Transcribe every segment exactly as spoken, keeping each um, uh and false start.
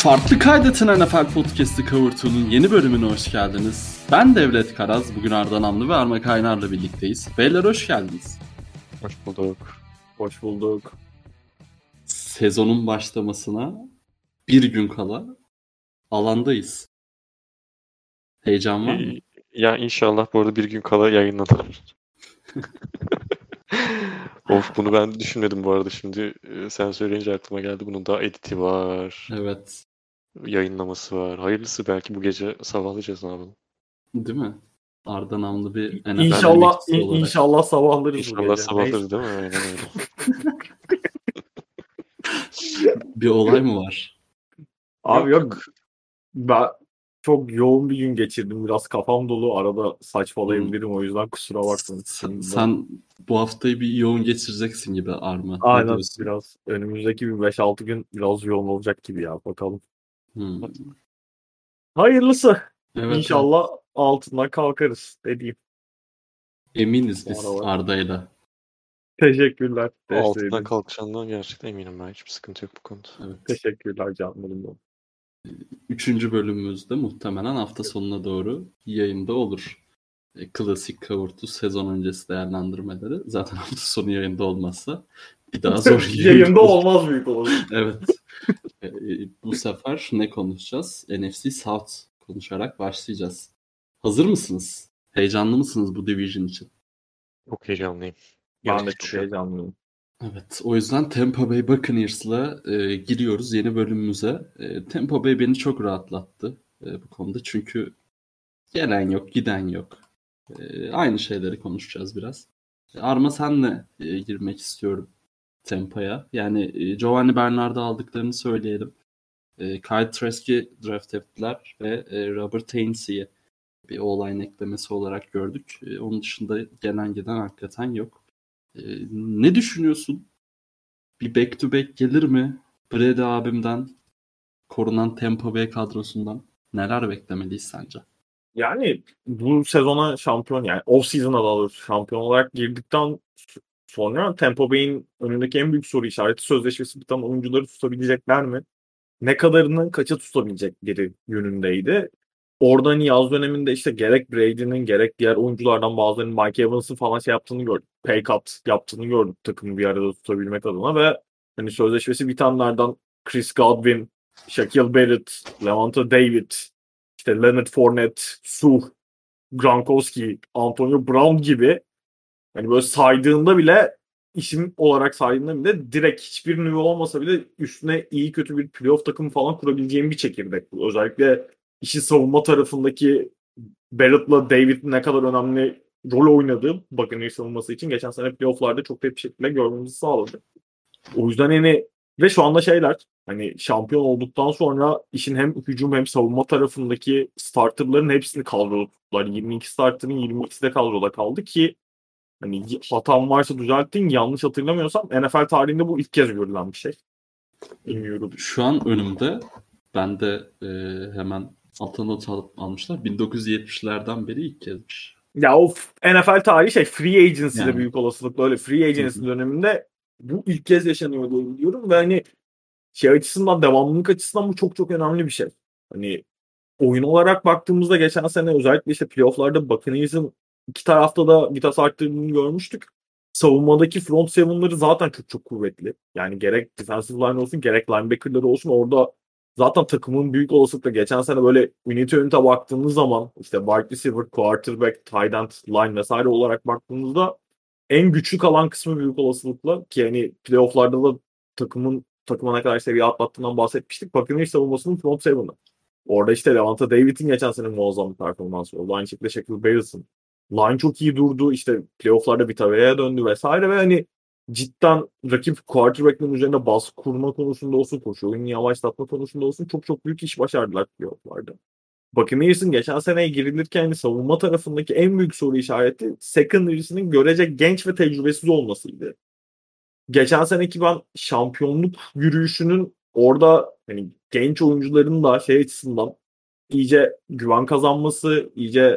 Farklı Kaydeten N F L Podcast'ı Cover iki'nin yeni bölümüne hoş geldiniz. Ben Devlet Karaz, bugün Arda Namlı ve Arma Kaynar'la birlikteyiz. Beyler hoş geldiniz. Hoş bulduk. Hoş bulduk. Sezonun başlamasına bir gün kala alandayız. Heyecan var mı? Ya inşallah bu arada bir gün kala yayınlanır. Of, bunu ben düşünmedim bu arada, şimdi sen söyleyince aklıma geldi. Bunun daha editi var. Evet. Yayınlaması var. Hayırlısı, belki bu gece sabahlayacağız, ne yapalım. Değil mi? Arda Namlı bir N F L İnşallah in, olarak. İnşallah sabahlarız İnşallah bu gece. sabahlarız değil mi? Aynen öyle. Bir olay mı var? Abi yok, yok. Ben çok yoğun bir gün geçirdim. Biraz kafam dolu. Arada saçmalayabilirim. Hmm. O yüzden kusura bakmayın. Sen, sen bu haftayı bir yoğun geçireceksin gibi Arma. Aynen, biraz. Önümüzdeki bir beş altı gün biraz yoğun olacak gibi ya. Bakalım. Hmm. Hayırlısı. Evet, İnşallah evet. Altından kalkarız dediğim. Eminiz biz Arda'yla. Teşekkürler. Altından kalkacağından gerçekten eminim ben. Hiçbir sıkıntı yok bu konuda. Evet. Teşekkürler canlarım. Üçüncü bölümümüzde muhtemelen hafta sonuna doğru yayında olur. E, klasik Kavurtu sezon öncesi değerlendirmeleri. Zaten hafta sonu yayında olmazsa bir daha zor yayında olmaz büyük olur. Evet. E, bu sefer ne konuşacağız? N F C South konuşarak başlayacağız. Hazır mısınız? Heyecanlı mısınız bu division için? Çok heyecanlıyım. Ben de çok heyecanlıyım. Evet, o yüzden Tampa Bay Buccaneers'la e, giriyoruz yeni bölümümüze. E, Tampa Bay beni çok rahatlattı e, bu konuda. Çünkü gelen yok, giden yok. E, aynı şeyleri konuşacağız biraz. E, Arma senle e, girmek istiyorum Tampa'ya. Yani e, Giovanni Bernard'ı aldıklarını söyleyelim. E, Kyle Trask'i draft ettiler ve e, Robert Hainsey'i bir O-line eklemesi olarak gördük. E, onun dışında gelen giden hakikaten yok. E, ne düşünüyorsun? Bir back to back gelir mi? Brady abimden, korunan Tampa Bay kadrosundan neler beklemeliyiz sence? Yani bu sezona şampiyon, yani off season'a da doğrusu şampiyon olarak girdikten sonra Tampa Bay'in önündeki en büyük soru işareti sözleşmesi biten oyuncuları tutabilecekler mi? Ne kadarını kaça tutabilecekleri yönündeydi. Orada hani yaz döneminde işte gerek Brady'nin gerek diğer oyunculardan bazılarının Mike Evans'ın falan şey yaptığını gördük. Pay cut yaptığını gördük takımı bir arada tutabilmek adına ve hani sözleşmesi bitenlerden Chris Godwin, Shaquille Barrett, Lavonte David, işte Leonard Fournette, Suh, Gronkowski, Antonio Brown gibi hani böyle saydığında bile, isim olarak saydığında bile direkt hiçbir nüve olmasa bile üstüne iyi kötü bir playoff takımı falan kurabileceğim bir çekirdek bu. Özellikle işi savunma tarafındaki Barrett'la David'in ne kadar önemli rol oynadığı Buccaneers savunması için geçen sene playoff'larda çok net bir şekilde görmemizi sağladı. O yüzden hani ve şu anda şeyler hani şampiyon olduktan sonra işin hem hücum hem savunma tarafındaki starterların hepsini kadroda tuttular. yirmi iki starterın yirmi ikisi de kadroda kaldı ki hani hatam varsa düzelttin, yanlış hatırlamıyorsam N F L tarihinde bu ilk kez görülen bir şey. Bilmiyorum. Şu an önümde ben de e, hemen altına not alıp almışlar. bin dokuz yüz yetmişlerden beri ilk kezmiş. Ya o N F L tarihi şey free agency'de yani. Büyük olasılıkla öyle free agency Hı-hı. döneminde bu ilk kez yaşanıyor diye biliyorum ve hani şey açısından, devamlılık açısından bu çok çok önemli bir şey. Hani oyun olarak baktığımızda geçen sene özellikle işte playoff'larda Buccaneers'ın iki tarafta da vites arttırdığını görmüştük. Savunmadaki front seven'ları zaten çok çok kuvvetli. Yani gerek defensive line olsun gerek linebacker'ları olsun, orada zaten takımın büyük olasılıkla geçen sene böyle unity unit'e baktığımız zaman işte wide receiver, quarterback, tight end, line vesaire olarak baktığımızda en güçlü kalan kısmı büyük olasılıkla, ki yani playoff'larda da takımın takıma ne kadar seviye atlattığından bahsetmiştik. Buccaneers savunmasının front seven'ı. Orada işte Lavonte David'in geçen sene muazzam bir performansı oldu. Aynı şekilde Shaquille Barrett'ın. Line çok iyi durdu. İşte playoff'larda Vita Vea'ya döndü vesaire ve hani cidden rakip quarterback'ın üzerine baskı kurma konusunda olsun, koşu oyunu yavaşlatma konusunda olsun çok çok büyük iş başardılar playoff'larda. Buccaneers'ın geçen seneye girilirken hani savunma tarafındaki en büyük soru işareti secondary'sinin görece genç ve tecrübesiz olmasıydı. Geçen seneki ben şampiyonluk yürüyüşünün orada hani genç oyuncuların da şey açısından iyice güven kazanması, iyice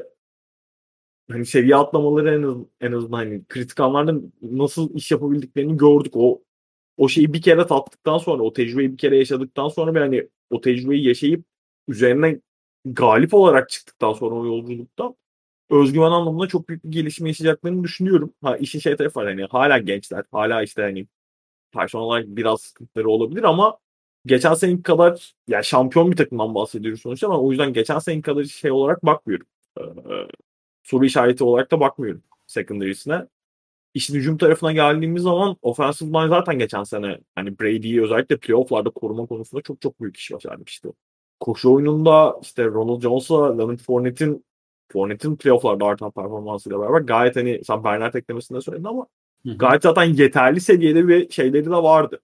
hani seviye atlamaları, en, az, en azından hani kritik anlarda nasıl iş yapabildiklerini gördük. O o şeyi bir kere tattıktan sonra, o tecrübeyi bir kere yaşadıktan sonra ve hani o tecrübeyi yaşayıp üzerine galip olarak çıktıktan sonra o yolculukta özgüven anlamında çok büyük bir gelişme yaşayacaklarını düşünüyorum. Ha işin şey tarafı var hani hala gençler. Hala işte hani personel olarak biraz sıkıntıları olabilir ama geçen seneki kadar yani şampiyon bir takımdan bahsediyoruz sonuçta ama o yüzden geçen seneki kadar şey olarak bakmıyorum. Ee, soru işareti olarak da bakmıyorum secondary'sine. İşin hücum tarafına geldiğimiz zaman offensive line zaten geçen sene hani Brady'yi özellikle playoff'larda koruma konusunda çok çok büyük iş başarmıştı. Koşu oyununda işte Ronald Jones'la Leonard Fournette'in Fournette'in playoff'larda artan performansıyla beraber gayet hani sen Bernard eklemesinde söyledin ama Hı hı. gayet zaten yeterli seviyede bir şeyleri de vardı.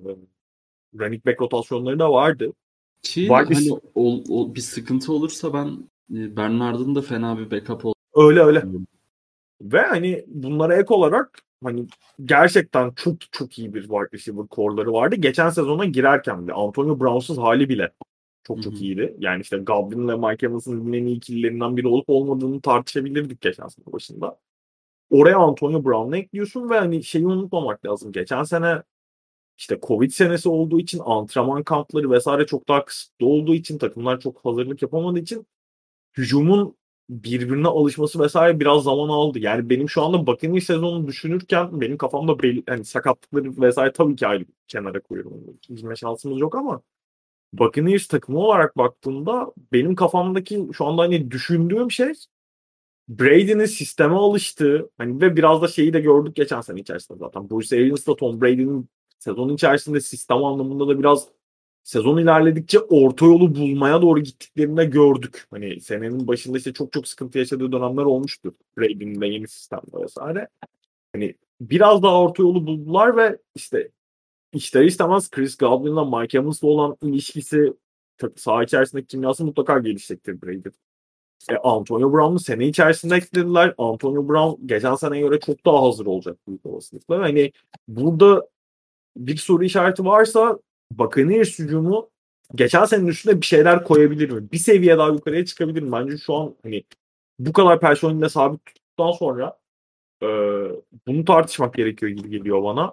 Running back rotasyonları da vardı. Ki Var hani o, o bir sıkıntı olursa ben e, Bernard'ın da fena bir backup öyle öyle. olduğunu Ve hani bunlara ek olarak hani gerçekten çok çok iyi bir wide receiver core'ları vardı. Geçen sezona girerken bile Antonio Brown'suz hali bile çok Hı çok hı. iyiydi. Yani işte Godwin ile Mike Evans'ın en iyi ikililerinden biri olup olmadığını tartışabilirdik geçen sene başında. Oraya Antonio Brown'u ekliyorsun ve hani şeyi unutmamak lazım. Geçen sene işte Covid senesi olduğu için antrenman kampları vesaire çok daha kısıtlı olduğu için takımlar çok hazırlık yapamadığı için hücumun birbirine alışması vesaire biraz zaman aldı. Yani benim şu anda Buccaneers sezonunu düşünürken benim kafamda belli, hani sakatlıkları vesaire tabii ki ayrı kenara koyuyorum. Bilme şansımız yok ama Buccaneers takımı olarak baktığımda benim kafamdaki şu anda hani düşündüğüm şey Brady'nin sisteme alıştığı hani ve biraz da şeyi de gördük geçen sene içerisinde zaten. Bruce Arians'la Tom Brady'nin sezon içerisinde sistem anlamında da biraz sezon ilerledikçe orta yolu bulmaya doğru gittiklerini de gördük. Hani senenin başında işte çok çok sıkıntı yaşadığı dönemler olmuştu. Brady'nin de yeni sistemde vesaire. Hani biraz daha orta yolu buldular ve işte ister istemez Chris Godwin'la Mike Evans'la olan ilişkisi saha içerisindeki kimyası mutlaka gelişecektir Brady. E, Antonio Brown'u sene içerisinde eklediler. Antonio Brown geçen seneye göre çok daha hazır olacak büyük olasılıkla. Hani burada bir soru işareti varsa Buccaneers hücumu geçen senenin üstüne bir şeyler koyabilir mi? Bir seviye daha yukarıya çıkabilir mi? Bence şu an hani bu kadar personelle sabit tuttuktan sonra e, bunu tartışmak gerekiyor gibi geliyor bana.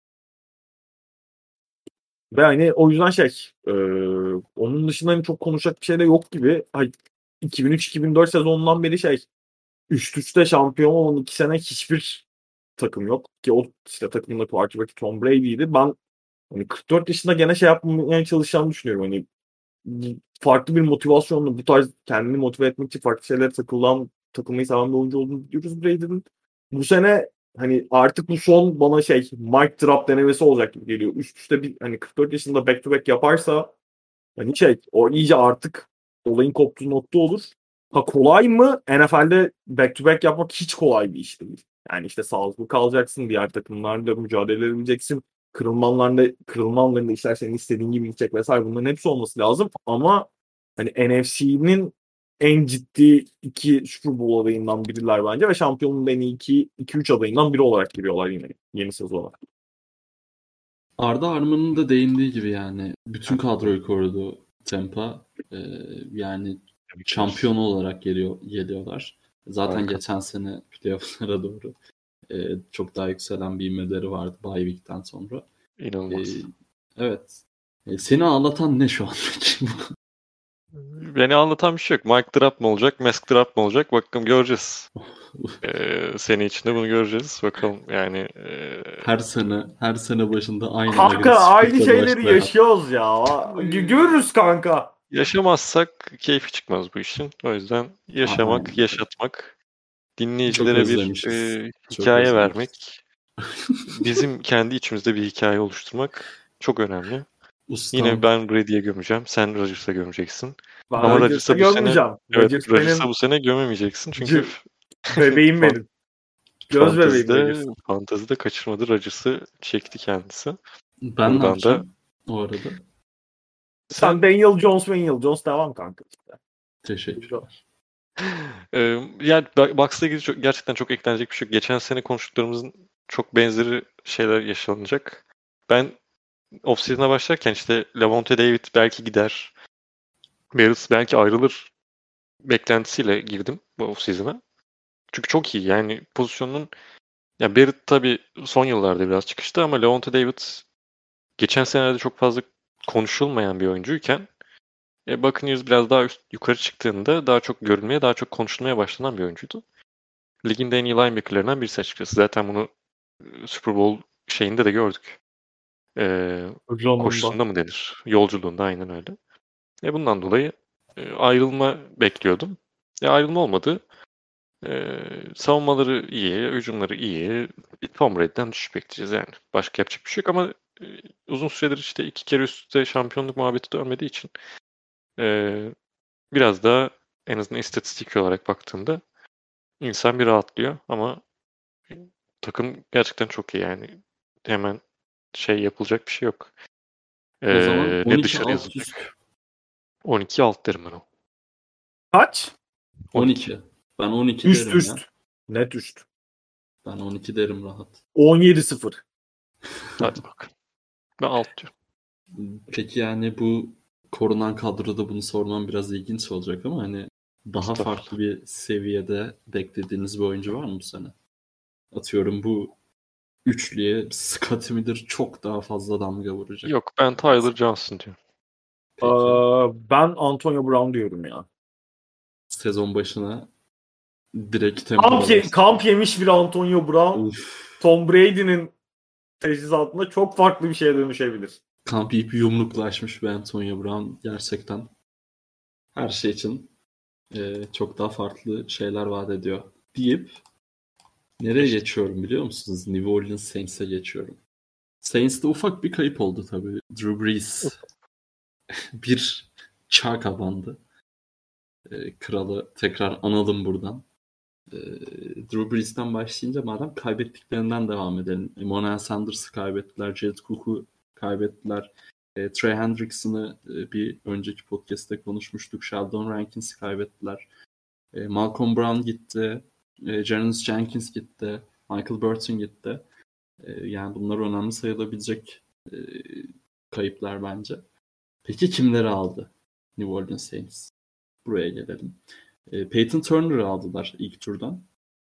Ve hani o yüzden şey e, onun dışında hani çok konuşacak bir şey de yok gibi. Hani iki bin üç iki bin dört sezonundan beri şey üst üste şampiyon olan iki sene hiçbir takım yok. Ki o işte takımın quarterback'i Tom Brady'ydi. Ben hani kırk dört yaşında gene şey yapmaya çalışacağını düşünüyorum. Hani farklı bir motivasyonla bu tarz kendini motive etmek için farklı şeylere takılan, takılmayı seven bir oyuncu olduğunu biliyoruz Brady'nin. Bu sene hani artık bu son bana şey mic drop denemesi olacak gibi geliyor. Üst üste bir hani kırk dört yaşında back to back yaparsa hani şey o iyice artık olayın koptuğu nokta olur. Ha kolay mı? N F L'de back to back yapmak hiç kolay bir iş değil. Yani işte sağlıklı kalacaksın, diğer takımlarla mücadele edeceksin. Kırılmanlarında, kırılmanlarında işler senin istediğin gibi gidecek vesaire. Bunların hepsi olması lazım. Ama hani N F C'nin en ciddi iki Super Bowl adayından biriler bence ve şampiyonluğun en iyi iki üç adayından biri olarak giriyorlar yine yeni sezona. Arda Arman'ın da değindiği gibi yani bütün kadroyu korudu Tampa. Ee, yani şampiyon olarak geliyor geliyorlar. Zaten Harika. geçen sene playoff'lara doğru e, çok daha yükselen bir ivmeleri vardı bye week'ten sonra. İnanılmaz. Ee, evet. E, seni ağlatan ne şu an peki? Beni anlatan bir şey yok. Mic drop mu olacak, mask drop mu olacak? Bakalım göreceğiz. ee, sene içinde bunu göreceğiz. Bakalım yani. E... Her sene, her sene başında aynı Kanka aynı şeyleri yaşıyoruz ya. G- görürüz kanka. Yaşamazsak keyfi çıkmaz bu işin. O yüzden yaşamak, Aynen. yaşatmak, dinleyicilere bir e, hikaye vermek, bizim kendi içimizde bir hikaye oluşturmak çok önemli. Ustam. Yine ben Brady'ye gömeceğim. Sen Rodgers'a gömeceksin. Ben Ama Rodgers'a bu sene evet, Rodgers'a bu sene gömemeyeceksin. Çünkü bebeğim benim. Göz bebeğim Rodgers. Fantezide kaçırmadı. Rodgers'ı çekti kendisi. Ben Buradan ne yapacağım da... o arada? Sen, Sen Daniel Jones, Daniel Jones devam kanka işte. Teşekkürler. ee, yani Bucks'la ilgili çok, gerçekten çok eklenecek bir şey yok. Geçen sene konuştuklarımızın çok benzeri şeyler yaşanacak. Ben off-season'a başlarken işte Lavonte David belki gider. Barrett belki ayrılır beklentisiyle girdim bu off-season'a. Çünkü çok iyi. Yani pozisyonun ya Barrett tabii son yıllarda biraz çıkıştı ama Lavonte David geçen senelerde çok fazla konuşulmayan bir oyuncuyken E, Buccaneers biraz daha üst, yukarı çıktığında daha çok görülmeye, daha çok konuşulmaya başlanan bir oyuncuydu. Ligin de en iyi linebacker'larından birisi açıkçası. Zaten bunu e, Super Bowl şeyinde de gördük. E, koşusunda mı denir? Yolculuğunda aynen öyle. E, bundan dolayı e, ayrılma bekliyordum. E, ayrılma olmadı. E, savunmaları iyi, hücumları iyi. Bir Tom Brady'den düşüş bekleyeceğiz yani. Başka yapacak bir şey yok ama e, uzun süredir işte iki kere üst üste şampiyonluk muhabbeti dönmediği için e, biraz daha en azından istatistik olarak baktığında insan bir rahatlıyor ama takım gerçekten çok iyi yani. Hemen şey yapılacak bir şey yok. O zaman Ee, on ne iki dışarı alt üst. yazılacak. on iki alt derim ben o. Kaç? on iki. Ben on iki Üst derim üst. ya. Net üst. Ben on iki derim rahat. on yedi sıfır. Hadi bak. Ben alt diyorum. Peki yani bu korunan kadroda bunu sormam biraz ilginç olacak ama hani daha farklı bir seviyede beklediğiniz bir oyuncu var mı bu sene? Atıyorum bu üçlüye Scottie midir çok daha fazla damga vuracak. Yok ben Tyler Johnson diyorum. Peki. Ee, ben Antonio Brown diyorum ya. Sezon başına direkt Kamp, tempoda ye- kamp yemiş bir Antonio Brown Uf. Tom Brady'nin teşhisatında çok farklı bir şeye dönüşebilir. Kamp yiyip yumruklaşmış bir Antonio Brown gerçekten her şey için e, çok daha farklı şeyler vaat ediyor deyip nereye geçiyorum biliyor musunuz? New Orleans Saints'e geçiyorum. Saints'te ufak bir kayıp oldu tabii. Drew Brees bir çağ kapandı. E, kralı tekrar analım buradan. E, Drew Brees'ten başlayınca madem kaybettiklerinden devam edelim. Emmanuel Sanders'ı kaybettiler. Jared Cook'u kaybettiler. E, Trey Hendrickson'ı e, bir önceki podcast'te konuşmuştuk. Sheldon Rankins'i kaybettiler. E, Malcolm Brown gitti. E, Janice Jenkins gitti. Michael Burton gitti. E, yani bunlar önemli sayılabilecek e, kayıplar bence. Peki kimleri aldı New Orleans Saints? Buraya gelelim. E, Peyton Turner'ı aldılar ilk turdan.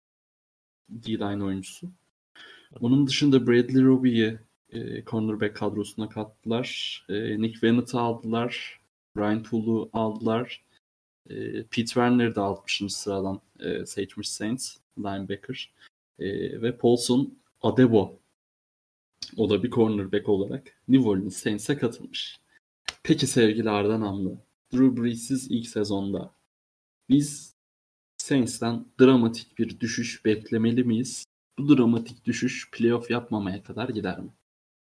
D-line oyuncusu. Onun dışında Bradley Roby'yi e, cornerback kadrosuna kattılar. E, Nick Vannett'ı aldılar. Ryan Poole'u aldılar. E, Pete Werner'ı da altmışıncı sıradan e, seçmiş Saints. Linebacker. E, ve Paulson Adebo. O da bir cornerback olarak New Orleans Saints'e katılmış. Peki sevgili Arda Namlı. Drew Brees'siz ilk sezonda biz Saints'ten dramatik bir düşüş beklemeli miyiz? Bu dramatik düşüş playoff yapmamaya kadar gider mi?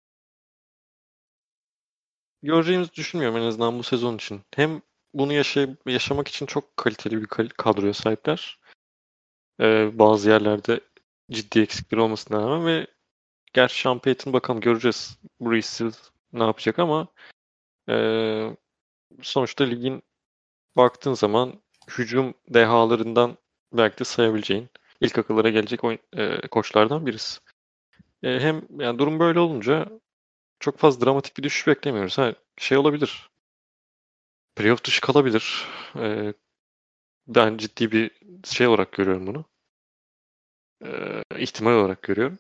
Göreceğimizi düşünmüyorum en azından bu sezon için. Hem bunu yaşay- yaşamak için çok kaliteli bir kal- kadroya sahipler. Ee, bazı yerlerde ciddi eksikleri olmasına rağmen ve gerçi Sean Payton bakalım göreceğiz. Brees'siz ne yapacak ama ee, sonuçta ligin baktığın zaman hücum dehalarından belki de sayabileceğin ilk akıllara gelecek oyun, e, koçlardan birisi. E, hem yani durum böyle olunca çok fazla dramatik bir düşüş beklemiyoruz. Ha, şey olabilir. Playoff dışı kalabilir. E, ben ciddi bir şey olarak görüyorum bunu. E, ihtimal olarak görüyorum.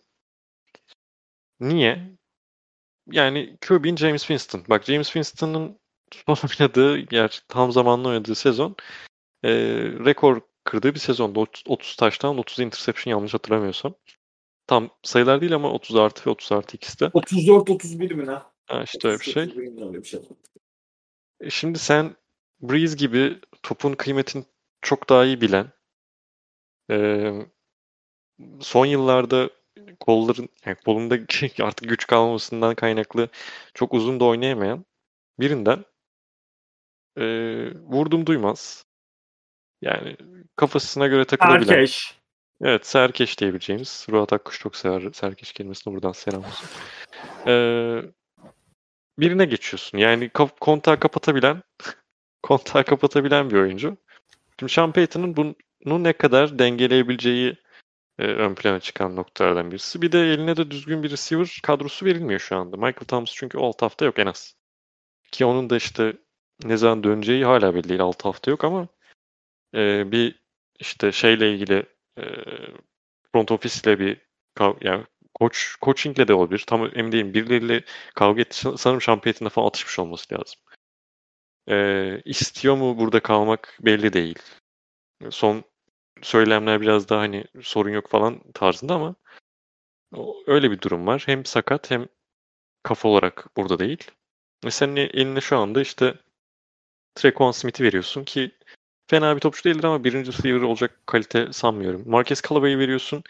Niye? Yani Q B'in James Winston. Bak James Winston'ın son oynadığı, yani tam zamanlı oynadığı sezon e, rekor kırdığı bir sezonda. otuz taştan otuz interception yanlış hatırlamıyorsam. Tam sayılar değil ama otuz artı ve otuz artı ikisi de. otuz dört otuz bir mi ne? Ha, işte öyle bir şey. otuz dört öyle bir şey. E şimdi sen Breeze gibi topun kıymetini çok daha iyi bilen, e, son yıllarda kolların, yani kolunda artık güç kalmamasından kaynaklı çok uzun da oynayamayan birinden e, vurdum duymaz. Yani kafasına göre takılabilen. Erkeş. Evet, serkeş diyebileceğimiz. Ruat Akkuş çok sever serkeş kelimesini, buradan selam olsun. Ee, birine geçiyorsun. Yani kap- kontağı kapatabilen kontağı kapatabilen bir oyuncu. Şimdi Sean Payton'ın bunu ne kadar dengeleyebileceği e, ön plana çıkan noktalardan birisi. Bir de eline de düzgün bir receiver kadrosu verilmiyor şu anda. Michael Thomas çünkü alt hafta yok en az. Ki onun da işte ne zaman döneceği hala belli değil. Alt hafta yok ama e, bir işte şeyle ilgili e, front office'le bir kav- yani koç coachingle de olabilir. Tam emin değilim. Birileriyle kavga etti. Sanırım Sean Payton'la falan atışmış olması lazım. Ee, istiyor mu burada kalmak belli değil. Son söylemler biraz daha hani sorun yok falan tarzında ama öyle bir durum var. Hem sakat hem kafa olarak burada değil. Ve senin eline şu anda işte Tre'Quan Smith'i veriyorsun ki fena bir topçu değildir ama birinci receiver olacak kalite sanmıyorum. Marquez Callaway'i veriyorsun.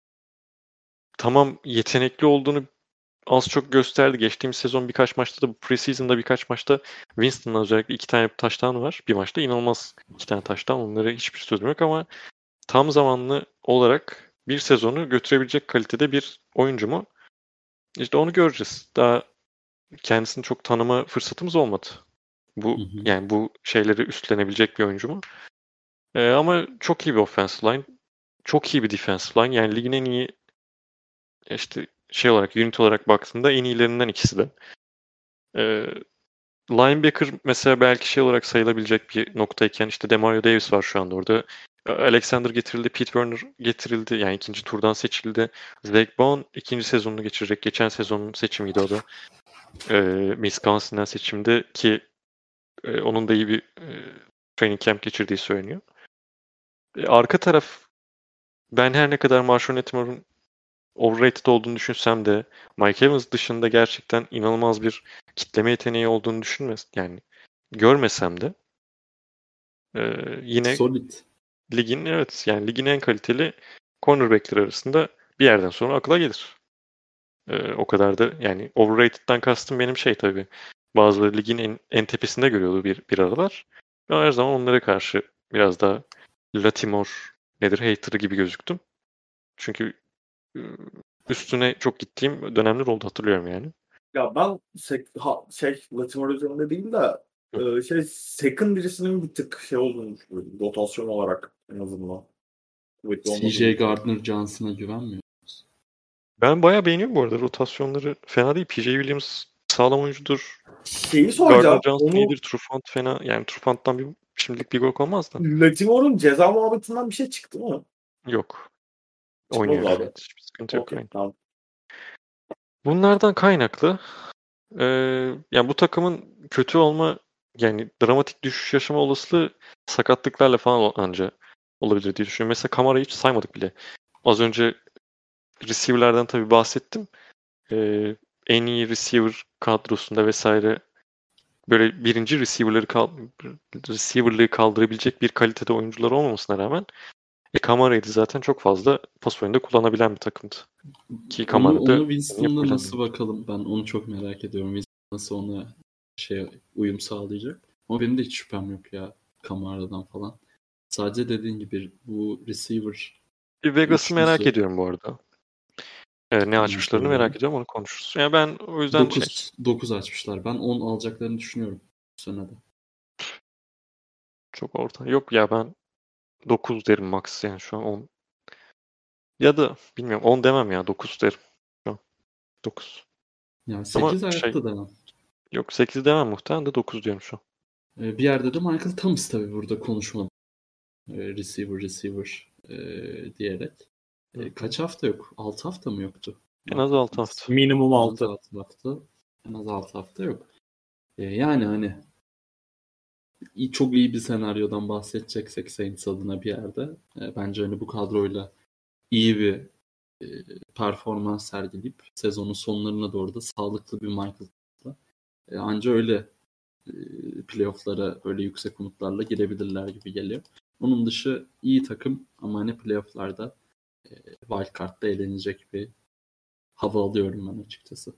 Tamam yetenekli olduğunu az çok gösterdi. Geçtiğimiz sezon birkaç maçta da bu preseason'da birkaç maçta Winston'la özellikle iki tane touchdown var. Bir maçta inanılmaz iki tane touchdown. Onlara hiçbir sözüm yok ama tam zamanlı olarak bir sezonu götürebilecek kalitede bir oyuncu mu? İşte onu göreceğiz. Daha kendisini çok tanıma fırsatımız olmadı. Bu Hı hı. yani bu şeyleri üstlenebilecek bir oyuncu mu? Ee, ama çok iyi bir offensive line. Çok iyi bir defensive line. Yani ligin en iyi işte şey olarak, unit olarak baktığında en iyilerinden ikisi de. Ee, linebacker mesela belki şey olarak sayılabilecek bir noktayken işte Demario Davis var şu anda orada. Alexander getirildi, Pete Werner getirildi. Yani ikinci turdan seçildi. Zach Bond ikinci sezonunu geçirecek. Geçen sezonun seçimiydi o da. Ee, Wisconsin'den seçimde ki e, onun da iyi bir e, training camp geçirdiği söyleniyor. E, arka taraf ben her ne kadar Marshawn Lattimore'un overrated olduğunu düşünsem de Mike Evans dışında gerçekten inanılmaz bir kitleme yeteneği olduğunu düşünmez. Yani görmesem de e, yine Solid. ligin evet yani ligin en kaliteli cornerback'ler arasında bir yerden sonra akla gelir. E, o kadar da yani overrated'dan kastım benim şey tabii. Bazıları ligin en, en tepesinde görüyordu bir, bir aralar. Ben her zaman onlara karşı biraz daha Latimore nedir hater gibi gözüktüm. Çünkü e, üstüne çok gittiğim dönemler oldu hatırlıyorum yani. Ya ben sek- ha, şey Latimore üzerinde değil de e, şey secondary'sinin bir tık şey olduğunu düşünüyorum. Rotasyon olarak en azından. Kuvvetli C J olmadığını Gardner Johnson'a güvenmiyor. Ben bayağı beğeniyorum bu arada rotasyonları. Fena değil. P J Williams sağlam oyuncudur. Şeyi Gardner soracağım. Johnson Onu iyidir. Trufant fena. Yani Trufant'tan bir, şimdilik bir gol olmaz da. Latimore'un ceza muhabbetinden bir şey çıktı mı? Yok. Çıkmadı Oynuyor abi. gayet. Hiçbir sıkıntı yok. Okey, Aynen. tamam. Bunlardan kaynaklı e, yani bu takımın kötü olma yani dramatik düşüş yaşama olasılığı sakatlıklarla falan anca olabilir diye düşünüyorum. Mesela Kamara'yı hiç saymadık bile. Az önce receiver'lardan tabii bahsettim. E, en iyi receiver kadrosunda vesaire böyle birinci receiver'ları kal receiver'lığı kaldırabilecek bir kalitede oyuncular olmamasına rağmen e, Kamara'ydı zaten çok fazla pas oyunda kullanabilen bir takımdı. Ki Onu, Kamara'da onu Winston'la yapabilen nasıl bakalım? Ben onu çok merak ediyorum. Winston nasıl ona şey uyum sağlayacak? Ama benim de hiç şüphem yok ya Kamara'dan falan. Sadece dediğin gibi bu receiver bir Vegas'ı merak üçlüsü ediyorum bu arada. E, ne merak açmışlarını merak ediyorum. ediyorum onu konuşuruz. Yani ben o yüzden şey dokuz dokuz açmışlar. Ben on alacaklarını düşünüyorum bu senede. çok orta. Yok ya ben dokuz derim max yani şu an on. Ya da bilmiyorum on demem ya dokuz derim. Şu an dokuz. Yani Ama sekiz şey hayatta devam. yok sekiz demem muhtemelen de dokuz diyorum şu an. Ee, bir yerde de Michael Thomas tabii burada konuşmadı. Ee, receiver receiver e, diyerek. E, kaç hafta yok? altı hafta mı yoktu? En az Michael altı Thomas. hafta. Minimum En az altı. altı hafta. En az altı hafta yok. E, yani hani iyi- çok iyi bir senaryodan bahsedeceksek Saints adına bir yerde e, bence hani bu kadroyla iyi bir e, performans sergileyip sezonun sonlarına doğru da sağlıklı bir Michael Thomas'la e, anca öyle e, playoff'lara böyle yüksek umutlarla girebilirler gibi geliyor. Onun dışı iyi takım ama hani playoff'larda e, wildcard'da eğlenecek bir hava alıyorum ben açıkçası.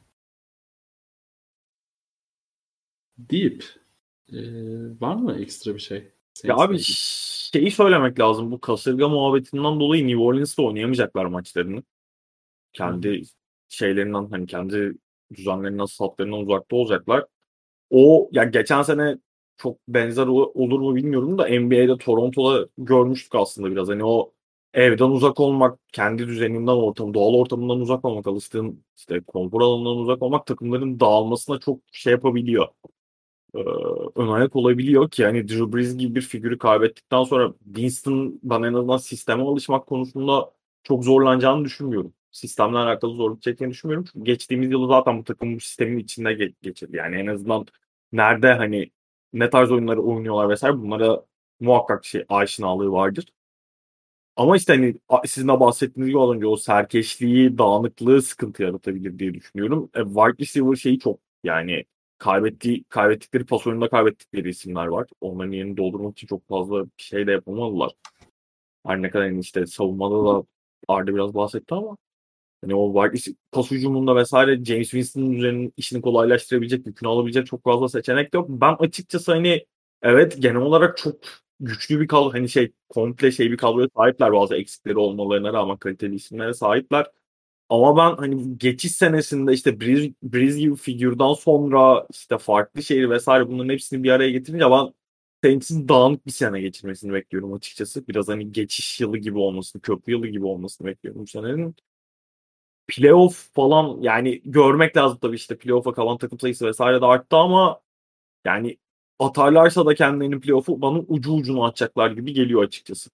Deyip e, var mı ekstra bir şey? Ya Saints'le abi ilgili? şeyi söylemek lazım. Bu kasırga muhabbetinden dolayı New Orleans'ta oynayamayacaklar maçlarını. Kendi şeylerinden hani kendi düzenlerinden, statlarından uzakta olacaklar. O ya geçen sene çok benzer o- olur mu bilmiyorum da N B A'de Toronto'da görmüştük aslında biraz. Hani o evden uzak olmak, kendi düzeninden ortam, doğal ortamından uzak olmak, alıştığın işte konfor alanından uzak olmak takımların dağılmasına çok şey yapabiliyor. Ee, ön ayak olabiliyor ki hani Drew Brees gibi bir figürü kaybettikten sonra Winston ben en azından sisteme alışmak konusunda çok zorlanacağını düşünmüyorum. Sistemle alakalı zorluk çektiğini düşünmüyorum. Çünkü geçtiğimiz yılı zaten bu takım bu sistemin içinde ge- geçirdi. Yani en azından nerede hani ne tarz oyunları oynuyorlar vesaire bunlara muhakkak şey aşinalığı vardır. Ama işte hani sizin de bahsettiğiniz gibi az önce o serkeşliği, dağınıklığı sıkıntı yaratabilir diye düşünüyorum. E, wide receiver şeyi çok yani kaybettiği, kaybettikleri pas oyununda kaybettikleri isimler var. Onların yerini doldurmak için çok fazla şey de yapamadılar. Her ne kadar yani işte savunmada da Arda biraz bahsetti ama hani o wide receiver pas hücumunda vesaire James Winston'ın üzerinin işini kolaylaştırabilecek, yükünü alabilecek çok fazla seçenek de yok. Ben açıkçası hani evet genel olarak çok güçlü bir kadro hani şey komple şey bir kadroya sahipler bazı eksikleri olmalarına rağmen kaliteli isimlere sahipler. Ama ben hani geçiş senesinde işte Breeze, Breeze gibi figürden sonra işte farklı şehir vesaire bunların hepsini bir araya getirince ben Saints'in dağınık bir sene geçirmesini bekliyorum açıkçası. Biraz hani geçiş yılı gibi olmasını, köprü yılı gibi olmasını bekliyorum bu senenin. Playoff falan yani görmek lazım tabii işte playoff'a kalan takım sayısı vesaire de arttı ama yani atarlarsa da kendilerinin playoff'u bana ucu ucuna atacaklar gibi geliyor açıkçası.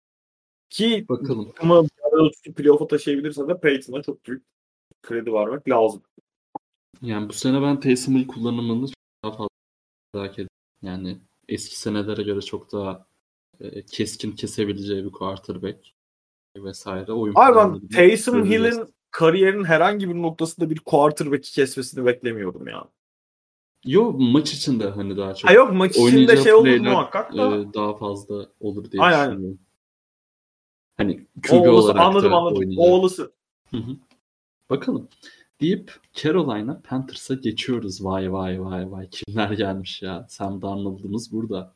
Ki Bakalım. ama playoff'a taşıyabilirse de Peyton'a çok büyük kredi vermek lazım. Yani bu sene ben Taysom'un kullanımını çok daha fazla merak ediyorum. Yani eski senelere göre çok daha e, keskin kesebileceği bir quarterback vesaire oyun Abi ben planlarını Taysom göreceğiz. Hill'in kariyerin herhangi bir noktasında bir quarterback'i kesmesini beklemiyorum ya. Yo maç içinde hani daha çok Ha yok maç içinde oynayacağı şey olur play'ler muhakkak e, da. daha fazla olur diye Aynen. düşünüyorum. Hani O Q B olası olarak anladım da anladım. O oynayacak. olası. Hı hı. Bakalım. Deyip Carolina Panthers'a geçiyoruz. Vay vay vay vay. Kimler gelmiş ya? Sam Darnold'umuz burada.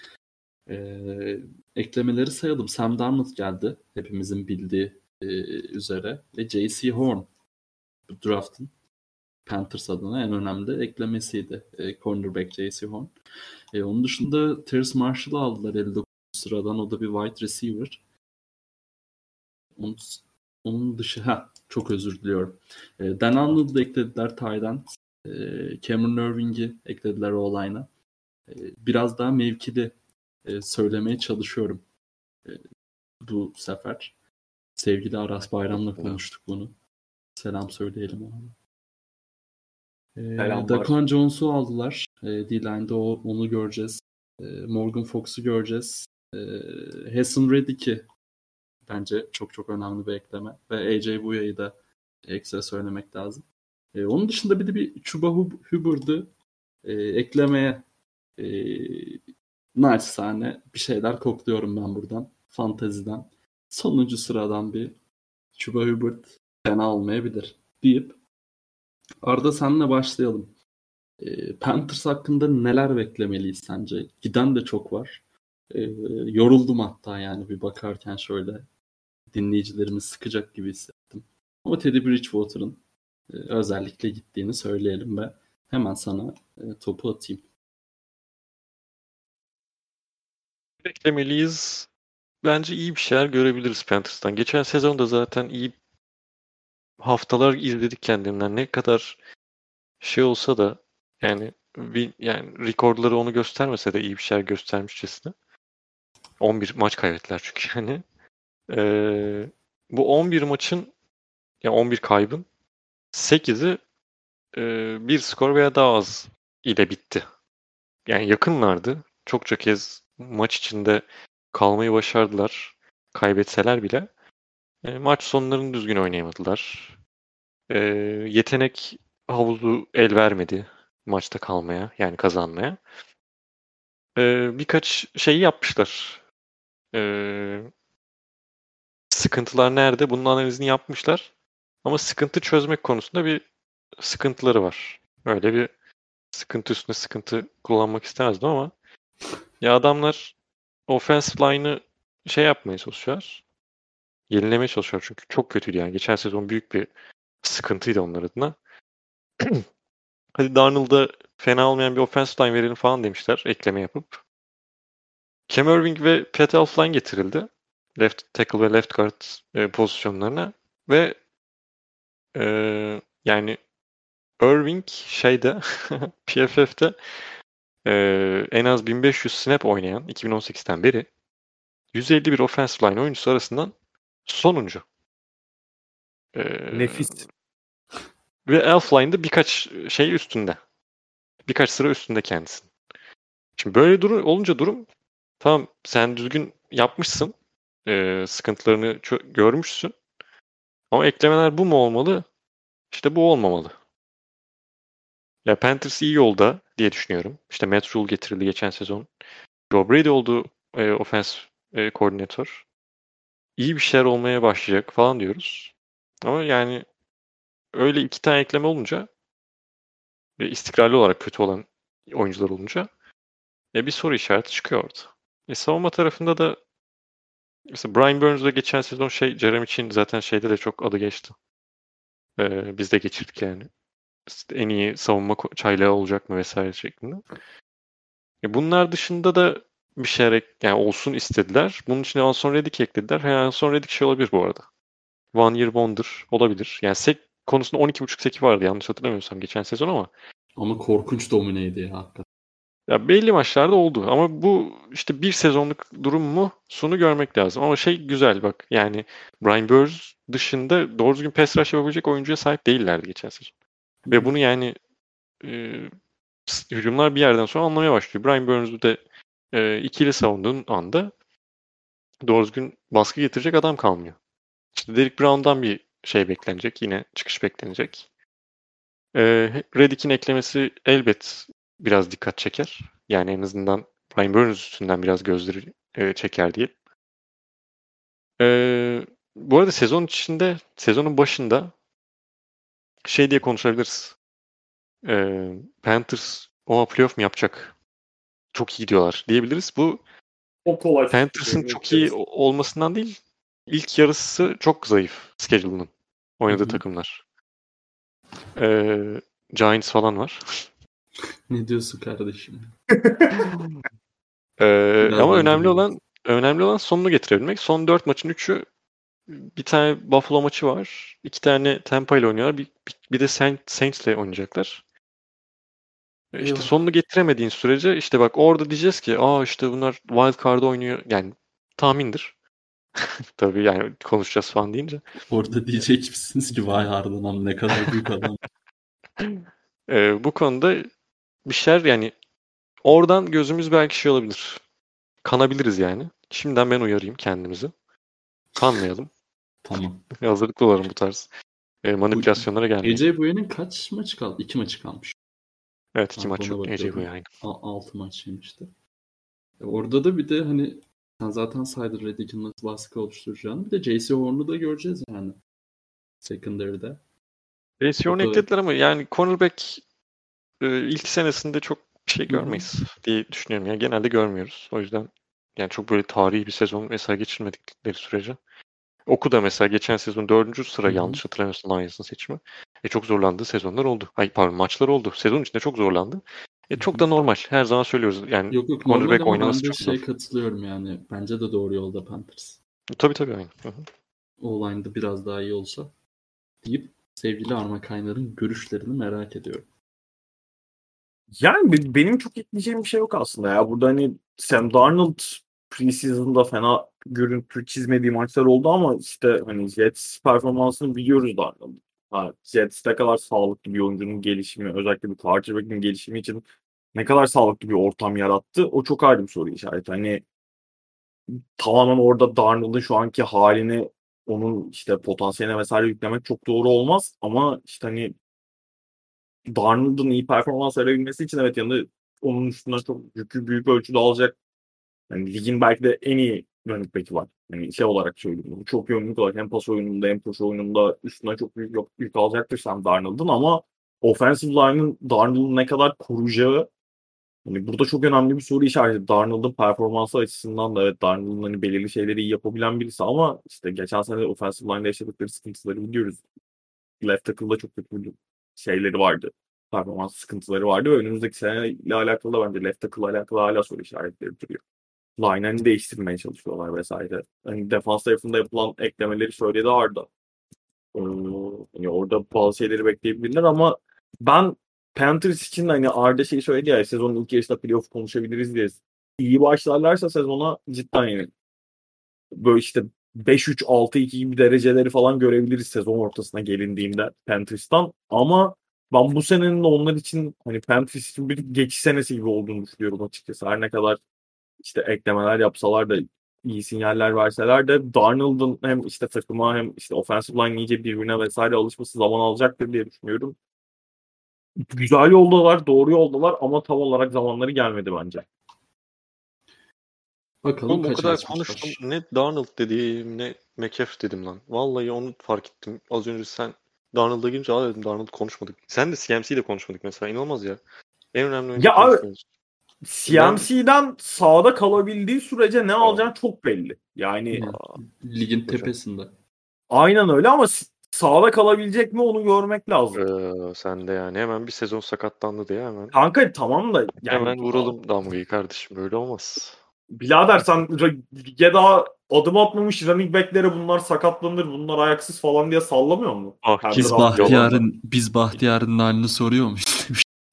Ee, eklemeleri sayalım. Sam Darnold geldi. Hepimizin bildiği e, üzere. Ve J C Horn bu draft'ın Panthers adına en önemli eklemesiydi. E, cornerback J C Horn. E, onun dışında Terrace Marshall'ı aldılar elli dokuz sıradan. O da bir wide receiver. Onun, onun dışı ha çok özür diliyorum. E, Dan Arnold'u eklediler tight end. E, Cameron Irving'i eklediler O-line'a. E, biraz daha mevkili e, söylemeye çalışıyorum e, bu sefer. Sevgili Aras Bayram'la konuştuk bunu. Selam söyleyelim ona. E, Selamlar. Daquan Jones'u aldılar. E, D-line'de o, onu göreceğiz. E, Morgan Fox'u göreceğiz. E, Hassan Reddick'i bence çok çok önemli bir ekleme. Ve A J Bouye'yi da ekstra söylemek lazım. E, onun dışında bir de bir Chuba Hubbard'ı e, eklemeye e, naçizane bir şeyler kokluyorum ben buradan. Fanteziden. Sonuncu sıradan bir Chuba Hubbard fena olmayabilir deyip Arda senle başlayalım. E, Panthers hakkında neler beklemeliyiz sence? Giden de çok var. E, yoruldum hatta yani bir bakarken şöyle dinleyicilerimiz sıkacak gibi hissettim. Ama Teddy Bridgewater'ın e, özellikle gittiğini söyleyelim ve hemen sana e, topu atayım. Beklemeliyiz. Bence iyi bir şeyler görebiliriz Panthers'tan. Geçen sezonda zaten iyi haftalar izledik kendimden. Ne kadar şey olsa da yani bir, yani rekorları onu göstermese de iyi bir şeyler göstermişçesine. on bir maç kaybettiler çünkü yani. Ee, bu on bir maçın yani on bir kaybın sekizi e, bir skor veya daha az ile bitti. Yani yakınlardı. Çokça kez maç içinde kalmayı başardılar. Kaybetseler bile. E, maç sonlarını düzgün oynayamadılar. E, yetenek havuzu el vermedi maçta kalmaya, yani kazanmaya. E, birkaç şey yapmışlar. E, sıkıntılar nerede? Bunun analizini yapmışlar. Ama sıkıntı çözmek konusunda bir sıkıntıları var. Öyle bir sıkıntı üstüne sıkıntı kullanmak istemezdim ama ya adamlar offensive line'ı şey yapmaya çalışıyorlar. Yenilemeye çalışıyor çünkü çok kötüydü yani. Geçen sezon büyük bir sıkıntıydı onlar adına. Hadi Darnold'a fena olmayan bir offensive line verelim falan demişler ekleme yapıp. Cam Irving ve Pat Elflein getirildi. Left tackle ve left guard e, pozisyonlarına. Ve e, yani Irving şeyde P F F'te e, en az bin beş yüz snap oynayan iki bin on sekizden beri yüz elli bir offensive line oyuncusu arasından sonuncu. E, Nefis. Ve Elfline'de birkaç şey üstünde. Birkaç sıra üstünde kendisi. Şimdi böyle durum olunca durum tamam sen düzgün yapmışsın. E, sıkıntılarını çö- görmüşsün. Ama eklemeler bu mu olmalı? İşte bu olmamalı. Ya Panthers iyi yolda diye düşünüyorum. İşte Matt Rule getirildi geçen sezon. Joe Brady oldu e, offense e, koordinatör. İyi bir şeyler olmaya başlayacak falan diyoruz. Ama yani öyle iki tane ekleme olunca ve istikrarlı olarak kötü olan oyuncular olunca e, bir soru işareti çıkıyor orada. E, savunma tarafında da mesela Brian Burns'da geçen sezon şey Jeremy için zaten şeyde de çok adı geçti. E, biz de geçirdik yani. İşte en iyi savunma ko- çaylağı olacak mı vesaire şeklinde. E, bunlar dışında da bir şeyler ek- yani olsun istediler. Bunun için Anson Reddick eklediler. He, Anson Reddick şey olabilir bu arada. One Year Wonder olabilir. Yani sek konusunda on iki buçuk seki vardı yanlış hatırlamıyorsam geçen sezon ama Ama korkunç domineydi ya hakikaten. ya belli maçlarda oldu ama bu işte bir sezonluk durum mu sonu görmek lazım. Ama şey güzel bak yani Brian Burns dışında doğru düzgün pass rush yapabilecek oyuncuya sahip değillerdi geçen sezon. Ve bunu yani e, hücumlar bir yerden sonra anlamaya başlıyor. Brian Burns'u da e, ikili savunduğun anda doğru düzgün baskı getirecek adam kalmıyor. İşte Derrick Brown'dan bir şey beklenecek. Yine çıkış beklenecek. E, Reddick'in eklemesi elbet biraz dikkat çeker. Yani en azından Brian Burns üstünden biraz gözleri e, çeker diye. E, bu arada sezon içinde, sezonun başında şey diye konuşabiliriz. E, Panthers o playoff mu yapacak? Çok iyi diyorlar diyebiliriz. Bu O kolay. Panthers'ın çok iyi olmasından değil, ilk yarısı çok zayıf schedule'ının oynadığı Hı hı. takımlar. Ee, Giants falan var. Ne diyorsun kardeşim? Ee, ama Birazdan önemli gireceğiz. olan önemli olan sonunu getirebilmek. Son dört maçın üçü bir tane Buffalo maçı var. İki tane Tampa ile oynuyorlar. Bir, bir, bir de Saint, Saints ile oynayacaklar. Ee, İşte Eyvah. sonunu getiremediğin sürece işte bak orada diyeceğiz ki aa işte bunlar wild card'da oynuyor. Yani tahmindir. Tabii yani konuşacağız falan deyince. Orada diyecek misiniz ki vay Arda'nam ne kadar büyük adam. Ee, bu konuda bir şeyler yani oradan gözümüz belki şey olabilir. Kanabiliriz yani. Şimdiden ben uyarayım kendimizi. Kanmayalım. Tamam. Hazırlıklı olalım bu tarz e, Bu manipülasyonlara gelmeyin. A J Buye'nin kaç maçı kaldı? İki maçı kalmış. Evet iki Ben maç ona yok. Ece bu bakıyordum. yani. A- altı maçıymıştı. E orada da bir de hani sen zaten saydın Reddick'in nasıl baskı oluşturacağını. Bir de J C Horn'u da göreceğiz yani. Secondary'de. O Versiyonu da eklediler ama yani cornerback e, ilk senesinde çok bir şey hı hı. görmeyiz diye düşünüyorum. Yani genelde görmüyoruz. O yüzden yani çok böyle tarihi bir sezon mesela geçirmedikleri sürece. Oku da mesela geçen sezon dördüncü sıra Hı hı. yanlış hatırlamıyorsam Lions'ın seçimi. E çok zorlandığı sezonlar oldu. Ay pardon maçlar oldu. Sezon içinde çok zorlandı. E çok da normal. Her zaman söylüyoruz. Yani Yok yok normal cornerback ama ben oynaması de çok şey zor. katılıyorum yani. Bence de doğru yolda Panthers. Tabii tabii aynı. Hı hı. O-line'da biraz daha iyi olsa deyip sevgili Arma Kaynar'ın görüşlerini merak ediyorum. Yani be- benim çok ekleyeceğim bir şey yok aslında ya. Burada hani Sam Darnold preseason'da fena görüntü çizmediği maçlar oldu ama işte hani Jets performansını biliyoruz Darnold'un. Ha, Jets ne kadar sağlıklı bir oyuncunun gelişimi, özellikle bir quarterback'in gelişimi için ne kadar sağlıklı bir ortam yarattı. O çok ayrı bir soru işareti. Hani tamamen orada Darnold'un şu anki halini onun işte potansiyeline vesaire yüklemek çok doğru olmaz ama işte hani Darnold'un iyi performans verebilmesi için evet yanında onun üstünden çok yükü büyük ölçüde alacak. Yani ligin belki de en iyi running back'i var. Yani şey olarak söylüyorum. Bu çok iyi oyuncu olarak hem pas oyununda hem koşu oyununda üstüne çok büyük yük, yük alacaktır Sam Darnold'un ama offensive line'ın Darnold'u ne kadar koruyacağı hani burada çok önemli bir soru işareti. Darnold'un performansı açısından da evet Darnold'un hani belirli şeyleri iyi yapabilen birisi ama işte geçen sene offensive line'da yaşadıkları sıkıntıları biliyoruz. Left tackle'da çok kötü şeyleri vardı. Performans sıkıntıları vardı ve önümüzdeki seneyle alakalı da bence left tackle'la alakalı hala soru işaretleri duruyor. Line'ını değiştirmeye çalışıyorlar vesaire. Hani defans tarafında yapılan eklemeleri söyledi Arda. Ee, hani orada bazı şeyleri bekleyebilirler ama ben Panthers için hani Arda şey söyledi ya sezonun ilk yarısında playoff konuşabiliriz diye. İyi başlarlarsa sezona cidden yani böyle işte beş üç altı iki gibi dereceleri falan görebiliriz sezon ortasına gelindiğinde Panthers'tan. Ama Ben bu senenin de onlar için hani Panthers için bir geçiş senesi gibi olduğunu düşünüyorum açıkçası. Her ne kadar işte eklemeler yapsalar da iyi sinyaller verseler de Darnold'un hem işte takıma hem işte offensive line iyice birbirine vesaire alışması zaman alacaktır diye düşünüyorum. Güzel yoldalar, doğru yoldalar ama tam olarak zamanları gelmedi bence. Bakalım Oğlum o kaç kadar açmışlar. konuştum. Ne Darnold dedim ne McCaffrey dedim lan. Vallahi onu fark ettim. Az önce sen Darnold'a girince aa dedim Darnold konuşmadık. Sen de C M C'yi de konuşmadık mesela. İnanılmaz ya. En önemli oyuncu Ya abi konuşmuyoruz. C M C'den sahada kalabildiği sürece ne Aa. alacağını çok belli. Yani Yani, ligin Hocam. tepesinde. aynen öyle ama s- sahada kalabilecek mi onu görmek lazım. Ee, sen de yani hemen bir sezon sakatlandı diye hemen. Kanka tamam da yani Hemen vuralım damgayı kardeşim. Böyle olmaz. birader sen ra- lige daha adım atmamış running back'lere bunlar sakatlanır, bunlar ayaksız falan diye sallamıyor mu? Ah, Her kim Biz draft yolunda. Bahtiyar'ın biz Bahtiyar'ın halini soruyor muyuz?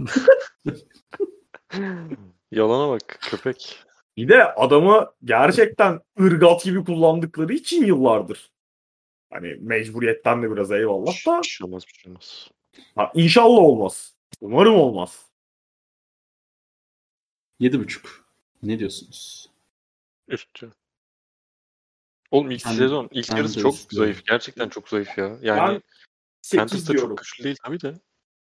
Yalana bak köpek. Bir de adamı gerçekten ırgat gibi kullandıkları için yıllardır. Hani mecburiyetten de biraz eyvallah da Bir şey olmaz bir şey olmaz. ha, inşallah olmaz. Umarım olmaz. Yedi buçuk. Ne diyorsunuz? Üstü. Oğlum ilk Ben- sezon, ilk ben yarısı de çok istiyorum. zayıf. Gerçekten çok zayıf ya. Yani Ben sekiz Panthers da diyorum. çok güçlü değil tabii de.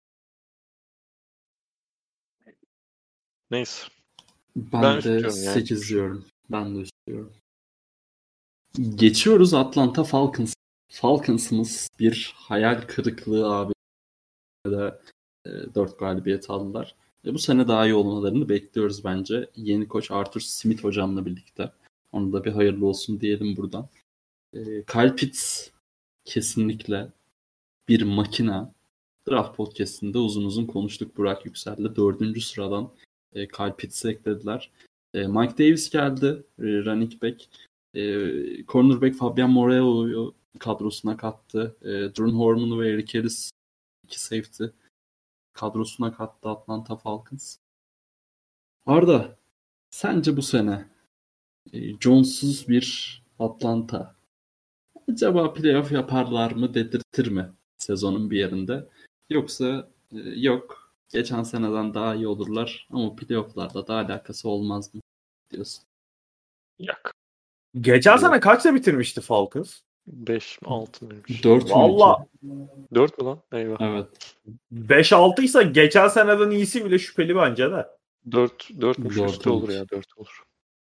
Neyse. Ben, Ben de istiyorum yani. sekiz diyorum. Ben de istiyorum. Geçiyoruz Atlanta Falcons. Falcons'ımız bir hayal kırıklığı abi. Da dört galibiyet aldılar. E, bu sene daha iyi olmalarını bekliyoruz bence. Yeni koç Arthur Smith hocamla birlikte. Ona da bir hayırlı olsun diyelim buradan. E, Kyle Pitts kesinlikle bir makina. Draft Podcast'inde uzun uzun konuştuk Burak Yüksel'le. Dördüncü sıradan e, Kyle Pitts'i eklediler. E, Mike Davis geldi. E, running back. E, cornerback Fabian Moreau'yu kadrosuna kattı. E, Drew Horman ve Eric Harris iki safety kadrosuna kattı Atlanta Falcons. Arda, sence bu sene e, Jones'suz bir Atlanta acaba playoff yaparlar mı dedirtir mi sezonun bir yerinde? Yoksa e, yok geçen seneden daha iyi olurlar ama playoff'larda da alakası olmaz mı diyorsun? Yak. Geçen sene kaçta bitirmişti Falcons? beş mi altı mı? dört mü Valla iki? dört mü lan? Eyvah. Evet. beş altı ise geçen seneden iyisi bile şüpheli bence de. dört dörtmüş Dört üstü olur olur. ya. dört olur.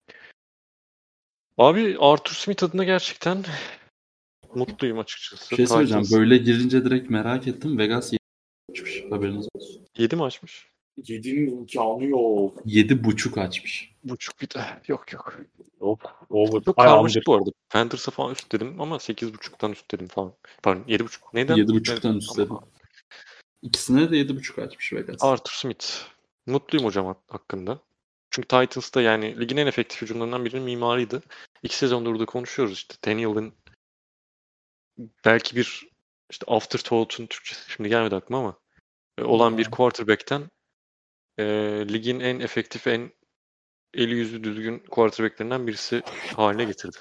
Abi Arthur Smith adına gerçekten mutluyum açıkçası. Bir şey söyleyeceğim. Titans Böyle girince direkt merak ettim. Vegas yedi açmış. Haberiniz olsun. yedi mi açmış? yedinin imkanı yok. yedi buçuk açmış. Buçuk bir de. Yok yok. Yok. Over. Çok Ay, karmaşık under. bu arada. Panthers'a falan üst dedim ama sekiz buçuktan üst dedim falan. Pardon yedi buçuk. Neyden? yedi buçuktan Evet, üst tamam. dedim. İkisine de yedi buçuk açmış Vegas. Arthur Smith. Mutluyum hocam hak- hakkında. Çünkü Titans'ta yani ligin en efektif hücumlarından birinin mimarıydı. İki sezondur burada konuşuyoruz işte. Daniel'ın belki bir işte afterthought'un Türkçesi şimdi gelmedi aklıma ama e, olan bir quarterback'ten e, ligin en efektif, en eli yüzü düzgün quarterbacklerinden birisi haline getirdi.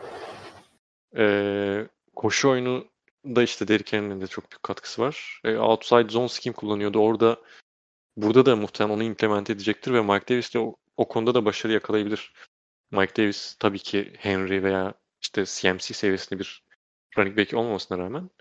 E, koşu oyunu da işte Derrick Henry'nin de çok büyük katkısı var. E, outside zone scheme kullanıyordu. Orada burada da muhtemelen onu implement edecektir ve Mike Davis de o, o konuda da başarı yakalayabilir. Mike Davis tabii ki Henry veya işte C M C seviyesinde bir running back olmamasına rağmen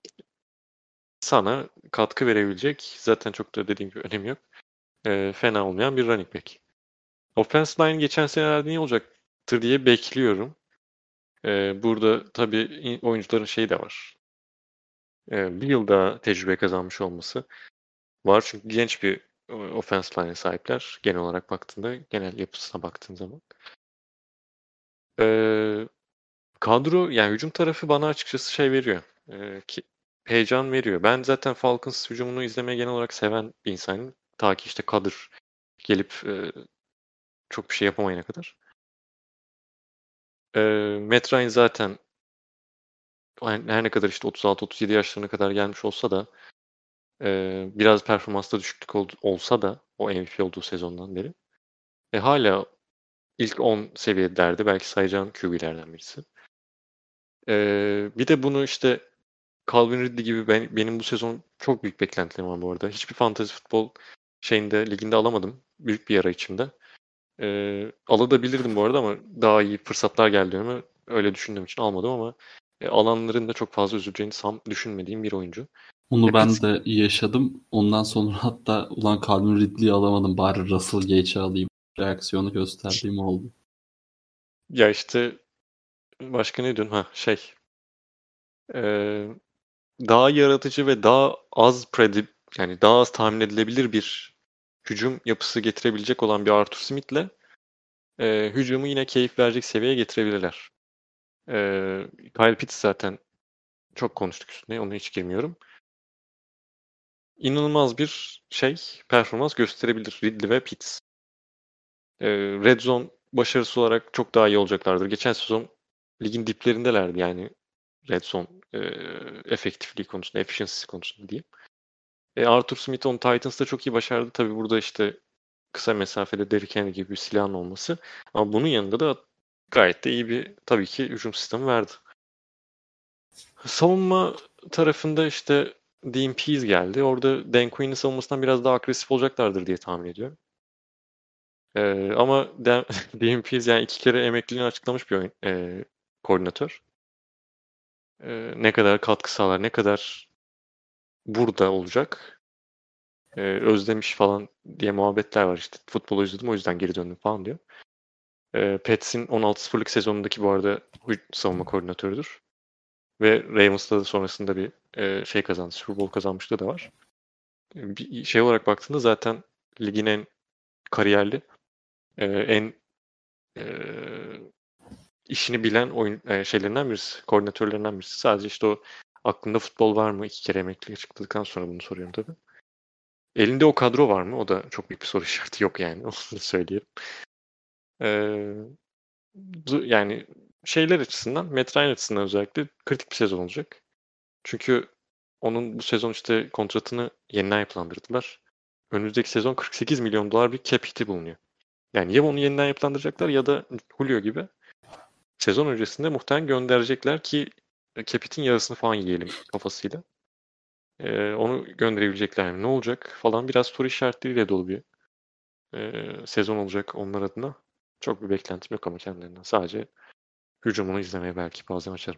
sana katkı verebilecek, zaten çok da dediğim gibi önemi yok, e, fena olmayan bir running back. Offensive line geçen senelerde iyi olacaktır diye bekliyorum. E, burada tabii oyuncuların şeyi de var. E, bir yıl daha tecrübe kazanmış olması var. Çünkü genç bir e, offensive line'e sahipler. Genel olarak baktığında, genel yapısına baktığın zaman. E, kadro, yani hücum tarafı bana açıkçası şey veriyor. E, ki, heyecan veriyor. Ben zaten Falcons hücumunu izlemeye genel olarak seven bir insanım. Ta ki işte Kadir gelip e, çok bir şey yapamayana kadar. E, Matt Ryan zaten her ne kadar işte otuz altı otuz yedi yaşlarına kadar gelmiş olsa da e, biraz performansta düşüklük ol, olsa da o M V P olduğu sezondan beri e, hala ilk on seviyelerdi. Belki sayacağım Q B'lerden birisi. E, bir de bunu işte Calvin Ridley gibi ben, benim bu sezon çok büyük beklentilerim var bu arada. Hiçbir fantasy futbol şeyinde, liginde alamadım. Büyük bir yara içimde. Ee, alabilirdim bu arada ama daha iyi fırsatlar geldi önüme. Öyle düşündüğüm için almadım ama e, alanların da çok fazla üzüleceğini sam düşünmediğim bir oyuncu. Onu E, ben Pitts, de yaşadım. Ondan sonra hatta ulan Calvin Ridley'i alamadım. Bari Russell Gage'i alayım. Reaksiyonu gösterdiğim oldu. ya işte başka ne diyorsun? Ha şey e, daha yaratıcı ve daha az predip yani daha az tahmin edilebilir bir hücum yapısı getirebilecek olan bir Arthur Smith'le e, hücumu yine keyif verecek seviyeye getirebilirler. E, Kyle Pitts zaten çok konuştuk üstüne. Ona hiç girmiyorum. İnanılmaz bir şey performans gösterebilir Ridley ve Pitts. E, Red Zone başarısı olarak çok daha iyi olacaklardır. Geçen sezon ligin diplerindelerdi yani Red Zone e, efektifliği konusunda, efficiency konusunda diyeyim. E, Arthur Smith onu Titans'ta çok iyi başardı. Tabii burada işte kısa mesafede Derrick Henry gibi bir silahın olması. Ama bunun yanında da gayet de iyi bir tabii ki hücum sistemi verdi. Savunma tarafında işte Dean Pease geldi. Orada Dan Quinn'in savunmasından biraz daha agresif olacaklardır diye tahmin ediyorum. Ee, ama Dan, Dean Pease yani iki kere emekliliğini açıklamış bir oyun, e, koordinatör. Ee, ne kadar katkı sağlar, ne kadar burada olacak. Ee, özlemiş falan diye muhabbetler var işte. Futbolu izledim o yüzden geri döndüm falan diyor. Ee, Pets'in on altı sıfırlık sezonundaki bu arada savunma koordinatörüdür. Ve Ravens'ta da sonrasında bir e, şey kazandı. Super Bowl kazanmışlığı da var. Bir şey olarak baktığında zaten ligin en kariyerli, e, en e, işini bilen oyun e, şeylerinden birisi, koordinatörlerinden birisi. Sadece işte o aklında futbol var mı? İki kere emekliye çıktıktan sonra bunu soruyorum tabii. Elinde o kadro var mı? O da çok büyük bir soru işareti yok yani. Onu da söyleyelim. Ee, yani şeyler açısından, Matt Ryan açısından özellikle kritik bir sezon olacak. Çünkü onun bu sezon işte kontratını yeniden yapılandırdılar. Önümüzdeki sezon kırk sekiz milyon dolar bir cap hit'i bulunuyor. Yani ya onu yeniden yapılandıracaklar ya da Julio gibi sezon öncesinde muhtemelen gönderecekler ki cap hit'in yarısını falan yiyelim kafasıyla. Ee, onu gönderebilecekler mi? Ne olacak falan biraz soru işaretleriyle dolu bir e, sezon olacak onlar adına. Çok bir beklentim yok ama kendilerinden. Sadece hücumunu izlemeye belki bazen açarım.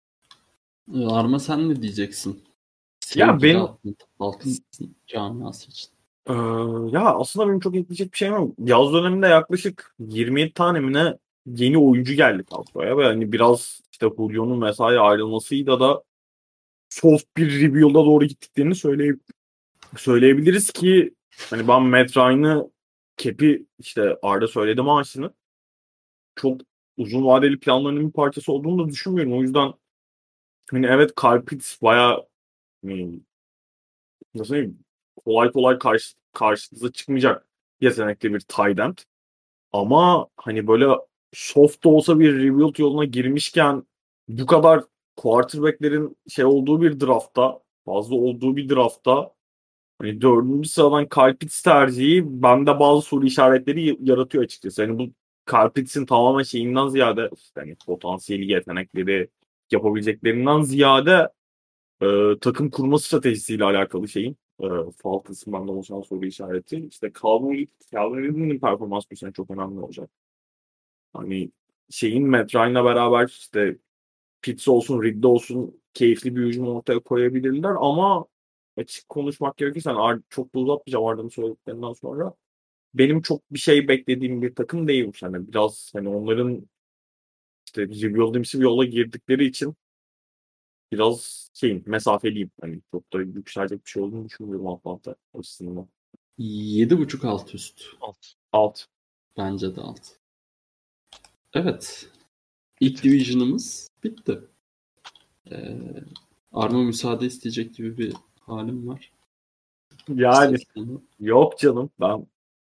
Arma sen ne diyeceksin? Ya Sevgili benim Atlanta Falcons camiası için. Ee, ya aslında benim çok ekleyecek bir şeyim yok. Yaz döneminde yaklaşık yirmi yedi tane mi ne yeni oyuncu geldi kadroya ve hani biraz işte Julio'nun vesaire ayrılmasıyla da soft bir rebuild'a doğru gittiklerini söyleye söyleyebiliriz ki hani ben Matt Ryan'ı Cap'i işte Arda söyledi maaşını çok uzun vadeli planlarının bir parçası olduğunu da düşünmüyorum. O yüzden hani evet Kyle Pitts bayağı hani, nasıl diyeyim kolay kolay karşı, karşınıza çıkmayacak yetenekli bir tight end. Ama hani böyle soft da olsa bir rebuild yoluna girmişken bu kadar quarterback'lerin şey olduğu bir draftta, fazla olduğu bir draftta hani dördüncü sıradan Kyle Pitts tercihi bende bazı soru işaretleri yaratıyor açıkçası. Hani bu Kyle Pitts'in tamamen şeyinden ziyade işte hani potansiyeli, yetenekleri yapabileceklerinden ziyade e, takım kurma stratejisiyle alakalı şeyin e, Falcons'ın bende oluşan soru işareti. İşte Calvin, Calvin Ridley'nin performans bu sene çok önemli olacak. Hani şeyin Matt Ryan'la beraber işte Pitts olsun, Ridley olsun keyifli bir hücum ortaya koyabilirler ama açık konuşmak gerekirse hani Ar- çok da uzatmayacağım Arda'nın söylediklerinden sonra. Benim çok bir şey beklediğim bir takım değil bu sene. Biraz hani onların işte rebuild'imsi bir yola girdikleri için biraz şeyim, mesafeliyim. Hani çok da yükselecek bir şey olduğunu düşünmüyorum Atlanta açısından. Yedi buçuk alt üst. Alt. Alt. Bence de alt. Evet. İlk division'ımız bitti. Ee, Arma müsaade isteyecek gibi bir halim var. Yani İstersen. yok canım ben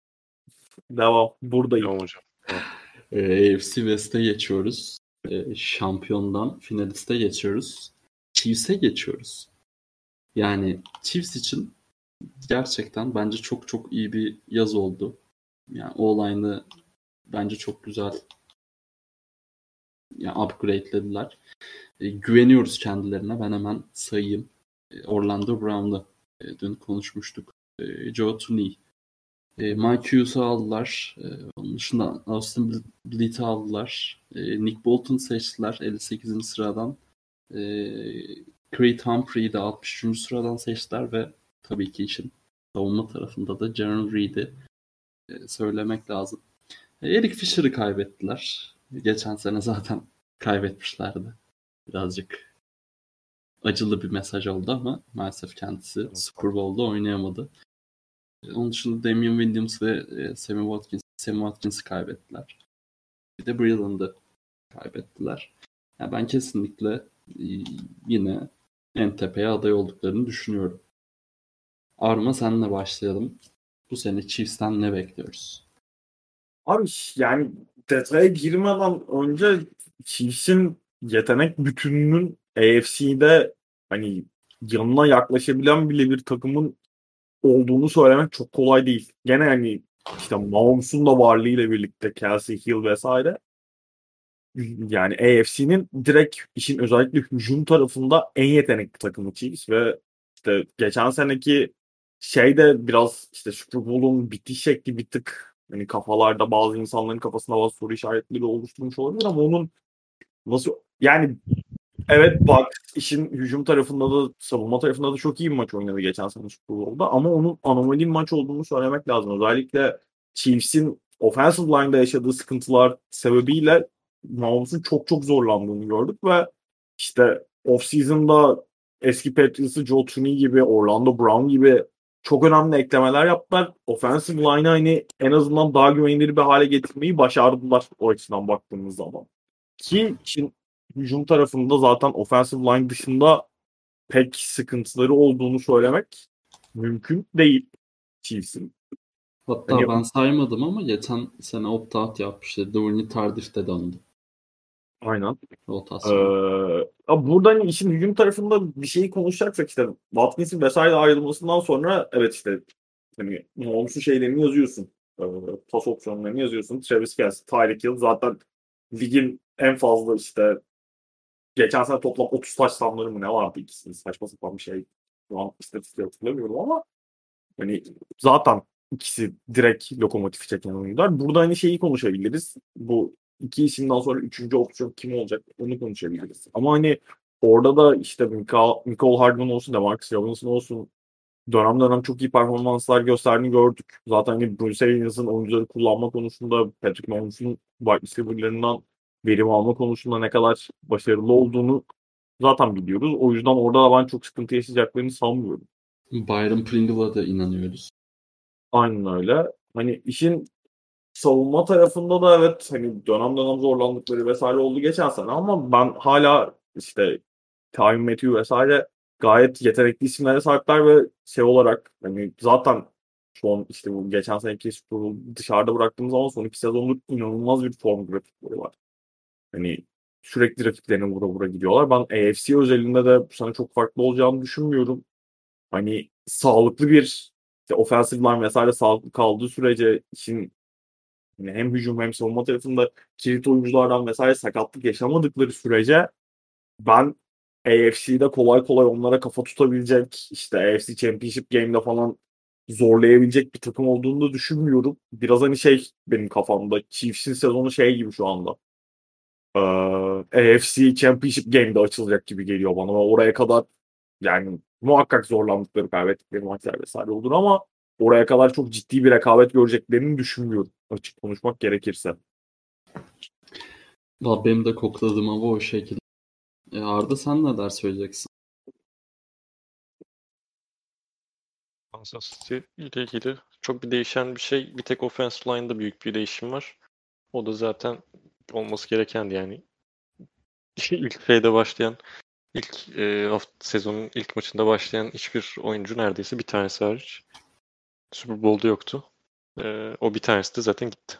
devam buradayım. Tamam hocam. Tamam. Ee, A F C West'e geçiyoruz. Ee, şampiyondan finaliste geçiyoruz. Chiefs'e geçiyoruz. Yani Chiefs için gerçekten bence çok çok iyi bir yaz oldu. Yani o line'ı bence çok güzel yani upgrade'lediler. E, güveniyoruz kendilerine. Ben hemen sayayım. E, Orlando Brown'da e, dün konuşmuştuk. E, Joe Thuney. E, Mike Hughes'u aldılar. E, onun dışında Austin Bleet'i aldılar. E, Nick Bolton seçtiler elli sekizinci sıradan. E, Creed Humphrey'i de altmış üçüncü sıradan seçtiler ve tabii ki işin savunma tarafında da Jarran Reed'i e, söylemek lazım. E, Eric Fisher'ı kaybettiler. Geçen sene zaten kaybetmişlerdi. Birazcık acılı bir mesaj oldu ama maalesef kendisi Super Bowl'da oynayamadı. Onun dışında Damian Williams ve Sammy Watkins, Sammy Watkins'i kaybettiler. Bir de Breland'ı kaybettiler. Yani ben kesinlikle yine en tepeye aday olduklarını düşünüyorum. Arma senle başlayalım. Bu sene Chiefs'ten ne bekliyoruz? Abi yani detaya girmeden önce Chiefs'in yetenek bütününün A F C'de hani yanına yaklaşabilen bile bir takımın olduğunu söylemek çok kolay değil. Gene hani işte Mahomes'un da varlığıyla birlikte Kelsey Hill vesaire yani A F C'nin direkt işin özellikle hücum tarafında en yetenekli takımı Chiefs ve işte geçen seneki şeyde biraz işte Super Bowl'un bitiş şekli bir tık hani kafalarda bazı insanların kafasında bazı soru işaretleri oluşturmuş olabilir ama onun nasıl yani evet bak işin hücum tarafında da savunma tarafında da çok iyi bir maç oynadı geçen sene Super Bowl'da ama onun anomali bir maç olduğunu söylemek lazım. Özellikle Chiefs'in offensive line'da yaşadığı sıkıntılar sebebiyle Mahomes'un çok çok zorlandığını gördük ve işte off-season'da eski Patriots'ı Joe Thuney gibi, Orlando Brown gibi çok önemli eklemeler yaptılar. Offensive line'ı hani en azından daha güvenilir bir hale getirmeyi başardılar o açıdan baktığımız zaman. Ki için hücum tarafında zaten offensive line dışında pek sıkıntıları olduğunu söylemek mümkün değil Chiefs'in. Hatta Hani, ben saymadım ama geçen sene opt-out yapmıştı. Duvernay Tardif de döndü. aynen. Rotasyon. Ee, burada hani işin hücum tarafında bir şeyi konuşacaksak işte Watkins'in vesaire ayrılmasından sonra evet işte hani Mahomes'un şeylerini yazıyorsun. Ee, pas opsiyonlarını yazıyorsun. Travis Kelce, Tyreek Hill zaten ligin en fazla işte geçen sene toplam otuz touchdown'ları mı ne vardı ikisinin saçma sapan bir şey. Şu an istatistiği hatırlamıyorum ama hani zaten ikisi direkt lokomotifi çeken oyuncular. Burada hani şeyi konuşabiliriz. Bu iki isimden sonra üçüncü opsiyon kim olacak onu konuşabiliriz. Ama hani orada da işte Mecole Hardman olsun, Demarcus Robinson olsun dönem dönem çok iyi performanslar gösterdiğini gördük. Zaten hani Bruce Arians'ın oyuncuları kullanma konusunda Patrick Mahomes'un wide receiver'larından verim alma konusunda ne kadar başarılı olduğunu zaten biliyoruz. O yüzden orada da ben çok sıkıntı yaşayacaklarını sanmıyorum. Byron Pringle'a da inanıyoruz. Aynen öyle. Hani işin savunma tarafında da evet hani dönem dönem zorlandıkları vesaire oldu geçen sene ama ben hala işte Tyron Matthew vesaire gayet yetenekli isimlere sahipler ve şey olarak hani zaten son işte bu geçen seneki Super Bowl'u dışarıda bıraktığımız zaman son iki sezonluk inanılmaz bir form grafikleri var. Hani sürekli rakiplerine vura vura gidiyorlar. Ben A F C özelinde de bu sene çok farklı olacağını düşünmüyorum. Hani sağlıklı bir işte offensive line vesaire sağlıklı kaldığı sürece işin yani hem hücum hem savunma tarafında kilit oyunculardan vesaire sakatlık yaşamadıkları sürece ben A F C'de kolay kolay onlara kafa tutabilecek işte A F C Championship Game'de falan zorlayabilecek bir takım olduğunu da düşünmüyorum. Biraz hani şey benim kafamda Chiefs'in sezonu şey gibi şu anda. Ee, A F C Championship Game'de açılacak gibi geliyor bana. Ve oraya kadar yani muhakkak zorlandıkları, kaybettikleri maçlar vesaire olur ama oraya kadar çok ciddi bir rekabet göreceklerini düşünmüyorum. Açık konuşmak gerekirse. Valla benim de kokladığım hava o şekilde. E Arda sen neler söyleyeceksin? Kansas City ile ilgili çok bir değişen bir şey. Bir tek offensive line'da büyük bir değişim var. O da zaten olması gerekendi yani. İlk şeyde başlayan, ilk e, hafta, sezonun ilk maçında başlayan hiçbir oyuncu neredeyse bir tanesi hariç Super Bowl'da yoktu. E, o bir tanesi de zaten gitti.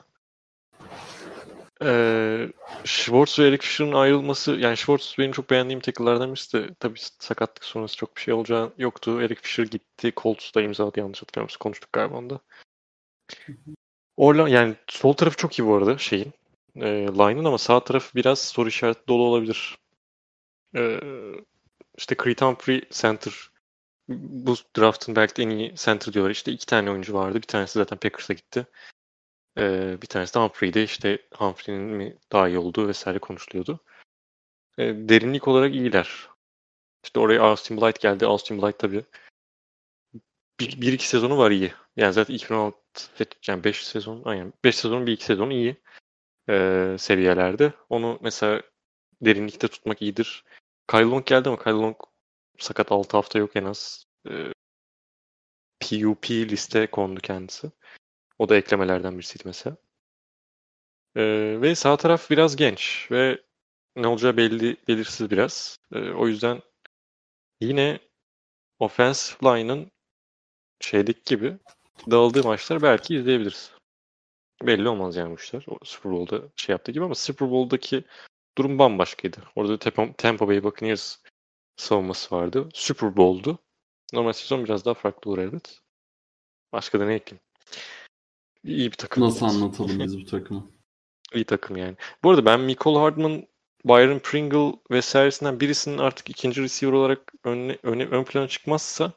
E, Schwartz ve Eric Fisher'ın ayrılması, yani Schwartz benim çok beğendiğim tackle'lardan birisi de tabii sakatlık sonrası çok bir şey olacağı yoktu. Eric Fisher gitti. Colts'da imzaladı yanlış hatırlamıyorsam. Konuştuk galiba onda. Orla, yani sol tarafı çok iyi bu arada şeyin. e, line'ın ama sağ tarafı biraz soru işareti dolu olabilir. E, işte Creed Humphrey center. Bu draft'ın belki de en iyi center diyorlar. İşte iki tane oyuncu vardı. Bir tanesi zaten Packers'a gitti. E, bir tanesi de Humphrey'di. İşte Humphrey'nin mi daha iyi olduğu vesaire konuşuluyordu. E, derinlik olarak iyiler. İşte oraya Austin Blythe geldi. Austin Blythe tabii bir, bir iki sezonu var iyi. Yani zaten iki bin on altı yani beş sezon aynen beş sezonun bir iki sezonu iyi e, seviyelerde. Onu mesela derinlikte tutmak iyidir. Kyle Long geldi ama Kyle Long sakat altı hafta yok en az. E, P U P liste kondu kendisi. O da eklemelerden birisiydi mesela. E, ve sağ taraf biraz genç ve ne olacağı belli belirsiz biraz. E, o yüzden yine offensive line'ın şeydeki gibi dağıldığı maçlar belki izleyebiliriz. Belli olmaz yani bu işler. O Super Bowl'da şey yaptığı gibi ama Super Bowl'daki durum bambaşkaydı. Orada Tampa, Tampa Bay Buccaneers savunması vardı. Super Bowl'du. Normal sezon biraz daha farklı olur elbet. Başka da ne ekleyeyim? İyi bir takım. Nasıl anlatalım biz bu takımı? İyi takım yani. Bu arada ben Mecole Hardman, Byron Pringle vesairesinden birisinin artık ikinci receiver olarak ön, öne, ön plana çıkmazsa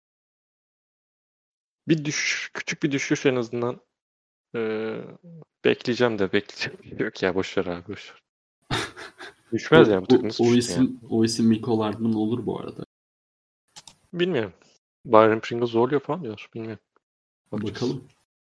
bir düş, küçük bir düşüş en azından Ee, bekleyeceğim de bekleyeceğim. Yok ya boşver abi boşver. Düşmez O, yani bu o, takım nasıl o düşsün isim yani? o isim Mecole Hardman olur bu arada. Bilmiyorum. Byron Pringle zorluyor falan diyor. Bilmiyorum. Bakacağız. Bakalım.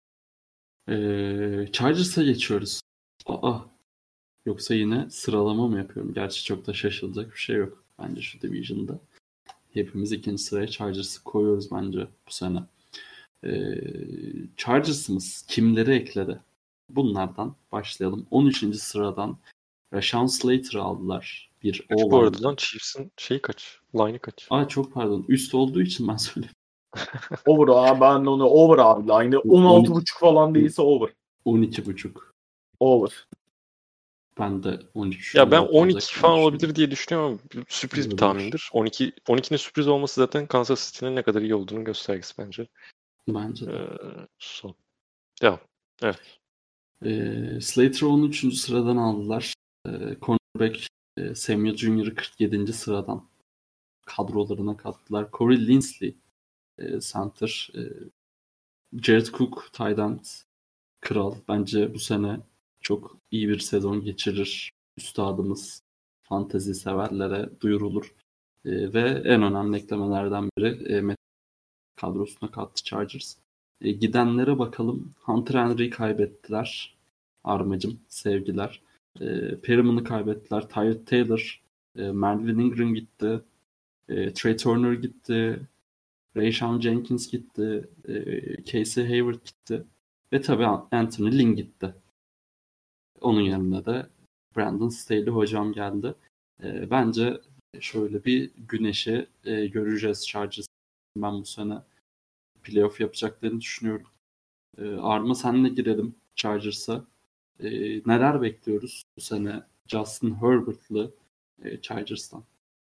Ee, Chargers'a geçiyoruz. Aa, yoksa yine sıralama mı yapıyorum? Gerçi çok da şaşılacak bir şey yok. Bence şu division'da. Hepimiz ikinci sıraya Chargers'ı koyuyoruz bence bu sene. Ee, Chargers'ımız kimleri ekledi? Bunlardan başlayalım. on üçüncü sıradan Rashawn Slater'ı aldılar. Bir Kaç bu arada O-line. lan Chiefs'in şeyi kaç? Line'ı kaç? Aa çok pardon. Üst olduğu için ben söyleyeyim. Over abi, ben onu over abi. Aynı on altı buçuk falan değilse over. on iki buçuk. Over. Ben de on üç Ya ben on dört on iki olacak falan diye olabilir diye düşünüyorum ama sürpriz bir Olabilir. tahmindir. on iki on ikinin sürpriz olması zaten Kansas City'nin ne kadar iyi olduğunu göstergesi bence. Bence de. Ee, son. Devam. Evet. Ee, Slater'ı on üçüncü sıradan aldılar. Ee, cornerback e, Samuel Junior'ı kırk yedinci sıradan kadrolarına kattılar. Corey Linsley e, center. E, Jared Cook tight end kral. Bence bu sene çok iyi bir sezon geçirir. Üstadımız fantezi severlere duyurulur. E, ve en önemli eklemelerden biri e, Met kadrosuna kattı Chargers. E, gidenlere bakalım. Hunter Henry'i kaybettiler. Armacım, sevgiler. E, Perriman'ı kaybettiler. Tyrod Taylor, e, Melvin Ingram gitti. E, Trey Turner gitti. Rayshawn Jenkins gitti. E, Casey Hayward gitti. Ve tabii Anthony Lynn gitti. Onun yanında da Brandon Staley hocam geldi. E, bence şöyle bir güneşi e, göreceğiz Chargers. Ben bu sene playoff yapacaklarını düşünüyorum. E, Arma senle girelim Chargers'a. E, neler bekliyoruz bu sene Justin Herbert'lı e, Chargers'tan?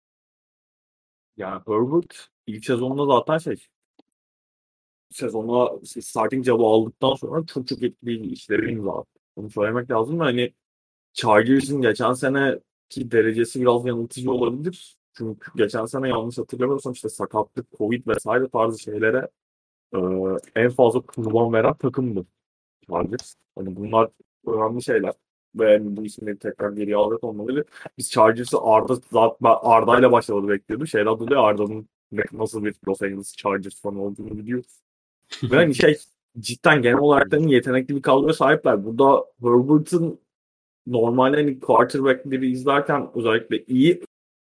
Yani Herbert ilk sezonda zaten şey sezona starting job'u aldıktan sonra çok çok etkili işleri imza attı. Bunu söylemek lazım da hani Chargers'ın geçen seneki derecesi biraz yanıltıcı olabilir. Çünkü geçen sene yanlış hatırlamıyorsam işte sakatlık, Covid vesaire tarzı şeylere e, en fazla kurban veren takımdı Chargers. Hani bunlar önemli şeyler. Ve yani bu isimleri tekrar geriye alacak olmalı. Biz Chargers'ı Arda zaten Arda ile başladı bekliyordu. Şeyler dolayı Arda'nın nasıl bir Los Angeles Chargers fanı olduğunu biliyoruz. Ve hani şey cidden genel olarak da yetenekli bir kadroya sahipler. Burada Herbert'ın normalde hani quarterback'leri izlerken özellikle iyi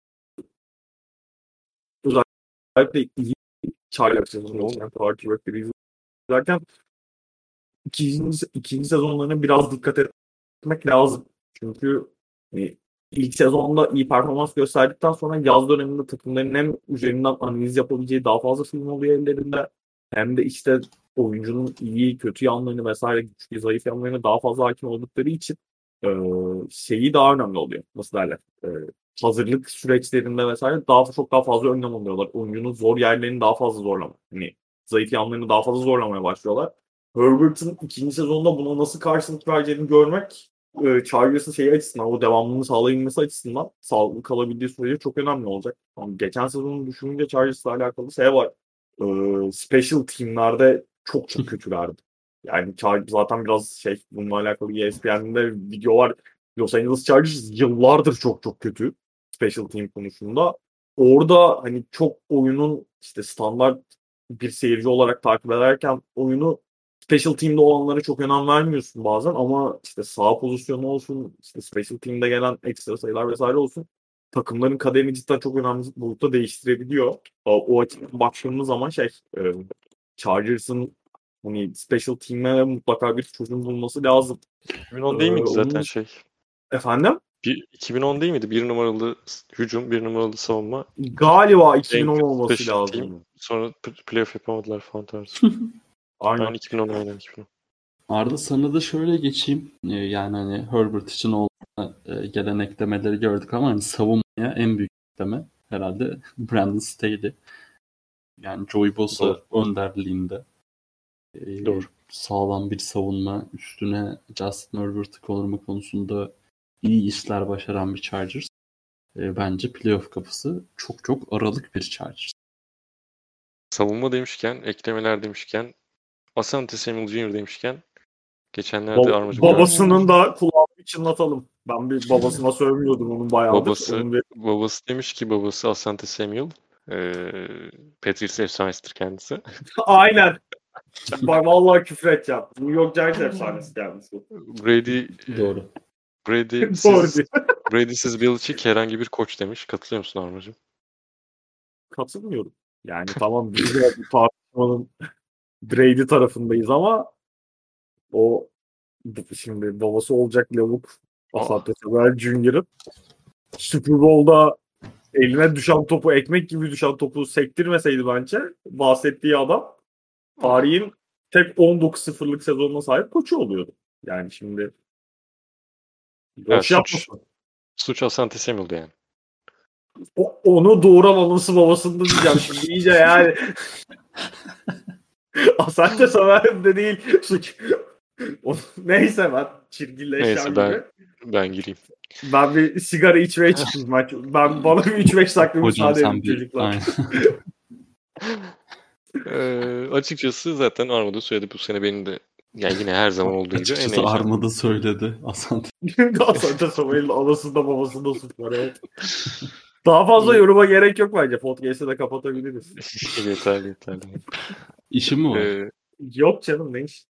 özellikle iyi Chargers sezonunda quarterback'leri izlerken ikinci, ikinci sezonlarına biraz dikkat etmek lazım. Çünkü hani ilk sezonda iyi performans gösterdikten sonra yaz döneminde takımların hem üzerinden analiz yapabileceği daha fazla film oluyor ellerinde hem de işte oyuncunun iyi, kötü yanlarını vesaire güçlü, zayıf yanlarını daha fazla hakim oldukları için e, şeyi daha önemli oluyor. Nasıl derler? E, hazırlık süreçlerinde vesaire daha çok daha fazla önlem alıyorlar. Oyuncunun zor yerlerini daha fazla zorlama. Hani zayıf yanlarını daha fazla zorlamaya başlıyorlar. Herbert'ın ikinci sezonda buna nasıl karşılık vereceğini görmek e, Chargers'ın şeyi açısından, o devamlılığını sağlayabilmesi açısından sağlıklı kalabildiği sürece çok önemli olacak. Yani geçen sezonu düşününce Chargers'la alakalı şey var. E, special team'lerde çok çok kötülerdi. Yani Chargers zaten biraz şey, bununla alakalı E S P N'de video var. Los Angeles Chargers yıllardır çok çok kötü special team konusunda. Orada hani çok oyunun işte standart bir seyirci olarak takip ederken oyunu special team'de olanlara çok önem vermiyorsun bazen ama işte sağ pozisyonu olsun, işte special team'de gelen ekstra sayılar vesaire olsun, takımların kaderini cidden çok önemli boyutta değiştirebiliyor. O, o açıdan baktığımız zaman şey, e, Chargers'ın hani special team'e mutlaka bir çözüm bulması lazım. iki bin on değil miydi Ee, zaten onun- şey? Efendim? Bir, iki bin on değil miydi? Bir numaralı hücum, bir numaralı savunma. Galiba iki bin on En olması special lazım. team. Sonra p- playoff yapamadılar falan tarzı. Aynen. Ben iki bin on aynen iki bin on. Arda sana da şöyle geçeyim. Ee, Yani hani Herbert için olduğuna e, gelen eklemeleri gördük ama hani savunmaya en büyük ekleme herhalde Brandon Staley. Yani Joey Bosa Doğru. önderliğinde e, Doğru. sağlam bir savunma, üstüne Justin Herbert'ı koruma konusunda iyi işler başaran bir Chargers. E, bence playoff kapısı çok çok aralık bir Chargers. Savunma demişken, eklemeler demişken, Asante Samuel Junior demişken geçenlerde Ba- Armacı babasının da kulağını çınlatalım. Ben bir babasına sövmüyordum onun bayağıdır. babası Onun bir... babası demiş ki babası Asante Samuel eee Patriots efsanesidir kendisi. Aynen. Bak vallahi küfür edeceğim. New York Giants efsanesi kendisi. Brady Doğru. Brady Doğru siz diyor. Brady'siz Belichick herhangi bir koç demiş. Katılıyor musun Armacığım? Katılmıyorum. Yani tamam biz de bu tartışmanın Brady tarafındayız ama o şimdi babası olacak lavuk Asante Samuel Junior'ın Super Bowl'da eline düşen topu, ekmek gibi düşen topu sektirmeseydi bence bahsettiği adam tarihin tek on dokuz sıfırlık sezonuna sahip koçu oluyordu. Yani şimdi Yani boş suç, yapmasın. suç Asante Samuel'dı yani. O, onu doğuran anası babasında diyeceğim şimdi iyice yani. Asante Samuel de değil suç. O- Neyse ben çirkinleşeceğim Neyse gibi. ben ben gireyim. Ben bir sigara içmeye çıktım. Ben, ben bana bir üç beş dakika Hocam müsaade sen edin bir... çocuklar. Aynen. Ee, açıkçası zaten Arma'da söyledi bu sene benim de yani yine her zaman olduğu gibi en Açıkçası heyecanlı. Arma'da söyledi. Asante. Asante Samuel'in anasında babasında suç var evet. Daha fazla yoruma gerek yok bence. Podcast'ı da kapatabiliriz. yeterli yeterli. İşi mi var? Ee, Yok canım ne iş?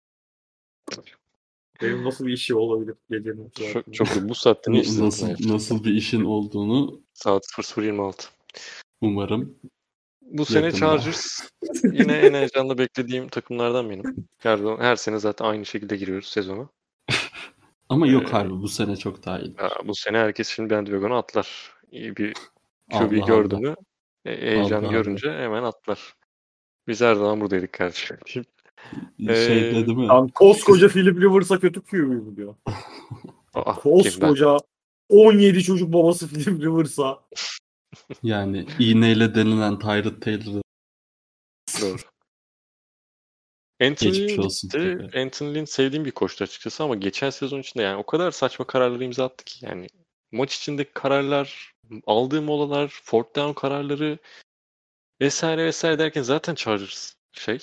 Benim nasıl bir işi olabilir gecenin bu çok, saatinde? çok bu saatte ne N- işledin nasıl hayatım? nasıl bir işin olduğunu Saat sıfır sıfır yirmi altı. umarım Bu sene yakında. Chargers yine en heyecanlı beklediğim takımlardan benim. Her, zaman- her sene zaten aynı şekilde giriyoruz sezona. Ama yok Ee, harbi bu sene çok daha iyi. Ya, bu sene herkes şimdi bandwagon'a atlar. İyi bir Q B Allah gördü Allah. mü, e, heyecanı Allah görünce hemen atlar. Biz her zaman buradaydık kardeşim. Allah. Şey Ee, dedi mi? Yani koskoca Philip Rivers'a kötü Q B mi diyor? Aa, kim ben? Koskoca on yedi çocuk babası Philip Rivers'a. Yani iğneyle denilen Tyrod Taylor'ı Doğru. Anthony geçmiş Lynn olsun gitti. tekrar. Anthony Lynn sevdiğim bir koçtu açıkçası ama geçen sezon içinde yani o kadar saçma kararları imza attı ki yani maç içindeki kararlar, aldığı molalar, fourth down kararları vesaire vesaire derken zaten Chargers şey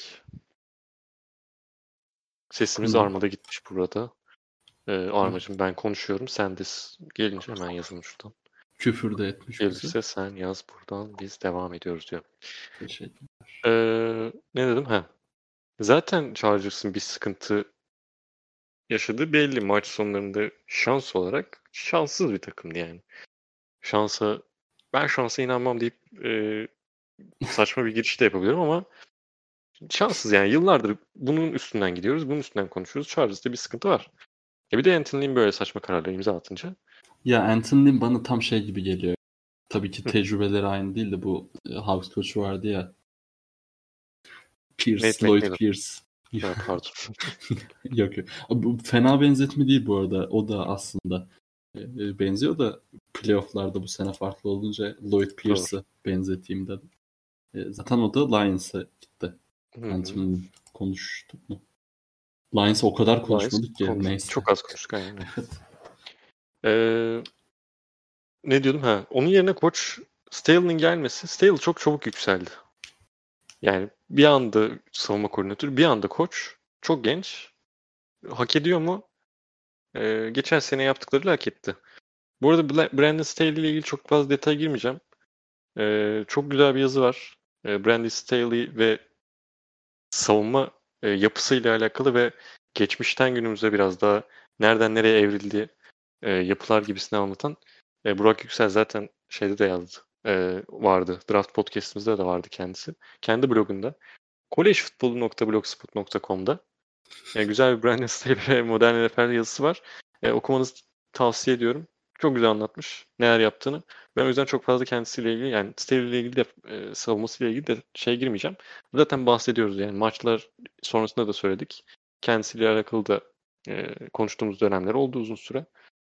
sesimiz Hı. Arma'da gitmiş burada. Ee, Armacığım ben konuşuyorum. Sen de s- gelince hemen yazın şuradan. Küfür de etmiş bize. Gelirse sen yaz buradan. Biz devam ediyoruz diyor. Teşekkür. Ee, ne dedim? Ha. Zaten Chargers'ın bir sıkıntı yaşadığı belli. Maç sonlarında şans olarak şanssız bir takımdı yani. Şansa ben şansa inanmam deyip e, saçma bir giriş de yapabilirim ama şanssız yani. Yıllardır bunun üstünden gidiyoruz. Bunun üstünden konuşuyoruz. Chargers'ta bir sıkıntı var. E bir de Anthony Lynn böyle saçma kararları imza atınca. Ya Anthony Lynn bana tam şey gibi geliyor. Tabii ki tecrübeleri aynı değil de bu e, Hawks koçu vardı ya. Pierce, Nate Lloyd McMillan. Pierce. Ha, pardon. Yok yok. Bu fena benzetme değil bu arada. O da aslında e, e, benziyor da playoff'larda bu sene farklı olunca Lloyd Pierce'ı benzeteyim dedim. E, zaten o da Lions'a gitti. Hı-hı. Anthony konuştuk mu? Lions'a o kadar konuşmadık ki. Konuş- Neyse. Çok az konuştuk aynen. Evet. Ee, ne diyordum? Ha, onun yerine koç Staley'nin gelmesi. Staley çok çabuk yükseldi. Yani bir anda savunma koordinatörü, bir anda koç. Çok genç. Hak ediyor mu? Ee, geçen sene yaptıklarıyla hak etti. Bu arada Bla- Brandon Staley ile ilgili çok fazla detay girmeyeceğim. Ee, çok güzel bir yazı var. Ee, Brandon Staley ve savunma e, yapısıyla alakalı ve geçmişten günümüze biraz daha nereden nereye evrildiği e, yapılar gibisini anlatan e, Burak Yüksel zaten şeyde de yazdı. E, vardı. Draft Podcast'ımızda da vardı kendisi. Kendi blogunda. kolejfutbolu nokta blogspot nokta com'da e, güzel bir Brandon Staley ve modern N F L yazısı var. E, okumanızı tavsiye ediyorum. Çok güzel anlatmış neler yaptığını. Ben o yüzden çok fazla kendisiyle ilgili yani Staley ile ilgili de e, savunmasıyla ilgili de şey girmeyeceğim. Zaten bahsediyoruz yani maçlar sonrasında da söyledik. Kendisiyle alakalı da e, konuştuğumuz dönemler oldu uzun süre.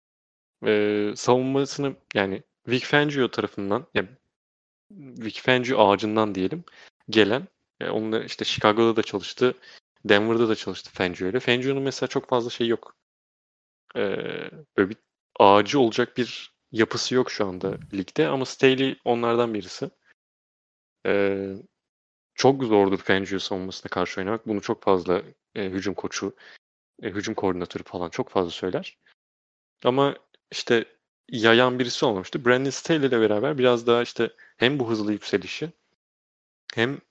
E, savunmasını yani Vic Fangio tarafından yani Vic Fangio ağacından diyelim gelen e, onunla işte Chicago'da da çalıştı. Denver'da da çalıştı Fangio ile. Fangio'nun mesela çok fazla şey yok. E, böyle bir ağacı olacak bir yapısı yok şu anda ligde ama Staley onlardan birisi. E, çok zordur Fangio savunmasına karşı oynamak. Bunu çok fazla e, hücum koçu, e, hücum koordinatörü falan çok fazla söyler. Ama işte yayan birisi olmamıştı. Brandon Staley ile beraber biraz daha işte hem bu hızlı yükselişi hem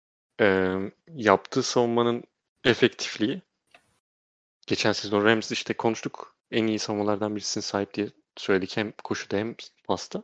e, yaptığı savunmanın efektifliği. Geçen sezon Rams işte konuştuk. En iyi savunmalardan birisine sahip diye söyledik. Hem koşuda hem pasta.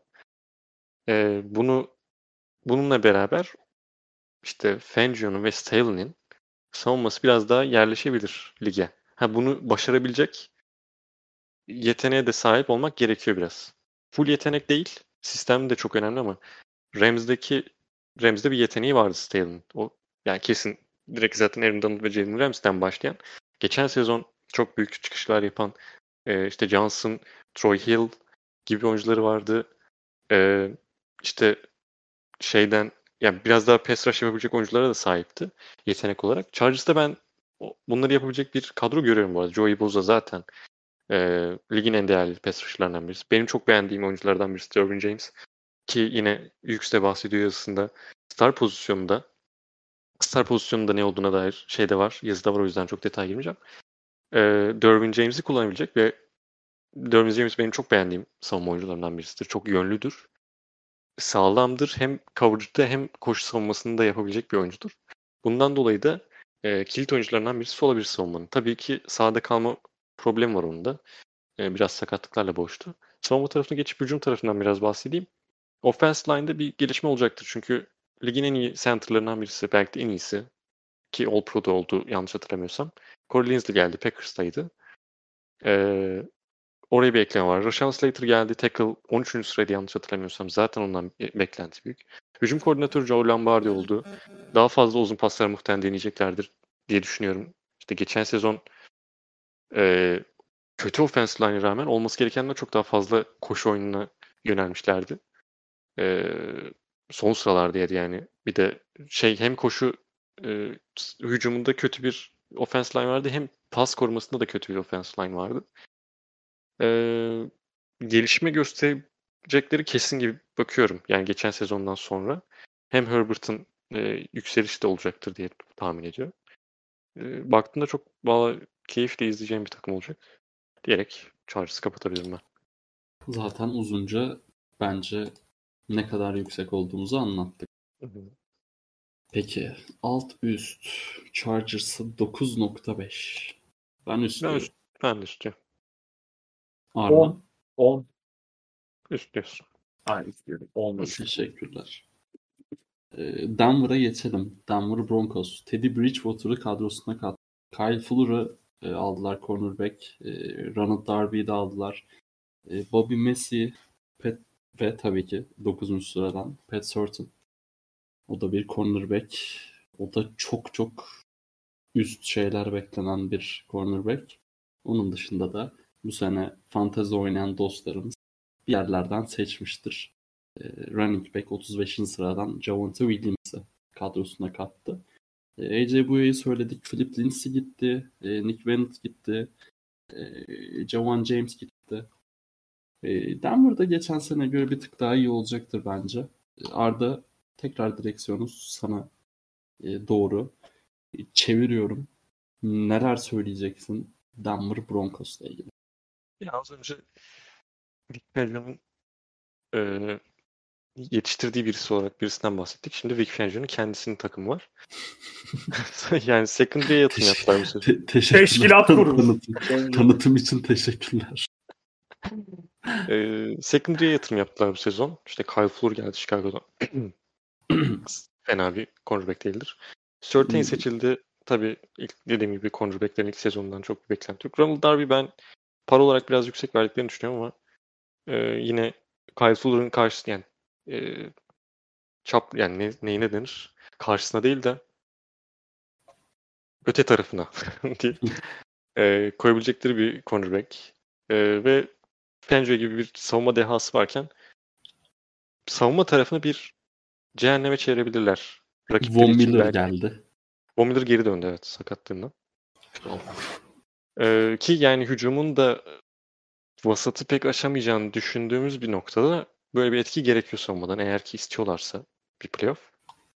E, bunu bununla beraber işte Fangio'nun ve Staley'nin savunması biraz daha yerleşebilir lige. Ha bunu başarabilecek yeteneğe de sahip olmak gerekiyor biraz. Full yetenek değil. Sistem de çok önemli ama Rams'deki Rams'de bir yeteneği vardı Staley'nin. O yani kesin direkt zaten Aaron Donald ve Jalen Rams'den başlayan. Geçen sezon çok büyük çıkışlar yapan e, işte Johnson, Troy Hill gibi oyuncuları vardı. E, işte şeyden yani biraz daha pass rush yapabilecek oyunculara da sahipti yetenek olarak. Chargers'ta ben bunları yapabilecek bir kadro görüyorum bu arada. Joey Bosa zaten e, ligin en değerli pass rusher'larından birisi. Benim çok beğendiğim oyunculardan birisi Derwin James. Ki yine Yüksel bahsediyor yazısında star pozisyonunda star pozisyonunda ne olduğuna dair şey de var. Yazıda var o yüzden çok detay girmeyeceğim. E, Derwin James'i kullanabilecek ve Derwin James benim çok beğendiğim savunma oyuncularından birisidir. Çok yönlüdür. Sağlamdır. Hem coverage'da hem koşu savunmasını da yapabilecek bir oyuncudur. Bundan dolayı da e, kilit oyuncularından birisi olabilir savunmanın. Tabii ki sahada kalma problemi var onun da. E, biraz sakatlıklarla boğuştu. Savunma tarafına geçip hücum tarafından biraz bahsedeyim. Offense line'da bir gelişme olacaktır. Çünkü ligin en iyi center'larından birisi, belki de en iyisi ki All Pro'da oldu yanlış hatırlamıyorsam. Corey Linsley geldi, Packers'taydı. Ee, oraya bir ekleme var. Rashawn Slater geldi, tackle on üçüncü sıraydı yanlış hatırlamıyorsam. Zaten ondan beklenti büyük. Hücum koordinatörü Joe Lombardi oldu. Daha fazla uzun paslar muhtemelen deneyeceklerdir diye düşünüyorum. İşte geçen sezon e, kötü offensive line'e rağmen olması gerekenden çok daha fazla koşu oyununa yönelmişlerdi. E, son sıralardaydı yani. Bir de şey hem koşu e, hücumunda kötü bir offensive line vardı hem pas korumasında da kötü bir offensive line vardı. E, gelişme gösterecekleri kesin gibi bakıyorum. Yani geçen sezondan sonra hem Herbert'ın e, yükselişi de olacaktır diye tahmin ediyorum. E, baktığımda çok valla keyifle izleyeceğim bir takım olacak diyerek Chargers'ı kapatabilirim ben. Zaten uzunca bence ne kadar yüksek olduğumuzu anlattık. Hı hı. Peki alt üst Chargers'ı dokuz nokta beş. Ben üst Ben, diyorum. üst, ben de istiyorum. Arma. on. on. Üst diyorsun. Aynen istiyorum. on. Teşekkürler. Ee, Denver'a geçelim. Denver Broncos. Teddy Bridgewater'ı kadrosuna kattı. Kyle Fuller'ı e, aldılar cornerback. E, Ronald Darby'yi de aldılar. E, Bobby Messi Pat, ve tabii ki dokuzuncu sıradan Pat Surtain. O da bir cornerback. O da çok çok üst şeyler beklenen bir cornerback. Onun dışında da bu sene fantezi oynayan dostlarımız bir yerlerden seçmiştir. E, running back otuz beşinci sıradan Javonte Williams'ı kadrosuna kattı. E, A J Bouye'yi söyledik. Philip Lindsay gitti. E, Nick Vannett gitti. E, Jawan James gitti. E, Denver'da geçen sene göre bir tık daha iyi olacaktır bence. Arda tekrar direksiyonu sana e, doğru e, çeviriyorum. Neler söyleyeceksin Denver Broncos'la ilgili? Ya az önce Vic Fangio'nun e, yetiştirdiği birisi olarak birisinden bahsettik. Şimdi Vic Fangio'nun kendisinin takımı var. Yani secondary'e yatırım yaptılar bu sezon. Te- teşekkürler. Teşkilat kurmuş. Tanıtım, tanıtım için teşekkürler. E, secondary'e yatırım yaptılar bu sezon. İşte Kyle Fuller geldi Chicago'dan. Fena bir cornerback değildir. Surtain seçildi. Tabii ilk dediğim gibi cornerback'lerin ilk sezonundan çok bir beklenti yok. Ronald Darby ben para olarak biraz yüksek verdiklerini düşünüyorum ama e, yine Kyle Fuller'ın karşısında yani e, çap yani ne, neyine denir? Karşısına değil de öte tarafına diye e, koyabilecekleri bir cornerback. E, ve Fangio gibi bir savunma dehası varken savunma tarafını bir cehenneme çevirebilirler. Rakipleri Von için Miller belki. geldi. Von Miller geri döndü evet sakatlığından. Ee, ki yani hücumun da vasatı pek aşamayacağını düşündüğümüz bir noktada böyle bir etki gerekiyor savunmadan eğer ki istiyorlarsa bir playoff.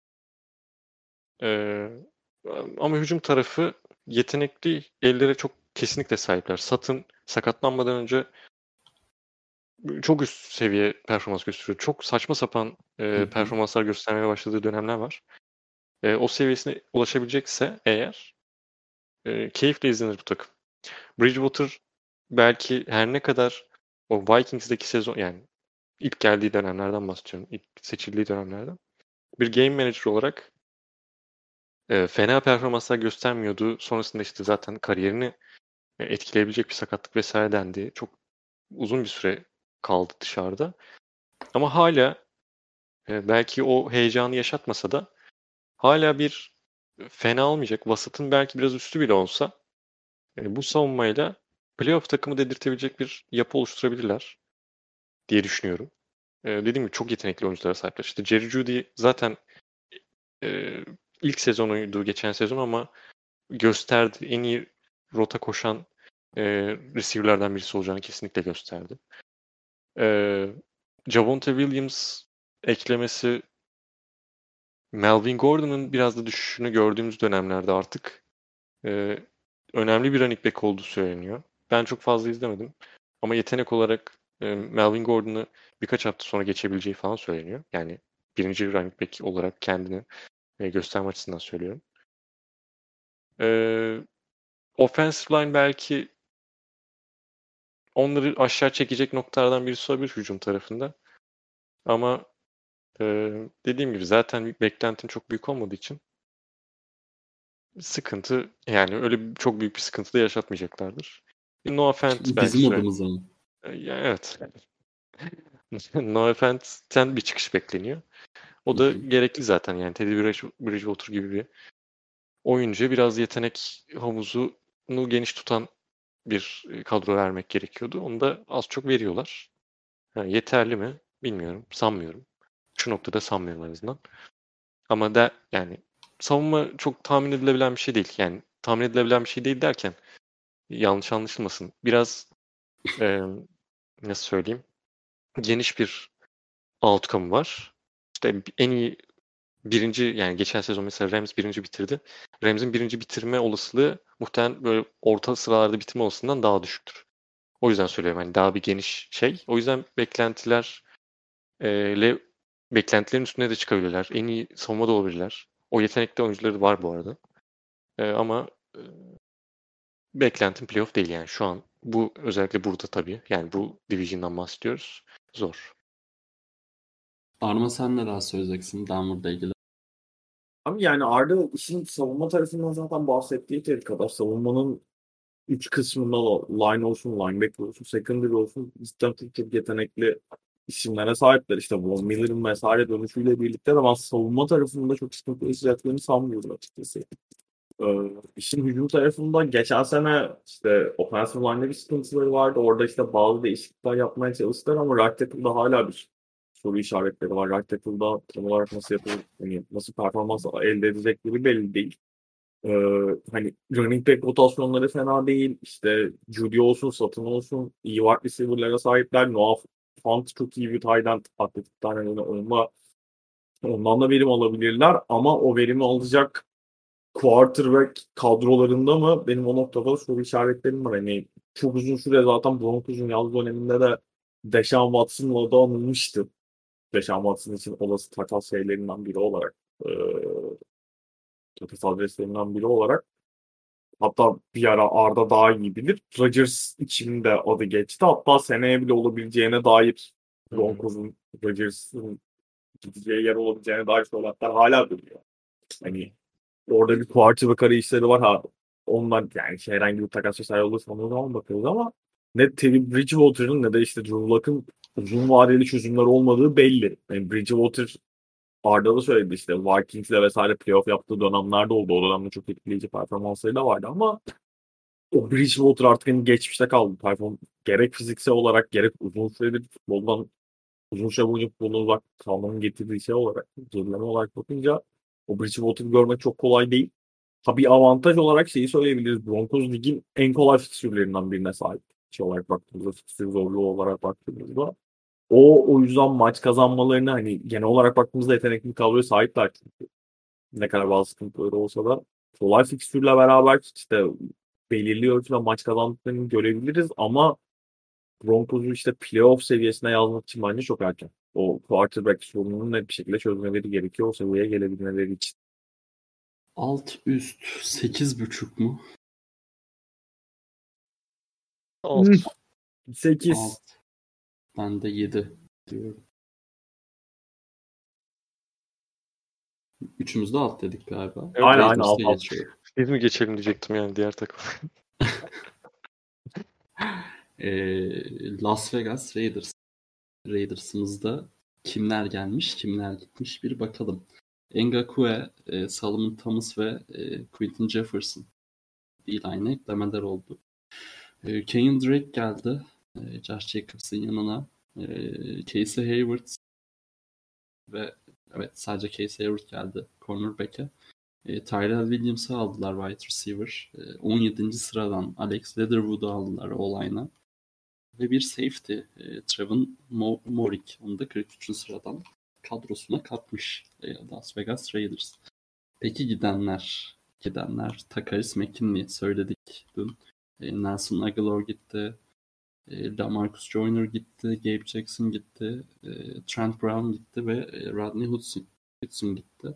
Ee, ama hücum tarafı yetenekli ellere çok kesinlikle sahipler. Sutton sakatlanmadan önce çok üst seviye performans gösteriyor. Çok saçma sapan e, Hı hı. performanslar göstermeye başladığı dönemler var. E, o seviyesine ulaşabilecekse eğer e, keyifle izlenir bu takım. Bridgewater belki her ne kadar o Vikings'deki sezon yani ilk geldiği dönemlerden bahsediyorum. İlk seçildiği dönemlerden. Bir game manager olarak e, fena performanslar göstermiyordu. Sonrasında işte zaten kariyerini e, etkileyebilecek bir sakatlık vesaire dendi. Çok uzun bir süre kaldı dışarıda. Ama hala e, belki o heyecanı yaşatmasa da hala bir fena olmayacak. Vasatın belki biraz üstü bile olsa e, bu savunmayla playoff takımı dedirtebilecek bir yapı oluşturabilirler diye düşünüyorum. Ee, dediğim gibi çok yetenekli oyunculara sahipler. İşte Jerry Jeudy zaten e, ilk sezonuydu geçen sezon ama gösterdi. En iyi rota koşan e, receiver'lardan birisi olacağını kesinlikle gösterdi. E, Javonte Williams eklemesi Melvin Gordon'un biraz da düşüşünü gördüğümüz dönemlerde artık e, önemli bir running back olduğu söyleniyor. Ben çok fazla izlemedim. Ama yetenek olarak e, Melvin Gordon'u birkaç hafta sonra geçebileceği falan söyleniyor. Yani birinci running back olarak kendini e, gösterme açısından söylüyorum. E, offensive line belki onları aşağı çekecek noktalardan birisi olabilir hücum tarafında. Ama e, dediğim gibi zaten beklentim çok büyük olmadığı için sıkıntı yani öyle çok büyük bir sıkıntı da yaşatmayacaklardır. Noah Fant belki Bizim söyle. adımıza mı? E, yani evet. Noah Fant'ten bir çıkış bekleniyor. O da gerekli zaten yani Teddy Bridgewater gibi bir oyuncuya biraz yetenek havuzunu geniş tutan bir kadro vermek gerekiyordu. Onu da az çok veriyorlar. Yani yeterli mi? Bilmiyorum. Sanmıyorum. Şu noktada sanmıyorum en azından. Ama da yani savunma çok tahmin edilebilen bir şey değil. Yani tahmin edilebilen bir şey değil derken yanlış anlaşılmasın. Biraz e, nasıl söyleyeyim? Geniş bir outcome var. İşte en iyi birinci yani geçen sezon mesela Rams birinci bitirdi. Rams'in birinci bitirme olasılığı muhtemelen böyle orta sıralarda bitirme olasılığından daha düşüktür. O yüzden söylüyorum hani daha bir geniş şey. O yüzden beklentiler e, le, beklentilerin üstüne de çıkabilirler. En iyi savunmada olabilirler. O yetenekli oyuncuları var bu arada. E, ama e, beklentim playoff değil yani şu an. Bu özellikle burada tabii. Yani bu division'dan bahsediyoruz. Zor. Arma sen neler söyleyeceksin Denver'la ilgili? Abi yani Arda işin savunma tarafından zaten bahsettiği yeteri kadar savunmanın üç kısmında da line olsun, linebacker olsun, secondary olsun cidden çok çok yetenekli isimlere sahipler. İşte Von Miller'ın vesaire dönüşüyle birlikte de ben savunma tarafında çok sıkıntı yaşayacaklarını sanmıyorum açıkçası. Ee, işin hücum tarafında geçen sene işte offensive line'de bir sıkıntıları vardı. Orada işte bazı değişiklikler yapmaya çalıştılar ama right tackle'da hala bir soru işaretleri var. Right tackle'da tam olarak nasıl yapılır, yani nasıl performans elde edecekleri belli değil. Ee, hani running back rotasyonları fena değil. İşte Judy olsun, Sutton olsun iyi wide receiver'lara sahipler. Noah Fant çok iyi bir tight end. Atletikten hani onunla, ondan da verim alabilirler. Ama o verimi alacak quarterback kadrolarında mı? Benim o noktada soru işaretlerim var. Hani çok uzun süre zaten Broncos'un yaz döneminde de Deshaun Watson'la da anılmıştı. Deshaun Watson için olası takas şeylerinden biri olarak. E, takas adreslerinden biri olarak. Hatta bir ara Arda daha iyi bilir. Rodgers için de adı geçti. Hatta seneye bile olabileceğine dair Broncos'un Rodgers'ın gideceği yer olabileceğine dair söylentiler hala duruyor. Hani orada bir quarterback arayışları var ha. Onlar yani şey, herhangi bir takas vesaire olursa o zaman bakıyoruz ama ne Teddy Bridgewater'ın ne de işte Drew Luck'ın uzun vadeli çözümler olmadığı belli. Yani Bridgewater Arda da söyledi işte Vikings'le vesaire playoff yaptığı dönemlerde oldu. O dönemde çok etkileyici performansları da vardı ama o Bridgewater artık hani geçmişte kaldı. Perform gerek fiziksel olarak gerek uzun süredir futboldan uzun süre boyunca futboldan uzak kalmanın getirdiği şey olarak, gerileme olarak bakınca o Bridgewater'ı görmek çok kolay değil. Tabii avantaj olarak şeyi söyleyebiliriz. Broncos ligin en kolay fikstürlerinden birine sahip. Şey olarak baktığımızda, fikstür zorluğu olarak baktığımızda. O o yüzden maç kazanmalarını hani genel olarak baktığımızda yetenekli bir kadroya sahipler çünkü. Ne kadar bazı sıkıntıları olsa da kolay fikstürle beraber işte belirli ölçüde maç kazandıklarını görebiliriz ama Broncos'u işte playoff seviyesine yazmak için bence çok erken. O quarterback sorununu net bir şekilde çözmeleri gerekiyor o seviyeye gelebilmeleri için. Alt üst sekiz buçuk mu? Alt. sekiz. Alt. Ben de yedi diyorum. Üçümüz de alt dedik galiba. Evet, aynen Raiders'a aynen alt alt. geçiyorum. Biz mi geçelim diyecektim yani diğer takım. Ee, Las Vegas Raiders. Raiders'ımızda kimler gelmiş, kimler gitmiş bir bakalım. Ngakoue, e, Solomon Thomas ve e, Quentin Jefferson D-line'e eklemeler oldu. E, Kenyon Drake geldi. E, Josh Jacobs'ın yanına. E, Casey Hayward ve evet sadece Casey Hayward geldi cornerback'e. E, Tyrell Williams'ı aldılar wide receiver. E, on yedinci sıradan Alex Leatherwood'u aldılar O-line'a. Ve bir safety e, Trevon Mo- Morik. Onu da kırk üçüncü sıradan kadrosuna katmış e, Las Vegas Raiders. Peki gidenler? Gidenler. Takaris McKinley söyledik dün. E, Nelson Aguilar gitti. E, Lamarcus Joyner gitti. Gabe Jackson gitti. E, Trent Brown gitti ve e, Rodney Hudson, Hudson gitti.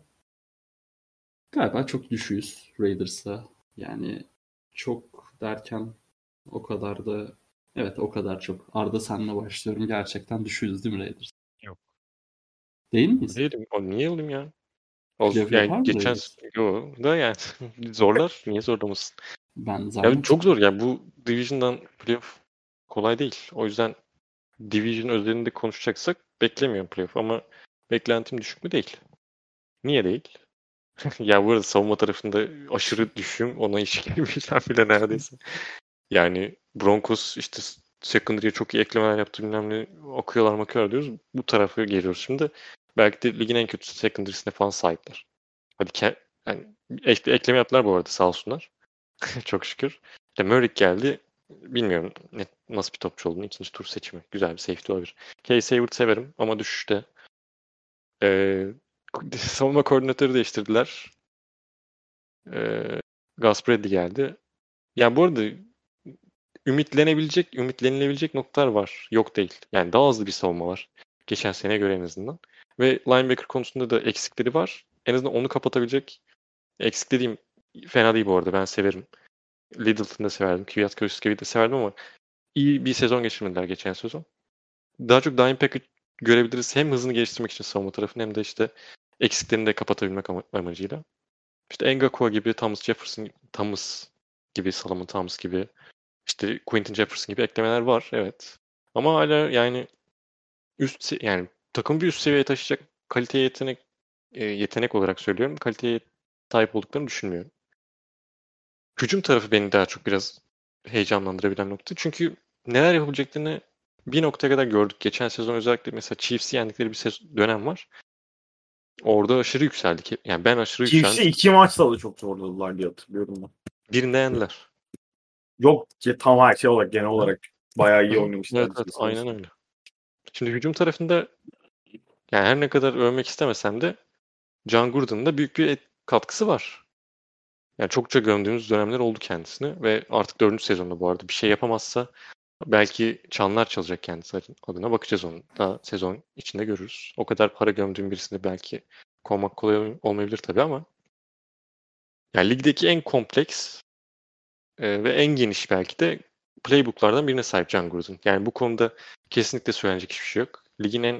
Galiba çok düşüyoruz Raiders'a. Yani çok derken o kadar da evet o kadar çok. Arda senle başlıyorum. Gerçekten düşüyoruz değil mi Raiders? Yok. Değil miyiz? Değilim. O niye olayım ya? O, Playoff yani yapar mı geçen Raiders? yo, da yani zorlar. Niye zorlamasın? Ben Ya zannetmiyorum. çok zor yani bu Division'dan playoff kolay değil. O yüzden Division özelinde konuşacaksak beklemiyorum playoff ama beklentim düşük mü değil. Niye değil? Ya bu arada savunma tarafında aşırı düşüğüm. Ona hiç girmeyeceğim bile neredeyse. Yani Broncos işte secondary'e çok iyi eklemeler yaptı bilmem ne okuyorlar makıyorlar diyoruz. Bu tarafa geliyoruz şimdi. Belki de ligin en kötü secondary'sine falan sahipler. Hadi ke- yani ek- ekleme yaptılar bu arada sağ olsunlar. Çok şükür. İşte Merrick geldi. Bilmiyorum ne, nasıl bir topçu olduğunu. İkinci tur seçimi. Güzel bir safety olabilir. Casey Hayward severim ama düşüşte. Ee, savunma koordinatörü değiştirdiler. Ee, Gus Bradley geldi. Yani bu arada ümitlenebilecek, ümitlenilebilecek noktalar var. Yok değil. Yani daha hızlı bir savunma var. Geçen sene göre en azından. Ve linebacker konusunda da eksikleri var. En azından onu kapatabilecek. Eksik dediğim fena değil bu arada. Ben severim. Littleton'ı da severdim. Kwiatkowski'yi de severdim ama iyi bir sezon geçirmediler geçen sezon. Daha çok linebacker görebiliriz. Hem hızını geliştirmek için savunma tarafını hem de işte eksiklerini de kapatabilmek ama- amacıyla. İşte Ngakoue gibi, Thomas Jefferson, Thomas gibi, Solomon Thomas gibi, işte Quentin Jefferson gibi eklemeler var. Evet. Ama hala yani üst se- yani takım bir üst seviyeye taşıyacak kaliteye yetenek e, yetenek olarak söylüyorum. Kaliteye sahip olduklarını düşünmüyorum. Hücum tarafı beni daha çok biraz heyecanlandırabilen nokta. Çünkü neler yapabileceklerini bir noktaya kadar gördük. Geçen sezon özellikle mesela Chiefs'i yendikleri bir sezon, dönem var. orada aşırı yükseldik. Yani ben aşırı Chiefs'i yükseldim. iki maçta da çok zorladılar diye hatırlıyorum ben. Birinde yendiler. Yok ki tam her şey olarak genel olarak bayağı iyi oynamışlar. Evet, evet aynen öyle. Şimdi hücum tarafında yani her ne kadar övmek istemesem de John Gruden'ın da büyük bir et, katkısı var. Yani çokça gömdüğümüz dönemler oldu kendisini ve artık dördüncü sezonda bu arada bir şey yapamazsa belki çanlar çalacak kendisi adına, bakacağız onu da sezon içinde görürüz. O kadar para gömdüğüm birisini belki kovmak kolay olmayabilir tabii ama yani ligdeki en kompleks e, ve en geniş belki de playbooklardan birine sahip John Gruden. Yani bu konuda kesinlikle söylenecek hiçbir şey yok. Ligin en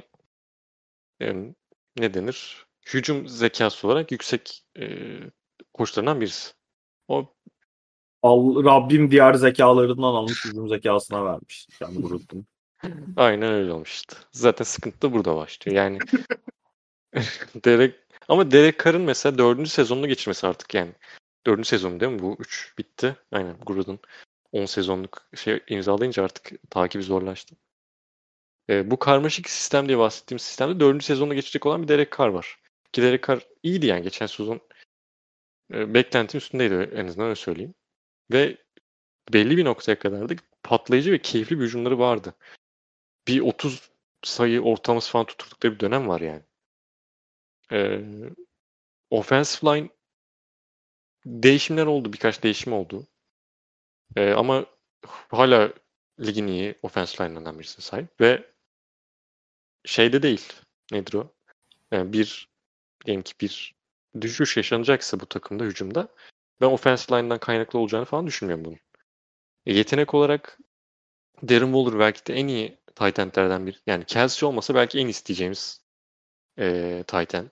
e, ne denir? Hücum zekası olarak yüksek e, koçlarından birisi. O Al, Rabbim diğer zekalarından almış hücum zekasına vermiş. Yani Gruden. aynen öyle olmuştu. Zaten sıkıntı da burada başlıyor. Yani Derek ama Derek Carr'ın mesela dördüncü sezonunu geçirmesi artık yani. Dördüncü sezon değil mi? Bu üç bitti. Aynen. Gruden on sezonluk şey imzalayınca artık takibi zorlaştı. E, bu karmaşık sistem diye bahsettiğim sistemde dördüncü sezonuna geçecek olan bir Derek Carr var. Ki Derek Carr iyiydi yani geçen sezon. E, beklentim üstündeydi en azından öyle söyleyeyim. Ve belli bir noktaya kadar da patlayıcı ve keyifli bir hücumları vardı. Bir otuz sayı ortalaması falan tuturdukları bir dönem var yani. E, offensive line değişimler oldu. Birkaç değişim oldu. E, ama hala ligin iyi offensive line'larından birisine sahip. Ve şeyde değil. Nedir o? Yani bir diyelim ki bir düşüş yaşanacaksa bu takımda hücumda ben offensive line'dan kaynaklı olacağını falan düşünmüyorum bunun. E, yetenek olarak Darren Waller belki de en iyi tight endlerden biri. Yani Kelsey olmasa belki en isteyeceğimiz e, tight end.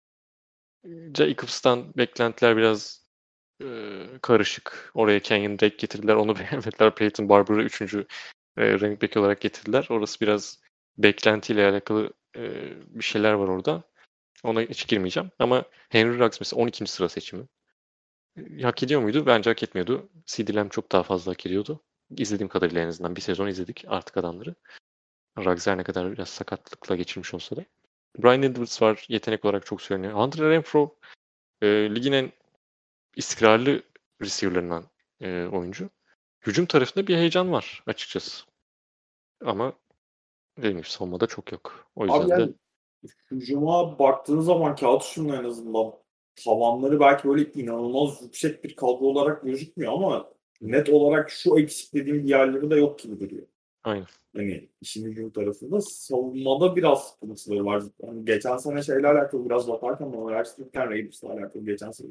Jacobs'tan beklentiler biraz e, karışık. Oraya Kenyon Drake getirdiler. Onu beğenmediler. Peyton Barber'ı üçüncü e, running back olarak getirdiler. Orası biraz beklentiyle alakalı e, bir şeyler var orada. Ona hiç girmeyeceğim. Ama Henry Ruggs mesela on ikinci sıra seçimi. E, hak ediyor muydu? Bence hak etmiyordu. C D Lamb çok daha fazla hak ediyordu. İzlediğim kadarıyla en azından bir sezon izledik artık adamları. Ruggs her ne kadar biraz sakatlıkla geçirmiş olsa da. Brian Edwards var. Yetenek olarak çok söyleniyor. Hunter Renfro e, ligin en istikrarlı receiver'larından e, oyuncu. Hücum tarafında bir heyecan var açıkçası. Ama dediğim gibi savunmada çok yok. O yüzden Abi de yani hücuma baktığın zaman kağıt üstünde en azından tavanları belki böyle inanılmaz yüksek bir kadro olarak gözükmüyor ama net olarak şu eksik dediğim bir yerleri de yok gibi duruyor. aynen. Hani işin hücum tarafında savunmada biraz sıkıntıları var. Yani geçen sene şeyle alakalı biraz bakarken bana araştırırken Raiders'la alakalı geçen sene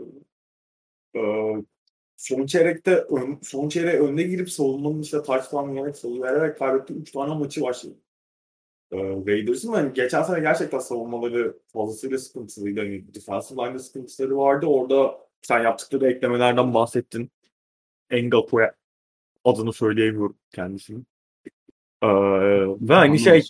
ee, son çeyrekte ön, son çeyreğe önde girip savunmanın işte touchdown yiyerek sayı vererek kaybettiği üç tane maçı başladı. Ee, Raiders'ın hani geçen sene gerçekten savunmaları fazlasıyla sıkıntılıydı. Hani defensive line'da sıkıntıları vardı. Orada sen yaptıkları eklemelerden bahsettin. Ngakoue adını söyleyemiyorum kendisini. Ee, ve hani şey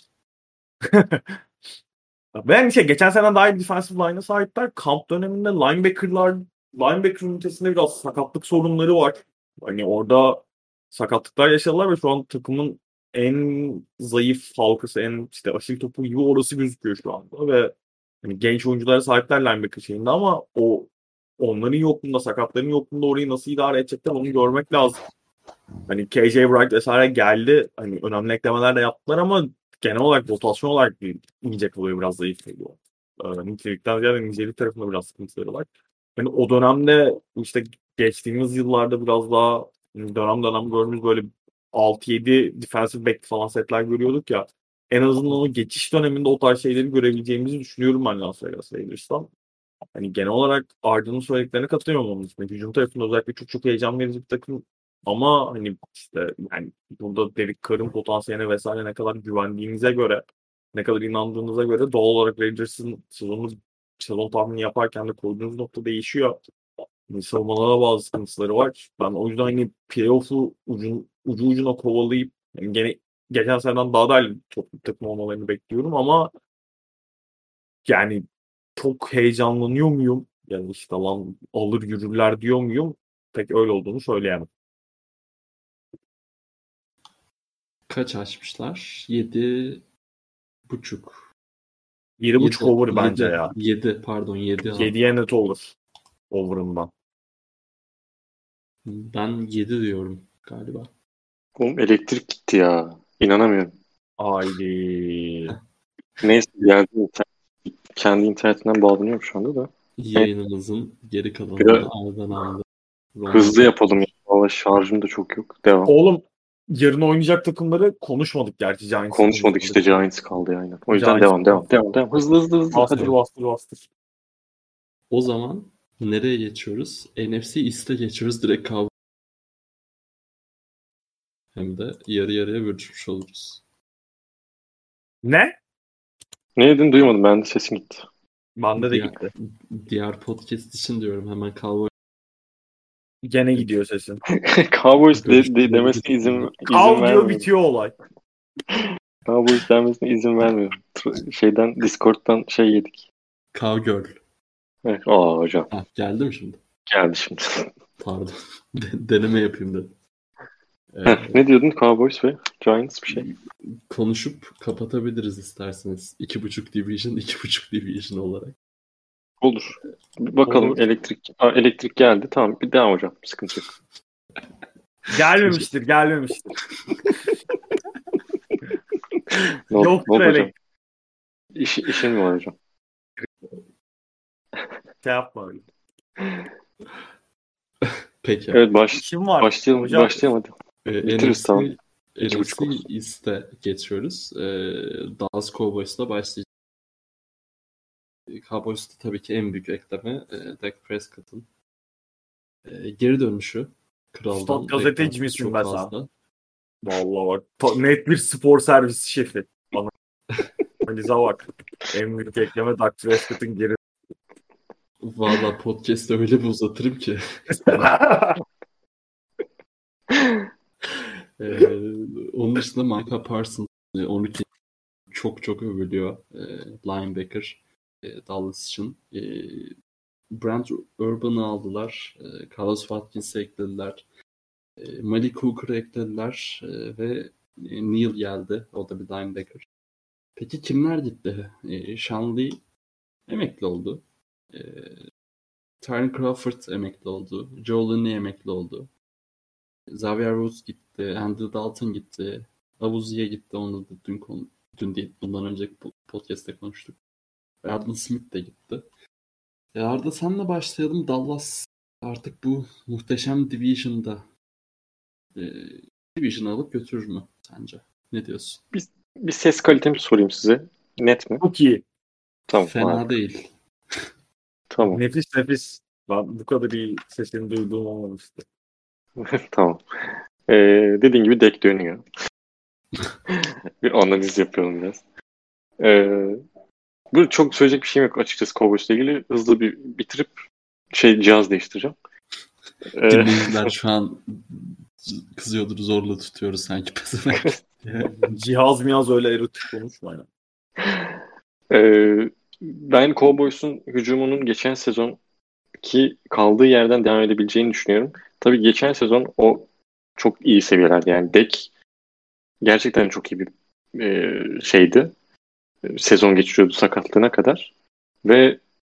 ve hani şey geçen sene daha iyi defensive line'a sahipler. Kamp döneminde linebacker'lar linebacker ünitesinde biraz sakatlık sorunları var. Hani orada sakatlıklar yaşadılar ve şu an takımın en zayıf halkası, en işte aşil topu gibi orası gözüküyor şu anda ve hani genç oyunculara sahipler linebacker şeyinde ama o onların yokluğunda, sakatların yokluğunda orayı nasıl idare edecekler onu görmek lazım. Hani K J Wright vesaire geldi. Hani önemli eklemeler de yaptılar ama genel olarak rotasyon olarak bir ince kalıyor, biraz zayıf geliyor. Ee, nitelikten ziyade nicelik tarafında biraz sıkıntıları var. Hani o dönemde işte geçtiğimiz yıllarda biraz daha dönem dönem gördüğümüz böyle altı yedi defensive back falan setler görüyorduk ya. En azından o geçiş döneminde o tarz şeyleri görebileceğimizi düşünüyorum ben Las Vegas Raiders'tan. Hani genel olarak Arda'nın söylediklerine katılıyorum onun için. Hücum tarafında özellikle çok çok heyecan verici bir takım. Ama hani işte yani burada Derek Carr'ın potansiyeline vesaire ne kadar güvendiğinize göre, ne kadar inandığınıza göre doğal olarak Raiders'ın sezonu, sezon tahmini yaparken de koyduğunuz nokta değişiyor. Yani savunmalara bazı sıkıntıları var. Ben o yüzden hani playoff'u ucu, ucu ucuna kovalayıp yani gene geçen seneden daha da iyi top takım olmalarını bekliyorum ama yani çok heyecanlanıyor muyum? Yani işte lan alır yürürler diyor muyum? Pek öyle olduğunu söyleyemem. Kaç açmışlar? Yedi buçuk. yedi buçuk over bence ya. yedi pardon yedi. yediye net olur. Over'ından. Ben yedi diyorum galiba. Oğlum elektrik gitti ya. İnanamıyorum. Haydi. Neyse geldi. internet- Kendi internetinden bağlanıyorum şu anda da. Yayınımızın geri kalanını Biraz ardından aldı. Hızlı yapalım ya. Valla şarjım da çok yok. Devam. Oğlum yarın oynayacak takımları konuşmadık gerçi. Giants'ı Konuşmadık işte, konuşmadık. Giants kaldı ya aynen. O yüzden Giants devam devam devam devam. Hızlı hızlı hızlı. Bastır Hadi. bastır bastır. O zaman nereye geçiyoruz? N F C East'e geçiyoruz. Direkt Cowboys. Hem de yarı yarıya bölüşmüş oluruz. Ne? Ne dedin duymadım, ben de sesim gitti. Bende de Diğer, gitti. diğer podcast için diyorum, hemen Cowboys. Gene gidiyor sesin. Cowboys de, Görüşmeleri de, demesine gidiyor. izin, izin Kav diyor vermiyorum. bitiyor olay. Cowboys denmesine izin vermiyorum. Tr- Şeyden, Discord'dan şey yedik. Cowgirl. Evet. Aa hocam Ha, geldi mi şimdi? geldi şimdi. Pardon. De- deneme yapayım dedim. Ee, Heh, ne diyordun, Cowboys ve Giants bir şey? konuşup kapatabiliriz isterseniz. İki buçuk division, iki buçuk division olarak. Olur. Bir bakalım Olur. elektrik Aa, elektrik geldi. Tamam bir devam hocam. Sıkıntı yok. Gelmemiştir gelmemiştir. Ne oldu, Yoktur ne oldu hocam? elektrik. İş, işin mi var hocam? Şey yapma öyle. Peki. Evet baş, İşim var. başlayalım. Hocam. Başlayalım hadi. Ee, Bitiririz, tamam. İki N F buçuk C olsun. East'e geçiyoruz. Ee, Dallas Cowboys'la başlayacağız. Cowboys'ta tabii ki en büyük ekleme e, Dak Prescott'ın e, geri dönüşü. Kraldan Stat gazeteci beklenti misin çok be sen? fazla. Vallahi bak. ta- Net bir spor servisi şefi. Bana. Analize bak. En büyük ekleme Dak Prescott'ın geri. Valla podcast'ı öyle bir uzatırım ki. Ee, onun dışında Micah Parsons e, on iki çok çok övülüyor. E, linebacker e, Dallas için. E, Brent Urban'ı aldılar. E, Carlos Watkins'i eklediler. E, Malik Hooker'ı eklediler. E, ve e, Neal geldi. O da bir linebacker. Peki kimler gitti? E, Sean Lee emekli oldu. E, Tyron Crawford emekli oldu. Joe Looney emekli oldu. Xavier Woods gitti. Andy Dalton gitti. Avuzi'ye gitti. Onu da dün konu, dün değil, bundan önceki podcast'te konuştuk. Arden Smith de gitti. E Arda senle başlayalım. Dallas artık bu muhteşem Division'da e, Division alıp götürür mü sence? Ne diyorsun? Bir, bir ses kalitemi sorayım size. Net mi? Çok iyi. Tamam. Fena abi. değil. Tamam. Nefis nefis. Ben bu kadar iyi sesini duyduğum olmamıştı. Tamam. Ee, dediğin gibi deck dönüyor. Bir analiz yapıyorum biraz. Ee, bu çok söyleyecek bir şeyim yok açıkçası Cowboys'la ilgili. Hızlı bir bitirip şey cihaz değiştireceğim. Ee, Dinleyiciler şu an kızıyordur, zorla tutuyoruz sanki pezevenk. Cihaz miyaz öyle erotik konuşmayın. Ee, ben Cowboys'un hücumunun geçen sezonki kaldığı yerden devam edebileceğini düşünüyorum. Tabii geçen sezon o çok iyi seviyelerde, yani Dak gerçekten çok iyi bir e, şeydi. Sezon geçiriyordu sakatlığına kadar ve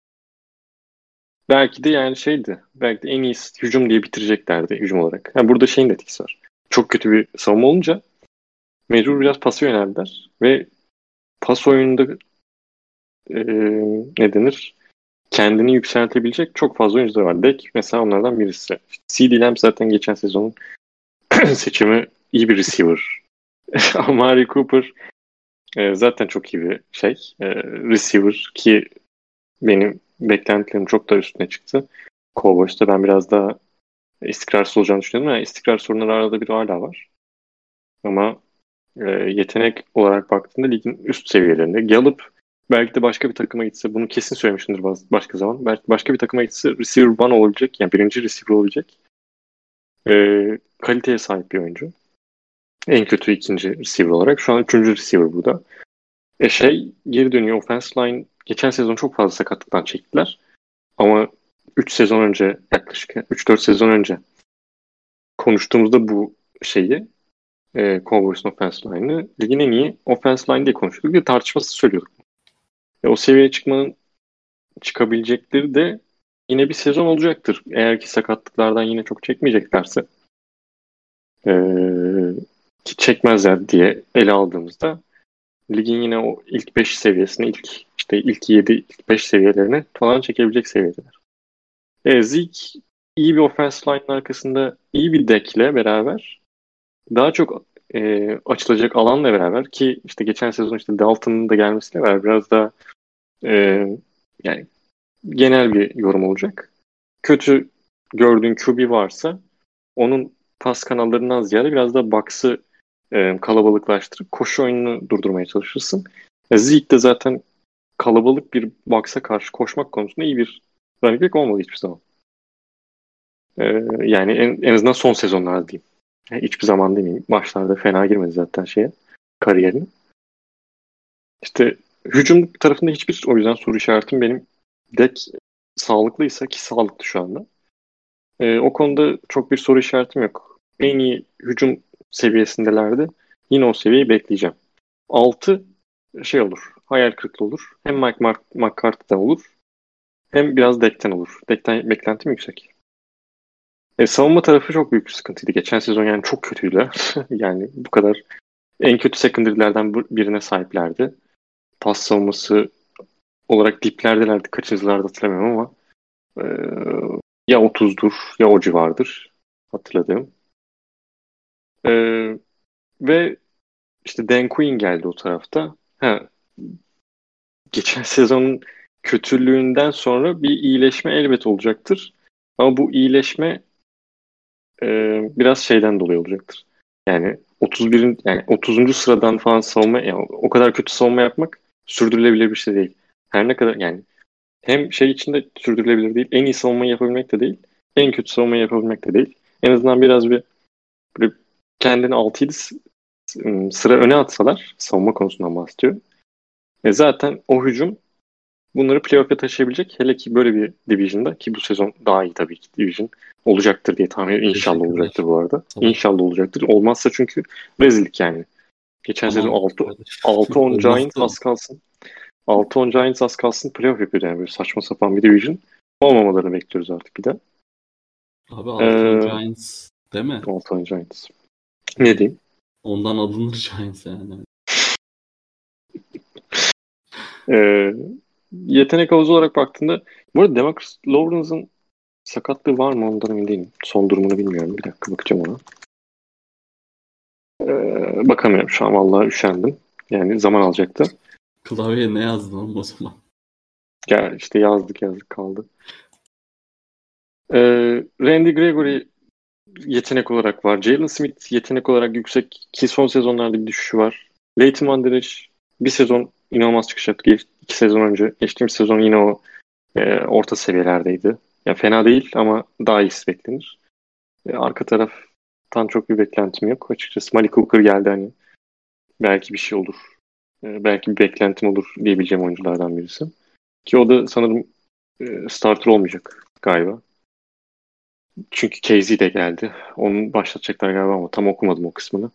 belki de yani şeydi. Belki de en iyi hücum diye bitireceklerdi hücum olarak. Yani burada şeyin etkisi var. Çok kötü bir savunma olunca mecbur biraz pasa yöneldiler ve pas oyununda e, ne denir? Kendini yükseltebilecek çok fazla oyuncular var. Dak mesela onlardan birisi. CeeDee Lamb zaten geçen sezonun seçimi iyi bir receiver. Amari Cooper e, zaten çok iyi bir şey. E, receiver ki benim beklentilerim çok da üstüne çıktı. Cowboys'ta ben biraz daha istikrarsız olacağını düşünüyordum ama istikrar sorunları arada bir hala var. Ama e, yetenek olarak baktığında ligin üst seviyelerinde. Gallup belki de başka bir takıma gitse, bunu kesin söylemişimdir başka zaman. Belki başka bir takıma gitse receiver one olabilecek, yani birinci receiver olabilecek e, kaliteye sahip bir oyuncu. En kötü ikinci receiver olarak. Şu an üçüncü receiver burada. E şey geri dönüyor. Offense line geçen sezon çok fazla sakatlıktan çektiler. Ama üç sezon önce, yaklaşık üç dört sezon önce konuştuğumuzda bu şeyi e, Cowboys'un offense line'ı ligin en iyi offense line diye konuştuk ve tartışması söylüyorduk. E, o seviyeye çıkmanın çıkabilecekleri de yine bir sezon olacaktır. Eğer ki sakatlıklardan yine çok çekmeyeceklerse e, ki çekmezler diye ele aldığımızda ligin yine o ilk beş seviyesine, ilk işte ilk yedi, ilk beş seviyelerine falan çekebilecek seviyedeler. E, Zeke iyi bir offensive line'ın arkasında iyi bir deck'le beraber daha çok e, açılacak alanla beraber ki işte geçen sezon işte Dalton'un da gelmesiyle beraber biraz daha e, yani genel bir yorum olacak. Kötü gördüğün Q B varsa onun pas kanallarından ziyade biraz da box'ı e, kalabalıklaştırıp koşu oyununu durdurmaya çalışırsın. E, Zeke de zaten kalabalık bir box'a karşı koşmak konusunda iyi bir running back olmadı hiçbir zaman. E, yani en, en azından son sezonlarda diyeyim. Yani hiçbir zaman demeyeyim. Başlarda fena girmedi zaten şeye, kariyerine. İşte hücum tarafında hiçbir o yüzden soru işaretim benim dek sağlıklıysa ki sağlıklı şu anda. E, o konuda çok bir soru işaretim yok. En iyi hücum seviyesindelerdi. Yine o seviyeyi bekleyeceğim. Altı şey olur. Hayal kırıklığı olur. Hem Mike Mar- McCarthy'den olur. Hem biraz Dek'ten olur. Dek'ten beklentim yüksek. E, savunma tarafı çok büyük bir sıkıntıydı. Geçen sezon yani çok kötüydüler. Yani bu kadar en kötü secondary'lerden birine sahiplerdi. Pas savunması olarak diplerdelerdi. Kaçıncılarda hatırlamıyorum ama e, ya otuzdur ya o civardır hatırladığım. E, ve işte Dan Quinn geldi o tarafta. Ha, geçen sezonun kötülüğünden sonra bir iyileşme elbet olacaktır. Ama bu iyileşme e, biraz şeyden dolayı olacaktır. Yani otuz birin yani otuzuncu sıradan falan savunma yani o kadar kötü savunma yapmak sürdürülebilir bir şey değil. Her ne kadar yani hem şey içinde sürdürülebilir değil, en iyi savunmayı yapabilmek de değil, en kötü savunmayı yapabilmek de değil. En azından biraz bir böyle kendini altı yedi sıra öne atsalar savunma konusundan bahsediyorum. E zaten o hücum bunları playoff'a taşıyabilecek. Hele ki böyle bir division'da ki bu sezon daha iyi tabii ki division olacaktır diye tahmin ediyorum. İnşallah Teşekkürler. olacaktır bu arada. Tamam. İnşallah olacaktır. Olmazsa çünkü rezillik yani. Geçen Tamam. sezon altı altı on Olmazsa Giants az kalsın. altı on Giants az kalsın playoff yapıyordu yani böyle saçma sapan bir division. Olmamalarını bekliyoruz artık bir de. abi Alton Ee, Giants değil mi? altı on Giants. Ne diyeyim? Ondan alınır Giants yani. Ee, yetenek havuzu olarak baktığında bu arada Demarcus Lawrence'ın sakatlığı var mı ondan emin değilim. Son durumunu bilmiyorum. Bir dakika bakacağım ona. Ee, bakamıyorum şu an. Vallahi üşendim. Yani zaman alacaktı. Klavyeye ne yazdın oğlum o zaman? Ya işte yazdık yazdık kaldı. Ee, Randy Gregory yetenek olarak var. Jalen Smith yetenek olarak yüksek ki son sezonlarda bir düşüşü var. Leighton Van Der Esch bir sezon inanılmaz çıkış yaptı. Geç- İki sezon önce. Geçtiğimiz sezon yine o e, orta seviyelerdeydi. Ya fena değil ama daha iyisi beklenir. E, arka taraftan çok bir beklentim yok. Açıkçası Malik Hooker geldi hani belki bir şey olur. E, belki bir beklentim olur diyebileceğim oyunculardan birisi. Ki o da sanırım e, starter olmayacak galiba. Çünkü Casey de geldi. Onu başlatacaklar galiba ama tam okumadım o kısmını.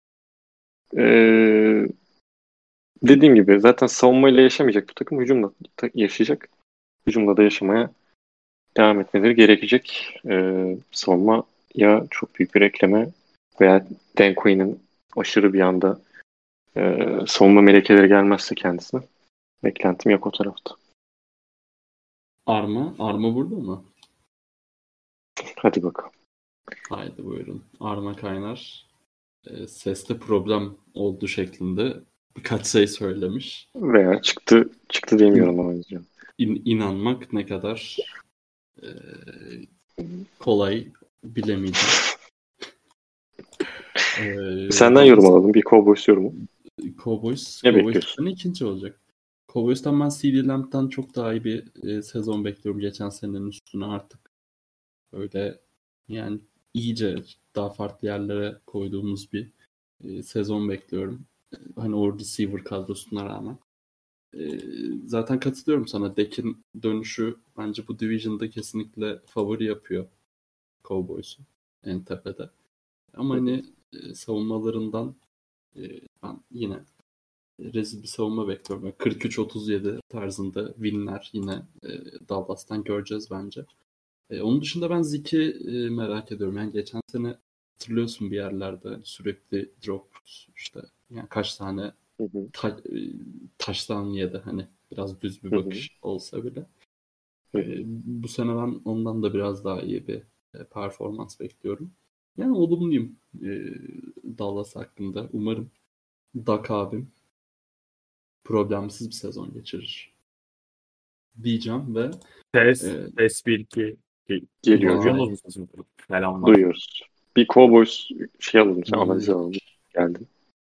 Ee, dediğim gibi zaten savunmayla yaşamayacak bu takım. Hücumla ta- yaşayacak. Hücumla da yaşamaya devam etmeleri gerekecek. Ee, savunmaya çok büyük bir ekleme veya Dan Quinn'in aşırı bir anda e, savunma melekeleri gelmezse kendisine beklentim yok o tarafta. Arma. Arma burada mı? Hadi bakalım. Haydi buyurun. Arma Kaynar. E, seste problem oldu şeklinde birkaç şey söylemiş. Veya çıktı çıktı demiyorum ama diyeceğim. İn, inanmak ne kadar e, kolay bilemeyeceğim. E, Senden valla yorum alalım. Bir Cowboys yorumu. Cowboys, Ne bekliyorsun? Cowboys'tan ikinci olacak. Cowboys'tan ben CeeDee Lamb'dan çok daha iyi bir e, sezon bekliyorum. Geçen senenin üstüne artık öyle yani iyice daha farklı yerlere koyduğumuz bir e, sezon bekliyorum. E, hani o receiver kadrosuna rağmen. E, zaten katılıyorum sana. Dek'in dönüşü bence bu division'da kesinlikle favori yapıyor Cowboys'u en tepede. Ama hani e, savunmalarından e, ben yine rezil bir savunma bekliyorum. kırk üç otuz yedi tarzında winler yine e, Dallas'tan göreceğiz bence. E, onun dışında ben Zeke'i e, merak ediyorum. Yani geçen sene hatırlıyorsun bir yerlerde sürekli drop işte yani kaç tane Hı hı. ta, e, taştan yedi hani biraz düz bir Hı hı. bakış olsa bile. Hı E, hı. bu sene ben ondan da biraz daha iyi bir e, performans bekliyorum. Yani olumluyum e, Dallas hakkında. Umarım Dak abim problemsiz bir sezon geçirir diyeceğim ve Test, e, test bir iki. Geliyor Duyuyor canım. musunuz sesimi? Selamlar. Duyuyoruz. Bir Cowboys şey alalım. Sen Hı hı. analiz alalım. Geldin.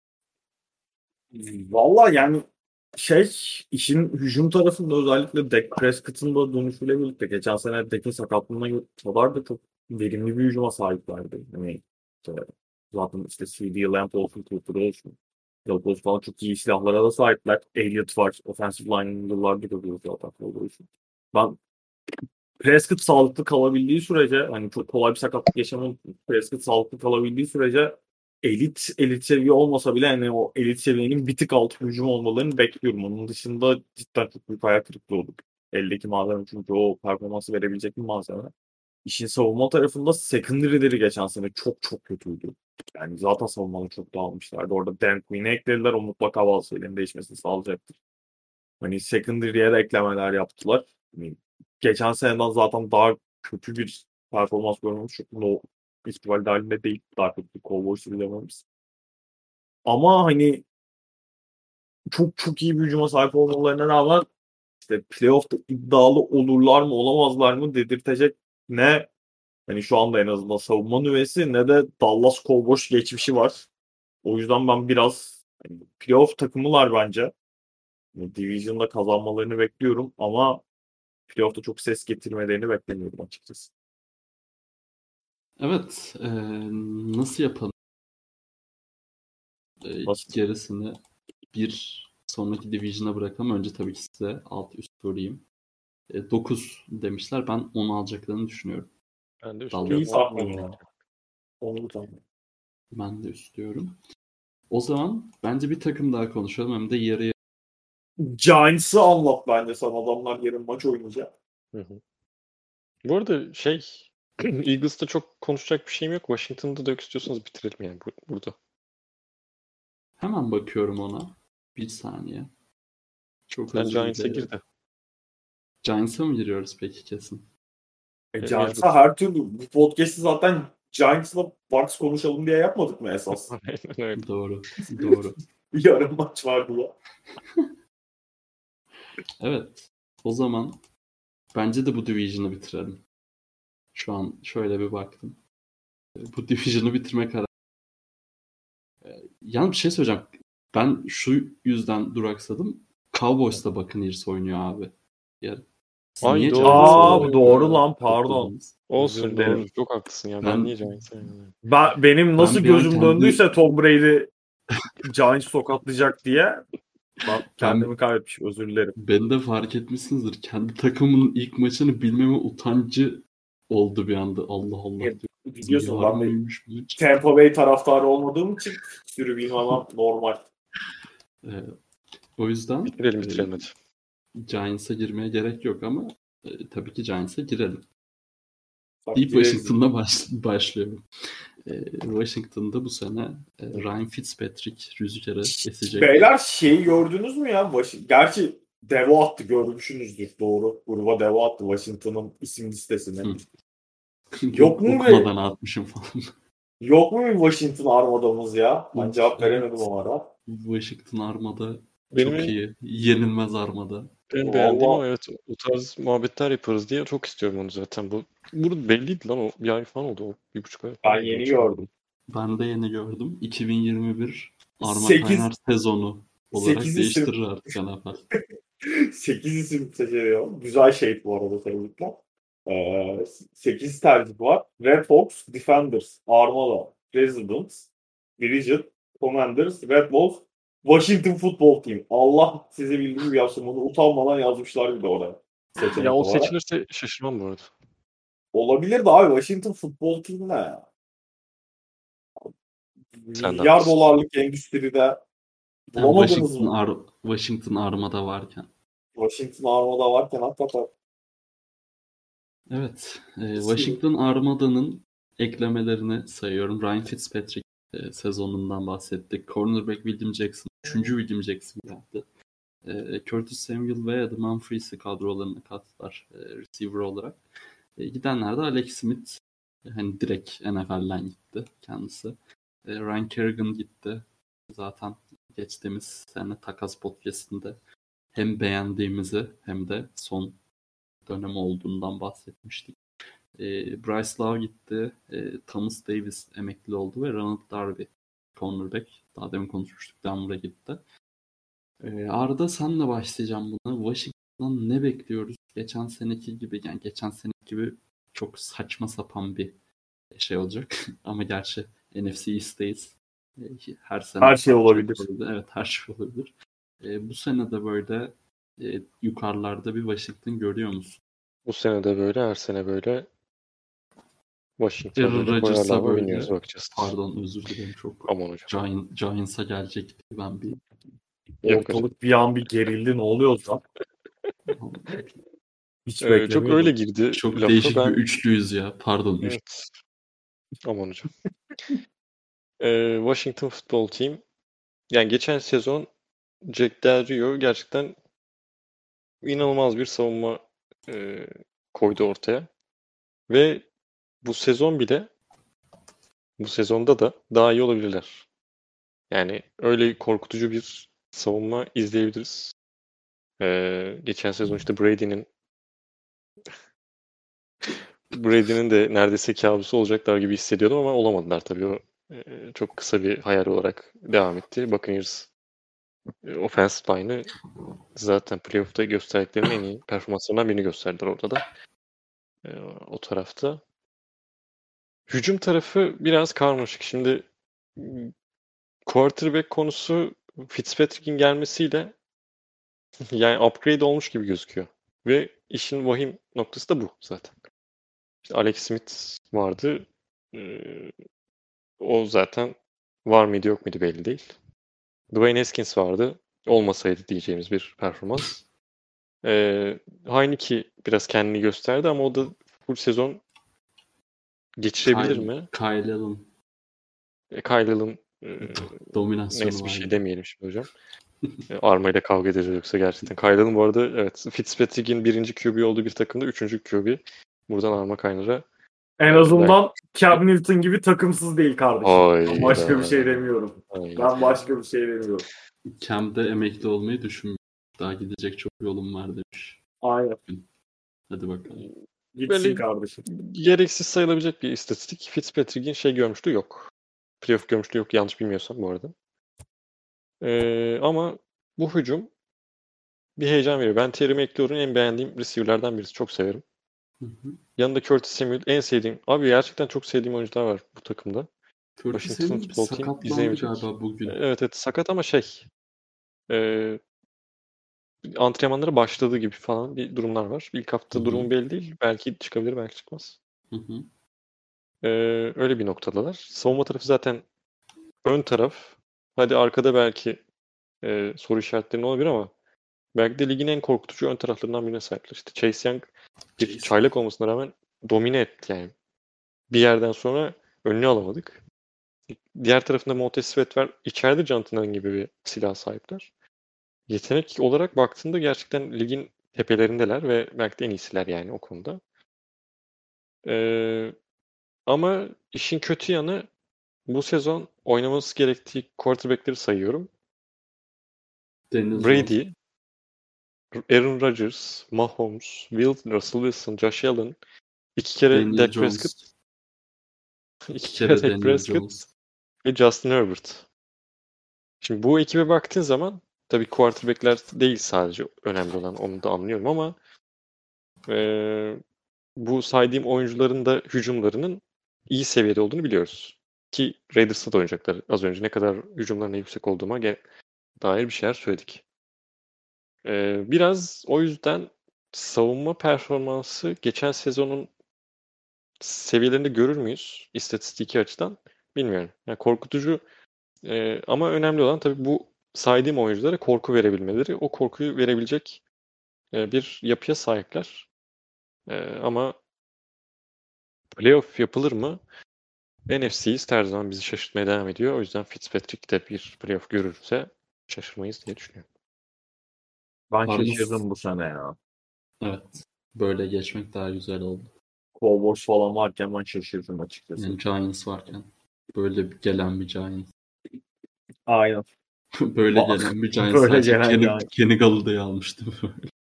Valla yani şey işin hücum tarafında özellikle Dak Prescott'ın da dönüşüyle birlikte geçen sene Dak'in sakatlığına kadar da çok verimli bir hücuma sahiplerdi. Hani işte, zaten işte C D Lamb olsun, Cooper olsun. Yalpos falan çok iyi silahlara da sahipler. Elliott var. Offensive line'ın yıllardır görüyoruz zaten. Ben Prescott sağlıklı kalabildiği sürece hani çok kolay bir sakatlık yaşamadı. Prescott sağlıklı kalabildiği sürece elit elit seviye olmasa bile hani o elit seviyenin bir tık altı hücum olmalarını bekliyorum. Onun dışında cidden çok büyük hayal kırıklığı olur. Eldeki malzeme çünkü o performansı verebilecek bir malzeme. İşin savunma tarafında secondary'leri geçen sene çok çok kötüydü. Yani zaten savunmaları çok dağılmışlardı. Orada Dan Quinn'i eklediler. O mutlaka bazı şeylerin değişmesini sağlayacaktır. Hani secondary'e de eklemeler yaptılar. Hani geçen seneden zaten daha kötü bir performans görmemiz çok no ihtimal dahilinde değil. Daha kötü bir Cowboys'u bilememiz. Ama hani çok çok iyi bir hücuma sahip olmalarına rağmen işte playoff'ta iddialı olurlar mı olamazlar mı dedirtecek ne hani şu anda en azından savunma nüvesi ne de Dallas Cowboys geçmişi var. O yüzden ben biraz hani playoff takımılar bence. Yani Division'da kazanmalarını bekliyorum ama playoff'ta çok ses getirmelerini beklemiyorum açıkçası. evet e, nasıl yapalım? E, Nasıl? gerisini bir sonraki division'a bırakalım. Önce tabii ki size alt üst sorayım. E, dokuz demişler. Ben onu alacaklarını düşünüyorum. Ben de Dallas. İyi üstlüyorum. tahmin ya. Onu tahmin. Ben de üstlüyorum. O zaman bence bir takım daha konuşalım. Hem de yarıya. Giants'ı anlat bence sana. Adamlar yarın maç oynayacak. Hı hı. Bu arada şey Eagles'ta çok konuşacak bir şeyim yok. Washington'da da istiyorsanız bitirelim yani bu- burada. Hemen bakıyorum ona. Bir saniye. Çok Sen özür Giants'a dilerim. gir de. Giants'a mı giriyoruz peki kesin? E, E, Giants'a mecbur. her türlü bu podcast'i zaten Giants'la Bucks konuşalım diye yapmadık mı esas? Aynen öyle. Doğru. Doğru. Yarın maç var diye. Evet. O zaman bence de bu division'ı bitirelim. Şu an şöyle bir baktım. Bu division'ı bitirme kararı. Yani bir şey söyleyeceğim. Ben şu yüzden duraksadım. Cowboys'ta Buccaneers oynuyor abi. Yarın. Siz Ay niye doğru. Giants'ı Aa doğru lan pardon. topladınız? Özür Olsun dilerim. doğru. Çok haklısın ya. Ben, Ben niye Giants'a yani? Ben, benim nasıl ben bir an gözüm kendi döndüyse Tom Brady Giants tokatlayacak diye ben ben kendimi kaybetmişim. Özür dilerim. beni de fark etmişsinizdir. Kendi takımının ilk maçını bilmeme utancı oldu bir anda. Allah Allah diyorum. Biliyorsun Yarın ben de mıymış bu maç? Tampa Bay taraftarı olmadığım için sürü bilmem normal. Ee, o yüzden Bitirelim e, bitirelim hadi. Giants'a girmeye gerek yok ama e, tabii ki Giants'a girelim. Bak, Deyip gireriz. Washington'la baş, başlıyorum. E, Washington'da bu sene e, Ryan Fitzpatrick rüzgarı esecek. Beyler şeyi gördünüz mü ya? Baş... Gerçi Devo attı görmüşsünüzdür. Doğru. Gruba Devo attı Washington'ın isim listesine. Hı. Yok mu Okumadan bir, atmışım falan. yok mu bir Washington armadamız ya? Ben Of, cevap evet. veremedim o ara. Washington armada Benim çok en- iyi. Yenilmez armada. En beğendiğim o Vallahi evet. O tarz muhabbetler yaparız diye çok istiyorum onu zaten. Bu burada belliydi lan o. Bir ay falan oldu o. Bir buçuk ay falan ben oldu. yeni Hatırlıyorum. gördüm. Ben de yeni gördüm. iki bin yirmi bir Arma sekiz Kaynar sezonu olarak sekiz değiştirir isim artık N F L. sekiz isim seçiliyor. Güzel şey bu arada tebrikler. Ee, sekiz tercih var. Red Hawks, Defenders, Armada, Presidents, Division, Commanders, Red Wolves, Washington Football Team. Allah size bildiğim gibi yapsın. Bunu utanmadan yazmışlar bir de oraya. Ya Seçenek o olarak. seçilirse şaşırmam bu arada. Olabilir de abi Washington Football Team ne ya? Sen de Milyar haklısın. dolarlık endüstride Yani Bulamadınız Washington, mı? Ar- Washington Armada varken. Washington Armada varken hakikaten. Evet. e, Hiç iyi. Washington Armada'nın eklemelerini sayıyorum. Ryan Fitzpatrick e, sezonundan bahsettik. Cornerback William Jackson. Üçüncü William Jackson geldi. E, Curtis Samuel ve Adam Humphries'i kadrolarına kattılar e, receiver olarak. E, gidenler de Alex Smith. E, hani direkt N F L'den gitti kendisi. E, Ryan Kerrigan gitti. Zaten geçtiğimiz sene Takas Podcast'inde hem beğendiğimizi hem de son dönemi olduğundan bahsetmiştik. E, Bryce Love gitti. E, Thomas Davis emekli oldu ve Ronald Darby cornerback. Daha demin konuşmuştuk. Denver'a gitti. E, Arda senle başlayacağım buna. Washington'dan ne bekliyoruz? Geçen seneki gibi, yani geçen seneki gibi çok saçma sapan bir şey olacak. Ama gerçi N F C East'teyiz. E, her sene Her şey olabilir. Evet, her şey olabilir. E, bu sene de böyle e, yukarılarda bir Washington görüyor musun? Bu sene de böyle, her sene böyle. Washington'a Aaron böyle koyarlar Rodgers'a mı böyle, bilmiyoruz, bakacağız. pardon özür dilerim, çok Aman hocam. Giant, Giants'a gelecek diye ben bir Yok hocam. Ortalık bir an bir gerildi. Ne oluyor lan? Hiç Ee, çok öyle beklemiyordum. girdi çok lafa. değişik Ben... bir üçlüyüz ya. Pardon. Üç. Evet. Aman hocam. Ee, Washington Football Team. Yani geçen sezon Jack Del Rio gerçekten inanılmaz bir savunma e, koydu ortaya. Ve bu sezon bile, bu sezonda da daha iyi olabilirler. Yani öyle korkutucu bir savunma izleyebiliriz. Ee, geçen sezon işte Brady'nin Brady'nin de neredeyse kabusu olacaklar gibi hissediyordum ama olamadılar tabii. O e, çok kısa bir hayal olarak devam etti. Buccaneers e, offensive line'ı zaten playoff'ta gösterdiklerinin en iyi performanslarından birini gösterdiler orada da. E, o tarafta. Hücum tarafı biraz karmaşık. Şimdi quarterback konusu Fitzpatrick'in gelmesiyle yani upgrade olmuş gibi gözüküyor. Ve işin vahim noktası da bu zaten. İşte Alex Smith vardı. Ee, o zaten var mıydı yok muydu belli değil. Dwayne Haskins vardı. Olmasaydı diyeceğimiz bir performans. Ee, Heineke biraz kendini gösterdi ama o da full sezon geçirebilir Kyle, mi? Kyle Allen E, Kyle'ın e, dominasyonu neyse bir var şey gibi. demeyelim şimdi hocam. E, Armayla kavga edeceğiz yoksa gerçekten. Kyle'ın bu arada evet Fitzpatrick'in birinci Q B olduğu bir takımda üçüncü Q B. Buradan Arma Kaynar'a En e, azından belki... Cam Newton gibi takımsız değil kardeşim. Hayda. Ben başka bir şey demiyorum. Aynen. Ben başka bir şey demiyorum. Cam'de emekli olmayı düşünmüyor. Daha gidecek çok yolum var demiş. Aynen. Hadi bakalım. Gitsin Böyle kardeşim. gereksiz sayılabilecek bir istatistik. Fitzpatrick'in şey görmüşlüğü yok. Playoff görmüşlüğü yok yanlış bilmiyorsam bu arada. Ee, ama bu hücum bir heyecan veriyor. Ben Terry McLaurin'in en beğendiğim receiver'lardan birisi. Çok severim. Hı hı. Yanında Curtis Samuel en sevdiğim. Abi gerçekten çok sevdiğim oyuncular var bu takımda. Curtis Washington Samuel Football Team sakatlandı izleyemeyecek. galiba bugün. Evet evet sakat ama şey e, antrenmanlara başladığı gibi falan bir durumlar var. İlk hafta Hı hı. durumu belli değil. Belki çıkabilir belki çıkmaz. Hı hı. Ee, öyle bir noktadalar. Savunma tarafı zaten ön taraf. Hadi arkada belki e, soru işaretleri olabilir ama belki de ligin en korkutucu ön taraflarından birine sahipler. İşte Chase Young bir Chase. çaylak olmasına rağmen domine etti yani. Bir yerden sonra önünü alamadık. Diğer tarafında Montez Sweat var. İçeride Jonathan gibi bir silah sahipler. Yetenek olarak baktığında gerçekten ligin tepelerindeler ve belki de en iyisiler yani o konuda. Ee, ama işin kötü yanı bu sezon oynaması gerektiği quarterback'leri sayıyorum. Daniel Brady, Jones. Aaron Rodgers, Mahomes, Will, Russell Wilson, Josh Allen, iki kere Daniel Dak Jones. Prescott, iki İki kere kere Dak Daniel Prescott Jones. ve Justin Herbert. Şimdi bu ekibe baktığın zaman tabii quarterback'ler değil sadece önemli olan, onu da anlıyorum ama eee, bu saydığım oyuncuların da hücumlarının iyi seviyede olduğunu biliyoruz. Ki Raiders'ta da oynayacaklar. Az önce ne kadar hücumlarına yüksek olduğuma ge- dair bir şeyler söyledik. Ee, biraz o yüzden savunma performansı geçen sezonun seviyelerinde görür müyüz istatistiki açıdan bilmiyorum. Yani korkutucu e, ama önemli olan tabii bu saydığım oyunculara korku verebilmeleri, o korkuyu verebilecek e, bir yapıya sahipler. E, ama playoff yapılır mı? N F C East her zaman bizi şaşırtmaya devam ediyor. O yüzden Fitzpatrick de bir playoff görürse şaşırmayız diye düşünüyorum. Ben Armas- şaşırdım bu sene ya. Evet. Böyle geçmek daha güzel oldu. Cowboys falan varken ben şaşırdım açıkçası. Yani Giants varken. Böyle bir- gelen bir Giants. Aynen. Böyle Aa, gelen bir Giants. böyle Sadece gelen Kenny, Giants. Kenny Galladay'ı almıştım.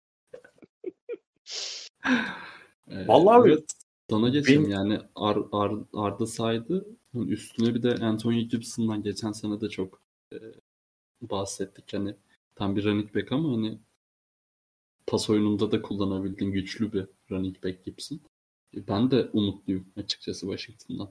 Ee, Vallahi evet. Sana geçelim. benim- Yani Ar, Ar, Arda saydı. Üstüne bir de Anthony Gibson'dan geçen sene de çok e, bahsettik. Hani tam bir running back ama hani pas oyununda da kullanabildiğin güçlü bir running back Gibson. E, Ben de umutluyum açıkçası Washington'dan.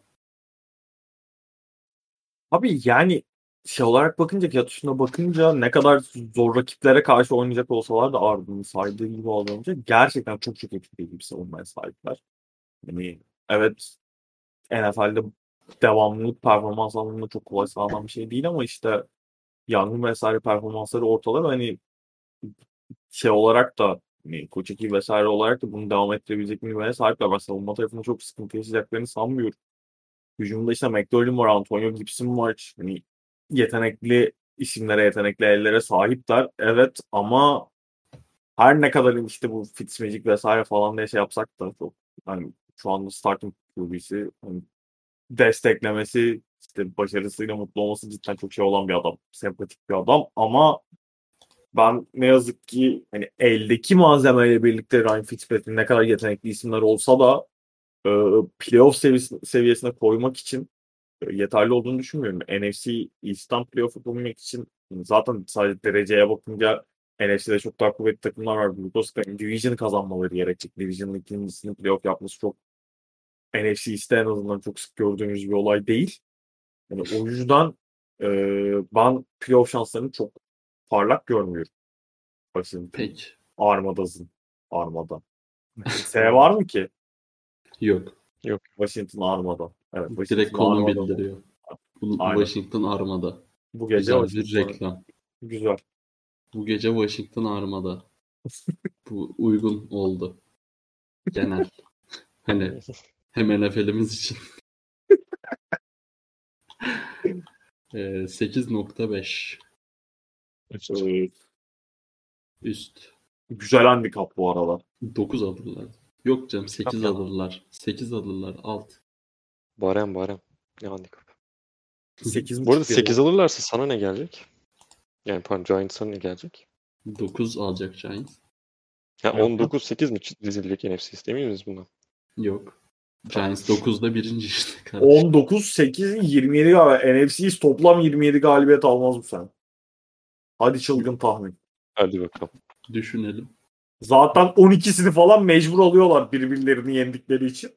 Abi yani şey olarak bakınca, kağıt üstüne bakınca ne kadar zor rakiplere karşı oynayacak olsalar da Arda'nın saydığı gibi olunca gerçekten çok çok etkileyici bir savunmaya sahipler. Yani evet, N F L'de devamlılık performans anlamında çok kolay sağlanan bir şey değil ama işte yangın vesaire performansları ortalar, hani şey olarak da hani koç ekibi vesaire olarak da bunu devam ettirebilecek bir güvene sahipler. Ben savunma tarafında çok sıkıntı yaşayacaklarını sanmıyorum. Hücumda işte McLaurin var, Antonio Gibson var. Hani yetenekli isimlere, yetenekli ellere sahipler. Evet ama her ne kadar işte bu Fitzmagic vesaire falan diye şey yapsak da çok hani şu anda starting Q B'si hani desteklemesi, işte başarısıyla mutlu olması cidden çok şey olan bir adam. Sempatik bir adam ama ben ne yazık ki hani eldeki malzemeyle birlikte Ryan Fitzpatrick ne kadar yetenekli isimler olsa da e, playoff seviyesine, seviyesine koymak için e, yeterli olduğunu düşünmüyorum. N F C East'ten playoff yapabilmek için zaten sadece dereceye bakınca N F C'de çok daha kuvvetli takımlar var. Broncos'ta Division'ı kazanmaları gerekecek. Division'ın ikincisini playoff yapması çok N F C East'te en azından çok sık gördüğümüz bir olay değil. Yani o yüzden e, ben playoff şanslarını çok parlak görmüyorum. Washington Peki. Armada'sın. Armada. S var mı ki? Yok. Washington Armada. Evet, Direkt Washington konum Armada bu. bildiriyor. Bu Aynen. Washington Armada. Bu gece Güzel bir Washington. reklam. Güzel. Bu gece Washington Armada. Bu uygun oldu. Genel. Hani hem N F L'imiz için. e, sekiz nokta beş. Ee, Üst. güzel handikap bu arada. dokuz alırlar. Yok canım sekiz ya. alırlar. sekiz alırlar. Alt. Barem barem. Ne handikap. sekiz Bu arada sekiz alırlarsa sana ne gelecek? Yani pardon Giants'a ne gelecek? dokuz alacak Giants. Ya Yok. on dokuz sekiz mi dizilecek N F C East, emin miyiz bundan? Yok. Giants dokuzda birinci işte. on dokuz sekiz yirmi yedi galiba. N F C East toplam yirmi yedi galibiyet almaz bu sene. Hadi çılgın tahmin. Hadi bakalım. Düşünelim. Zaten on ikisini falan mecbur alıyorlar birbirlerini yendikleri için.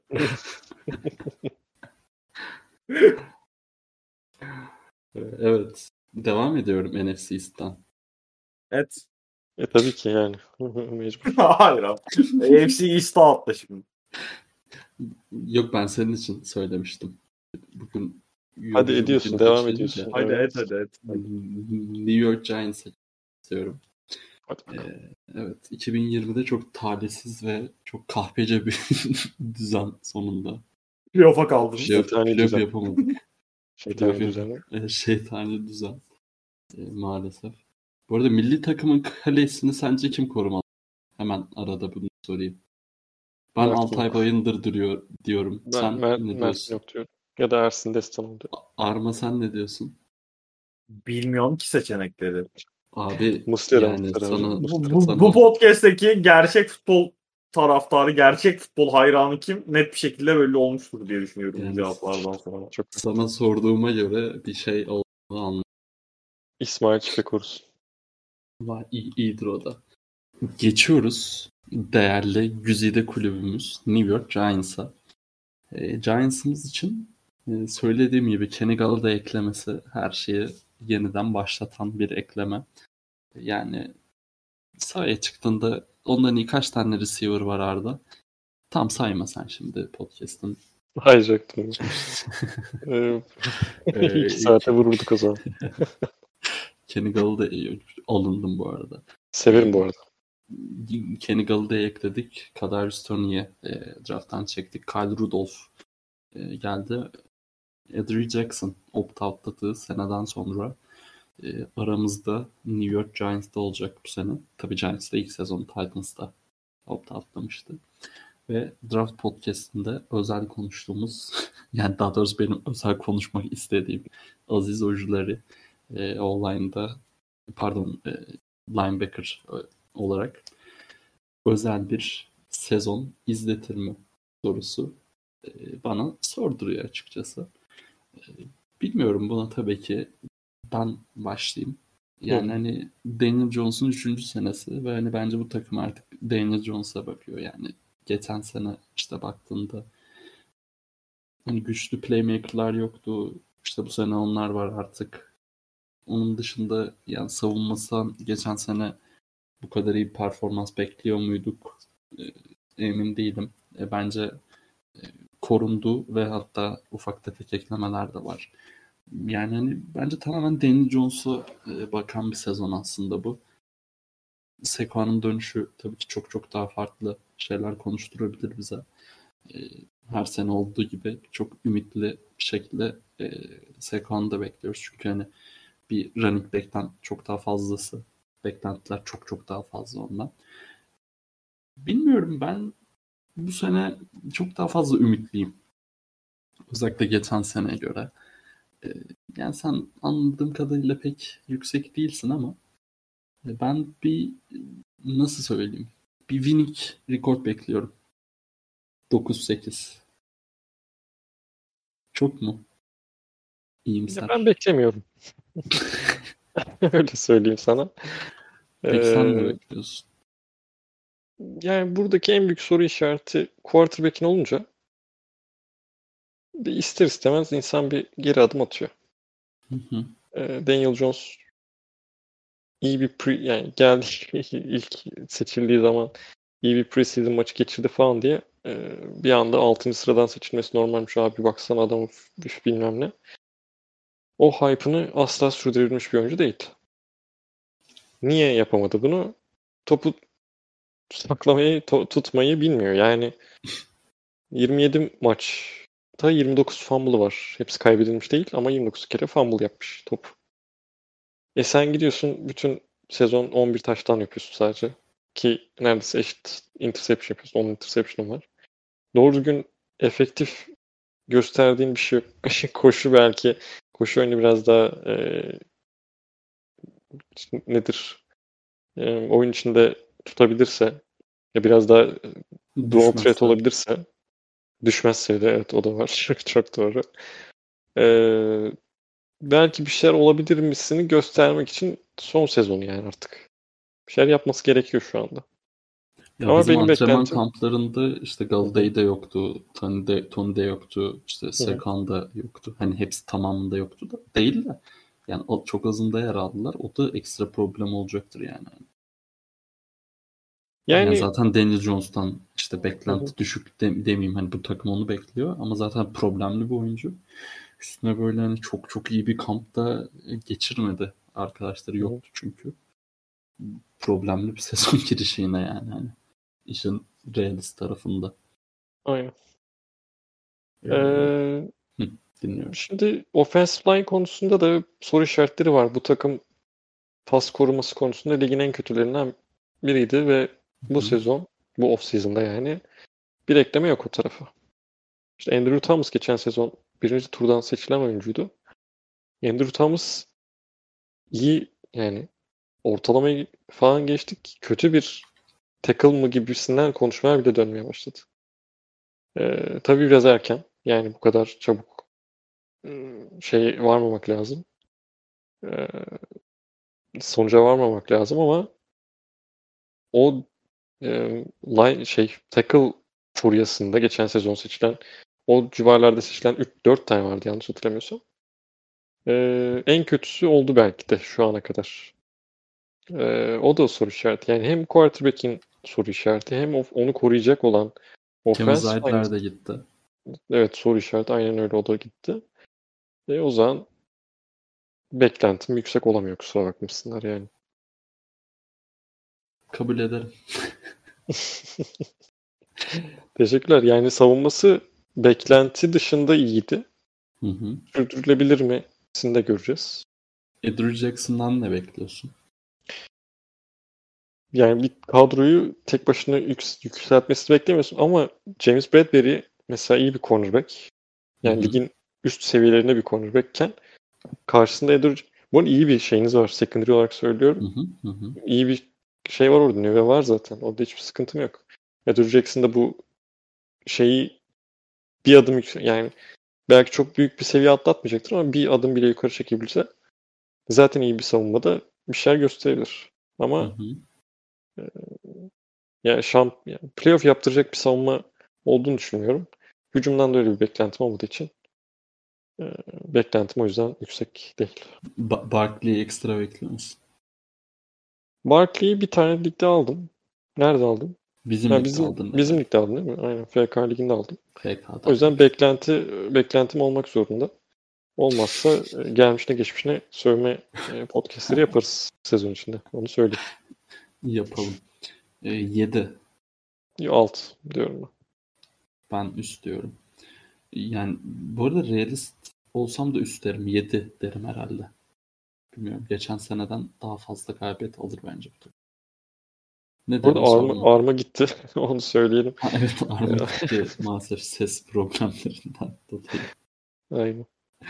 Evet. Devam ediyorum N F C East'ten. Evet. E tabii ki yani. Mecbur. Hayır abi. N F C East'a atla şimdi. Yok ben senin için söylemiştim. Bugün Hadi yorucu ediyorsun, bir devam şeydi ediyorsun. de. Hadi Evet. et hadi et. New York Giants'ı istiyorum. Hadi bakalım. Ee, evet. iki bin yirmide çok talihsiz ve çok kahpece bir düzen sonunda. Playoff'a kaldınız. Şey, Şeytani playoff düzen. yapamadık. Şeytani Playoff düzen. yap- e, Şeytani düzen. E, maalesef. Bu arada milli takımın kalesini sence kim korumalı? Hemen arada bunu sorayım. Ben Mert Altay yok. Bayındır duruyor diyorum. Ben sen Mer- ne Mert diyorsun? yok diyorum. Ya da Ersin Destan diyor. Arma sen ne diyorsun? Bilmiyorum ki seçenekleri. Abi Muslera, yani Muslera sana, hocam. Bu, bu, sana bu podcast'teki gerçek futbol taraftarı, gerçek futbol hayranı kim? Net bir şekilde belli olmuştur diye düşünüyorum Yani- bu cevaplardan sonra. Çok sana sorduğuma göre bir şey olduğunu anladım. İsmail Çipe korusun. Var, iyi, iyidir o da. Geçiyoruz değerli güzide kulübümüz New York Giants'a. E, Giants'ımız için e, söylediğim gibi Kenny Galladay eklemesi her şeyi yeniden başlatan bir ekleme. Yani sahaya çıktığında ondan iyi kaç tane receiver var Arda? Tam sayma sen şimdi podcast'ın. Hayacaktım. ee, Ee, iki saate vururduk o zaman. Kenny Galladay'e alındım bu arada. Severim bu arada. Kenny Galladay'e ekledik. Kadarius Toney'i e, drafttan çektik. Kyle Rudolph e, geldi. Adrian Jackson opt-out'ladığı seneden sonra e, aramızda New York Giants'ta olacak bu sene. Tabii Giants'ta ilk sezon Titans'ta opt-outlamıştı. Ve Draft Podcast'inde özel konuştuğumuz yani daha doğrusu benim özel konuşmak istediğim Aziz Ojulari e, online'da pardon e, linebacker e, olarak özel bir sezon izletir mi sorusu e, bana sorduruyor açıkçası. E, bilmiyorum, buna tabii ki ben başlayayım. Yani Hı. hani Daniel Jones'un üçüncü senesi ve hani bence bu takım artık Daniel Jones'a bakıyor. Yani geçen sene işte baktığında hani güçlü playmaker'lar yoktu. İşte bu sene onlar var artık. Onun dışında yani savunması geçen sene bu kadar iyi bir performans bekliyor muyduk? E, emin değilim. E, bence e, korundu ve hatta ufak tefek eklemeler de var. Yani hani bence tamamen Daniel Jones'a e, bakan bir sezon aslında bu. Saquon'un dönüşü tabii ki çok çok daha farklı şeyler konuşturabilir bize. E, her sene olduğu gibi çok ümitli bir şekilde e, Saquon'u da bekliyoruz. Çünkü hani bir running back'ten çok daha fazlası. Beklentiler çok çok daha fazla ondan. Bilmiyorum, ben bu sene çok daha fazla ümitliyim. Özellikle geçen seneye göre. E, yani sen anladığım kadarıyla pek yüksek değilsin ama ben bir nasıl söyleyeyim? Bir winning rekord bekliyorum. dokuz sekiz. Çok mu? İyimser. Ya ben beklemiyorum. Öyle söyleyeyim sana. Peki sen ne Ee, bekliyorsun? Yani buradaki en büyük soru işareti quarterback'in olunca bir ister istemez insan bir geri adım atıyor. Hı hı. Ee, Daniel Jones iyi bir pre, yani geldi ilk seçildiği zaman iyi bir preseason maçı geçirdi falan diye e, bir anda altıncı sıradan seçilmesi normalmiş abi, baksana adamı üf, bilmem ne. O hype'ını asla sürdürebilmiş bir oyuncu değil. Niye yapamadı bunu? Topu saklamayı, to- tutmayı bilmiyor. Yani yirmi yedi maçta yirmi dokuz fumble'ı var. Hepsi kaybedilmiş değil ama yirmi dokuz kere fumble yapmış top. E sen gidiyorsun bütün sezon on bir taştan yapıyorsun sadece. Ki neredeyse eşit interception yapıyorsun. on interception var. Doğru düzgün efektif gösterdiğin bir şey yok. Koşu belki. Koşu oyunu biraz daha e, nedir? E, oyun içinde tutabilirse ya biraz daha dual threat olabilirse, düşmezse de evet, o da var. Çok, çok doğru. Ee, belki bir şeyler olabilir misini göstermek için son sezonu yani artık. Bir şeyler yapması gerekiyor şu anda. Ya Ama bizim benim antrenman beklentim... kamplarında işte Galladay de yoktu, Tony de, Tony de yoktu, işte Saquon da yoktu. Hani hepsi tamamında yoktu da değil de. Yani o- çok azında yer aldılar. O da ekstra problem olacaktır yani. Yani Yani zaten Daniel Jones'tan işte beklenti Hı hı. düşük de, demeyeyim, hani bu takım onu bekliyor ama zaten problemli bir oyuncu. Üstüne böyle hani çok çok iyi bir kampta geçirmedi. Arkadaşları Hı hı. yoktu çünkü. Problemli bir sezon girişi yine yani. Hani işin realist tarafında. Aynen. Ee, Ee, hı, dinliyorum. şimdi offensive line konusunda da soru işaretleri var. Bu takım pas koruması konusunda ligin en kötülerinden biriydi ve bu Hı. sezon, bu off season'da yani bir ekleme yok o tarafa. İşte Andrew Thomas geçen sezon birinci turdan seçilen oyuncuydu. Andrew Thomas iyi yani, ortalamayı falan geçtik. Kötü bir tackle mı gibisinden konuşmalar bile dönmeye başladı. Ee, tabii biraz erken. Yani bu kadar çabuk ıı, şey varmamak lazım. Ee, sonuca varmamak lazım ama o e, line şey tackle furyasında geçen sezon seçilen, o civarlarda seçilen üç dört tane vardı yanlış hatırlamıyorsam. Ee, en kötüsü oldu belki de şu ana kadar. Ee, o da soru işareti. Yani hem quarterback'in soru işareti hem of- onu koruyacak olan Kevin offensive line. Zeidler de gitti. Evet, soru işareti, aynen öyle, o da gitti. E, o zaman beklentim yüksek olamıyor, kusura bakmasınlar yani. Kabul ederim. Teşekkürler. Yani savunması beklenti dışında iyiydi. Hı hı. Sürdürülebilir mi? Sizin de göreceğiz. Andrew Jackson'dan ne bekliyorsun? Yani bir kadroyu tek başına yük- yükseltmesini beklemiyorsun ama James Bradbury mesela iyi bir cornerback. Yani Hı hı. ligin üst seviyelerinde bir cornerback'ken karşısında Andrew, bu arada iyi bir şeyiniz var. Secondary olarak söylüyorum. Hı hı. Hı hı. İyi bir şey var orada. Nüve var zaten. Orada hiçbir sıkıntım yok. Andrew Jackson da bu şeyi bir adım yüksek, yani belki çok büyük bir seviye atlatmayacaktır ama bir adım bile yukarı çekebilse zaten iyi bir savunmada bir şeyler gösterebilir. Hı Ama hı. yani şamp yani playoff yaptıracak bir savunma olduğunu düşünmüyorum. Hücumdan da öyle bir beklentim olmadığı için e, beklentim o yüzden yüksek değil. Ba- Barkley'i ekstra bekliyor musun? Barkley'i bir tane ligde aldım. Nerede aldım? Bizim Ha, ligde bizim aldın bizim yani. ligde aldım değil mi? Aynen. F K liginde aldım. O F K'da. yüzden beklenti beklentim olmak zorunda. Olmazsa e, gelmişine geçmişine sövme e, podcastleri yaparız sezon içinde. Onu söyleyeyim. Yapalım. E, yedi. Alt diyorum ben. Ben üst diyorum. Yani bu arada realist olsam da üst derim. yedi derim herhalde. Bilmiyorum. Geçen seneden daha fazla galibiyet alır bence bu takım. Ne Burada derin arma, sorma. arma gitti. Onu söyleyelim. Ha, evet Arma gitti maalesef ses problemlerinden dolayı. Aynen.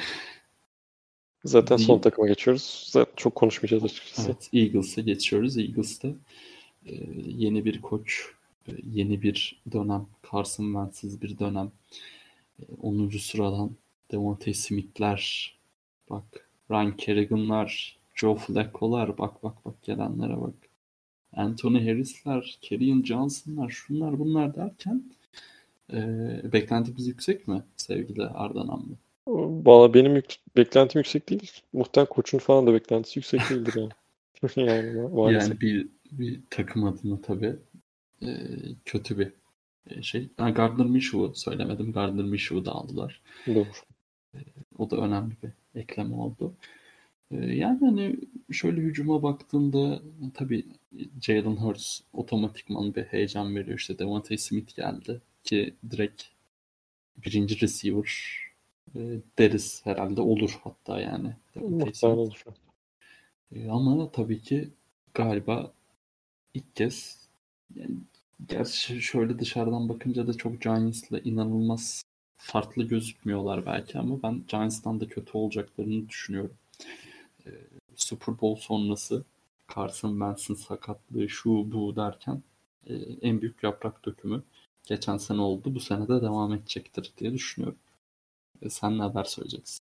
Zaten son Diyeyim. takıma geçiyoruz. Zaten çok konuşmayacağız açıkçası. Evet Eagles'a geçiyoruz. Eagles'ta e, yeni bir koç, e, yeni bir dönem. Carson Wentz'siz bir dönem. E, onuncu sıradan Devontae Smith'ler, bak Ryan Kerrigan'lar, Joe Flacco'lar, bak bak bak gelenlere bak. Anthony Harris'ler, Kerryon Johnson'lar, şunlar bunlar derken e, beklentimiz yüksek mi sevgili Arda Namlı? Valla benim yük- beklentim yüksek değil. Muhtemelen koçun falan da beklentisi yüksek değildir yani. Yani ma- maalesef. Yani bir, bir takım adına tabii e, kötü bir e, şey. Ha, Gardner Minshew'u söylemedim. Gardner Minshew'u da aldılar. Doğru. O da önemli bir ekleme oldu. E, yani hani şöyle hücuma baktığında tabii Jalen Hurts otomatikman bir heyecan veriyor. İşte Devontae Smith geldi ki direkt birinci receiver e, deriz herhalde olur hatta yani Devontae Muhtemelen Smith. olur. E, ama tabii ki galiba ilk kez yani gerçi şöyle dışarıdan bakınca da çok Giants'la inanılmaz farklı gözükmüyorlar belki ama ben Giants'tan da kötü olacaklarını düşünüyorum. E, Super Bowl sonrası Carson Wentz'in sakatlığı şu bu derken e, en büyük yaprak dökümü geçen sene oldu. Bu sene de devam edecektir diye düşünüyorum. E, sen ne haber söyleyeceksin?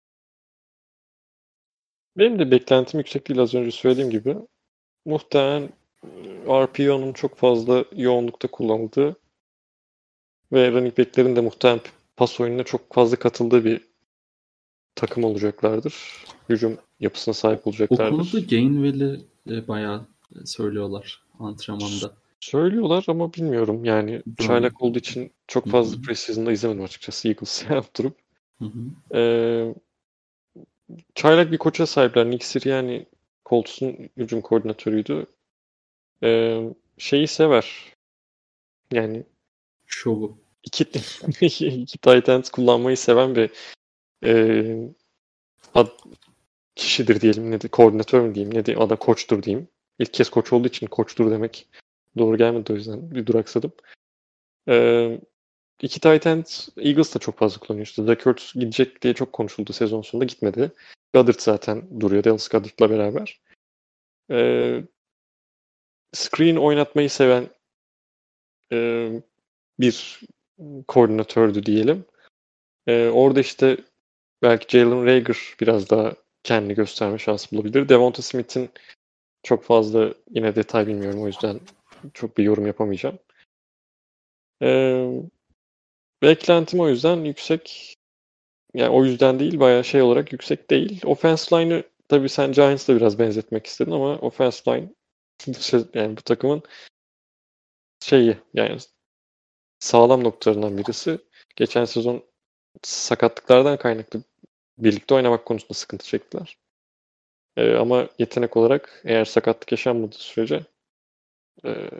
Benim de beklentim yüksek değil, az önce söylediğim gibi. Muhtemelen R P O'nun çok fazla yoğunlukta kullanıldığı ve running back'lerin de muhtemelen pas oyununa çok fazla katıldığı bir takım olacaklardır. Hücum yapısına sahip O olacaklardır. konuda Gainwell'i e, bayağı söylüyorlar antrenmanda. Söylüyorlar ama bilmiyorum. Yani Run. çaylak olduğu için çok Hı fazla hı. preseason'da izlemedim açıkçası Eagles durup. Hı hı. Ee, çaylak bir koça sahipler. Nick Sirianni Colts'un hücum koordinatörüydü. Ee, şeyi sever. Yani Şovu. iki, iki tight end kullanmayı seven bir e, ad, kişidir diyelim. Ne de, koordinatör mü diyeyim, ne de adam koçtur diyeyim. İlk kez koç olduğu için koçtur demek doğru gelmedi, o yüzden bir duraksadım. Ee, iki tight end Eagles da çok fazla kullanıyor. İşte Zach Ertz gidecek diye çok konuşuldu sezon sonunda, gitmedi. Goddard zaten duruyor Dallas Goedert'la beraber. Ee, screen oynatmayı seven e, bir koordinatördü diyelim. Ee, orada işte belki Jalen Reagor biraz daha kendini gösterme şansı bulabilir. Devonta Smith'in çok fazla yine detay bilmiyorum, o yüzden çok bir yorum yapamayacağım. Ee, beklentim o yüzden yüksek. Yani o yüzden değil, bayağı şey olarak yüksek değil. Offense line'ı tabii sen Giants'la biraz benzetmek istedin ama offense line yani bu takımın şeyi, yani sağlam noktalarından birisi. Geçen sezon sakatlıklardan kaynaklı birlikte oynamak konusunda sıkıntı çektiler. Ee, ama yetenek olarak eğer sakatlık yaşanmadığı sürece e,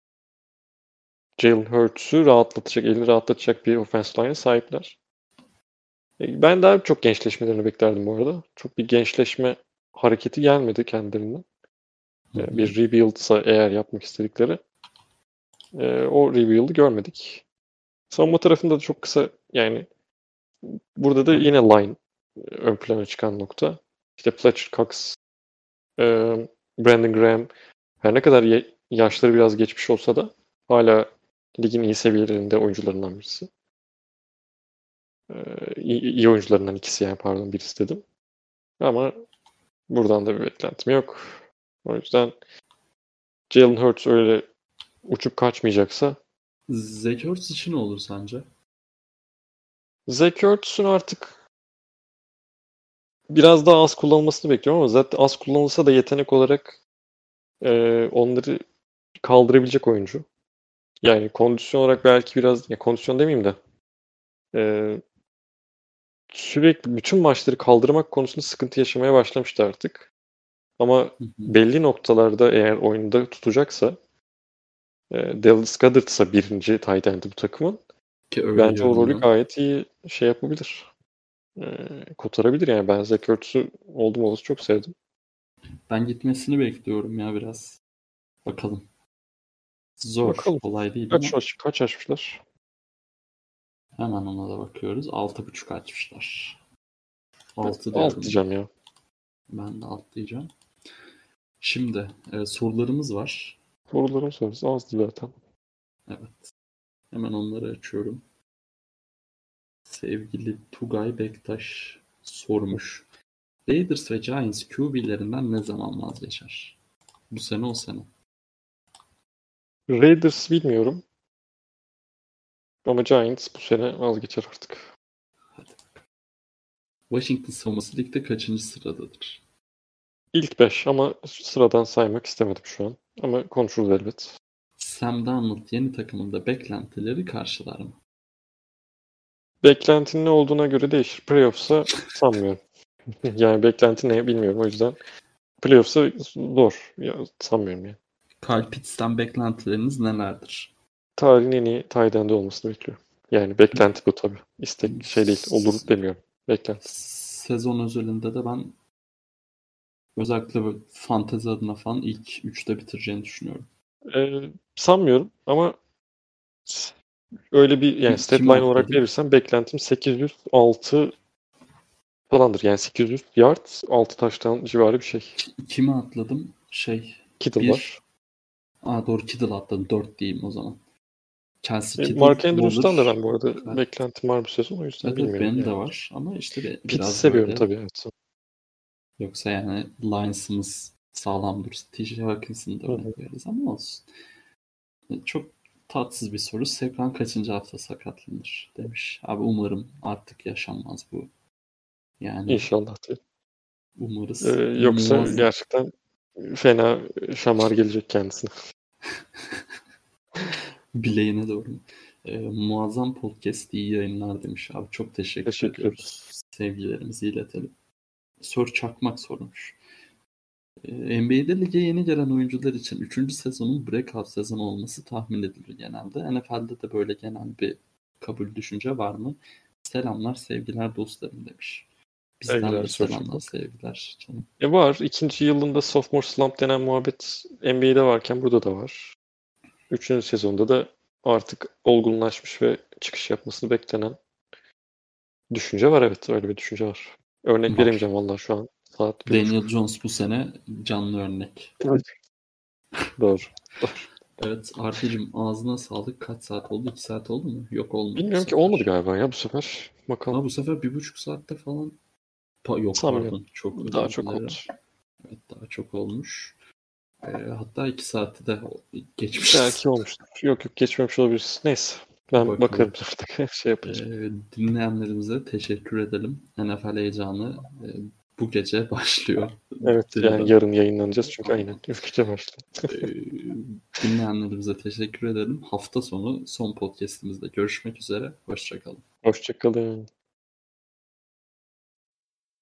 Jalen Hurts'u rahatlatacak, elini rahatlatacak bir offensive line'e sahipler. E, ben daha çok gençleşmelerini beklerdim bu arada. Çok bir gençleşme hareketi gelmedi kendilerinden. E, bir rebuild'sa eğer yapmak istedikleri e, o rebuild'ı görmedik. Savunma tarafında da çok kısa yani burada da yine line e, ön plana çıkan nokta. İşte Fletcher Cox, e, Brandon Graham her ne kadar ye- yaşları biraz geçmiş olsa da hala ligin iyi seviyelerinde oyuncularından birisi. E, iyi, iyi oyuncularından ikisi yani pardon birisi dedim. Ama buradan da bir beklentim yok. O yüzden Jalen Hurts öyle uçup kaçmayacaksa Zach Ertz için ne olur sence? Zach Ertz'ün artık biraz daha az kullanılmasını bekliyorum ama zaten az kullanılsa da yetenek olarak e, onları kaldırabilecek oyuncu. Yani kondisyon olarak belki biraz, ya kondisyon demeyeyim de e, sürekli bütün maçları kaldırmak konusunda sıkıntı yaşamaya başlamıştı artık. Ama belli noktalarda eğer oyunda tutacaksa e, Dallas Goedert'sa birinci tight end'i bu takımın Ki öyle bence o rolü görünüyor. gayet iyi şey yapabilir. E, kotarabilir yani. Ben Zach Ertz'ü oldum olası çok sevdim. Ben gitmesini bekliyorum ya biraz. Bakalım. Zor. Bakalım. Kolay değil Kaç, ama. aç, kaç açmışlar? Hemen ona da bakıyoruz. altı buçuk açmışlar. altı Alt diyorum. diyeceğim ya. Ben de alt diyeceğim. Şimdi e, sorularımız var. Soruların sorusu azdı zaten. Evet. Hemen onları açıyorum. Sevgili Tugay Bektaş sormuş. Raiders ve Giants Q B'lerinden ne zaman vazgeçer? Bu sene o sene. Raiders bilmiyorum. Ama Giants bu sene vazgeçer artık. Washington savunması ligde kaçıncı sıradadır? İlk beş ama sıradan saymak istemedim şu an. Ama konuşuruz elbet. Sam Darnold yeni takımında beklentileri karşılar mı? Beklentinin ne olduğuna göre değişir. Playoff'sa sanmıyorum. Yani beklenti ne bilmiyorum o yüzden. Playoff'sa zor. Ya, sanmıyorum yani. Kyle Pitts'ten beklentileriniz nelerdir? Tarihin en iyi tight end'i olmasını bekliyorum. Yani beklenti bu tabii. İstek şey değil. Olur demiyorum. Beklenti. Sezon özelinde de ben özellikle böyle fantezi adına falan ilk üçte bitireceğini düşünüyorum. Ee, sanmıyorum ama öyle bir yani stat Kimi line olarak atladık? verirsem beklentim sekiz yüz altı falandır. Yani sekiz yüz yard, altı taştan civarı bir şey. Kimi atladım? Şey. Kittle bir... var. Aa, doğru Kittle atladım. dört diyeyim o zaman. Kelsey E, Kittle, Mark Andrews'tan da Waller. ben bu arada Evet. beklentim var bu sezon. O yüzden Evet, evet bilmiyorum. benim Yani. de var. Ama işte bir, Pitts'i biraz seviyorum böyle. tabii. Evet. Yoksa yani Lions'ımız sağlam dursun. T J Hawkinson'ı da örnek veririz ama olsun. Çok tatsız bir soru. Sekran kaçıncı hafta sakatlanır demiş. Abi umarım artık yaşanmaz bu. Yani İnşallah diye. umarız. Ee, yoksa Muazzam. gerçekten fena şamar gelecek kendisine. Bileğine doğru. Ee, muazzam podcast, iyi yayınlar demiş abi. Çok teşekkür, Teşekkür ediyoruz. Sevgilerimizi iletelim. Sör Çakmak sormuş. Ee, N B A'de lige yeni gelen oyuncular için üçüncü sezonun breakout sezonu olması tahmin edilir genelde. N F L'de de böyle genel bir kabul düşünce var mı? Selamlar, sevgiler dostlarım demiş. Bizden Sevgiler, de Sör selamlar, Çakmak. sevgiler canım. E var. İkinci yılında sophomore slump denen muhabbet N B A'de varken burada da var. Üçüncü sezonda da artık olgunlaşmış ve çıkış yapmasını beklenen düşünce var. Evet, öyle bir düşünce var. Örnek Var. veremeyeceğim vallahi şu an. Saat bir Daniel buçuk. Jones bu sene canlı örnek. Doğru. Evet Artıcığım, ağzına sağlık. Kaç saat oldu? iki saat oldu mu? Yok olmadı bu Bilmiyorum ki sefer. olmadı galiba ya bu sefer. Bakalım. Ha, bu sefer bir buçuk saatte falan. Pa- yok Sanmıyorum. pardon. Çok özür Daha çok dilerim. oldu. Evet, daha çok olmuş. Ee, hatta iki saati de geçmiş. Belki olmuştur. Yok yok geçmemiş olabilir. Neyse. Ben Bakalım. bakarım artık şey yapınca. Ee, dinleyenlerimize teşekkür edelim. N F L heyecanı e, bu gece başlıyor. Evet Dile yani de. yarın yayınlanacağız çünkü aynen. Ülkece başlıyor. Ee, dinleyenlerimize teşekkür edelim. Hafta sonu son podcastimizde görüşmek üzere. Hoşça kalın. Hoşçakalın.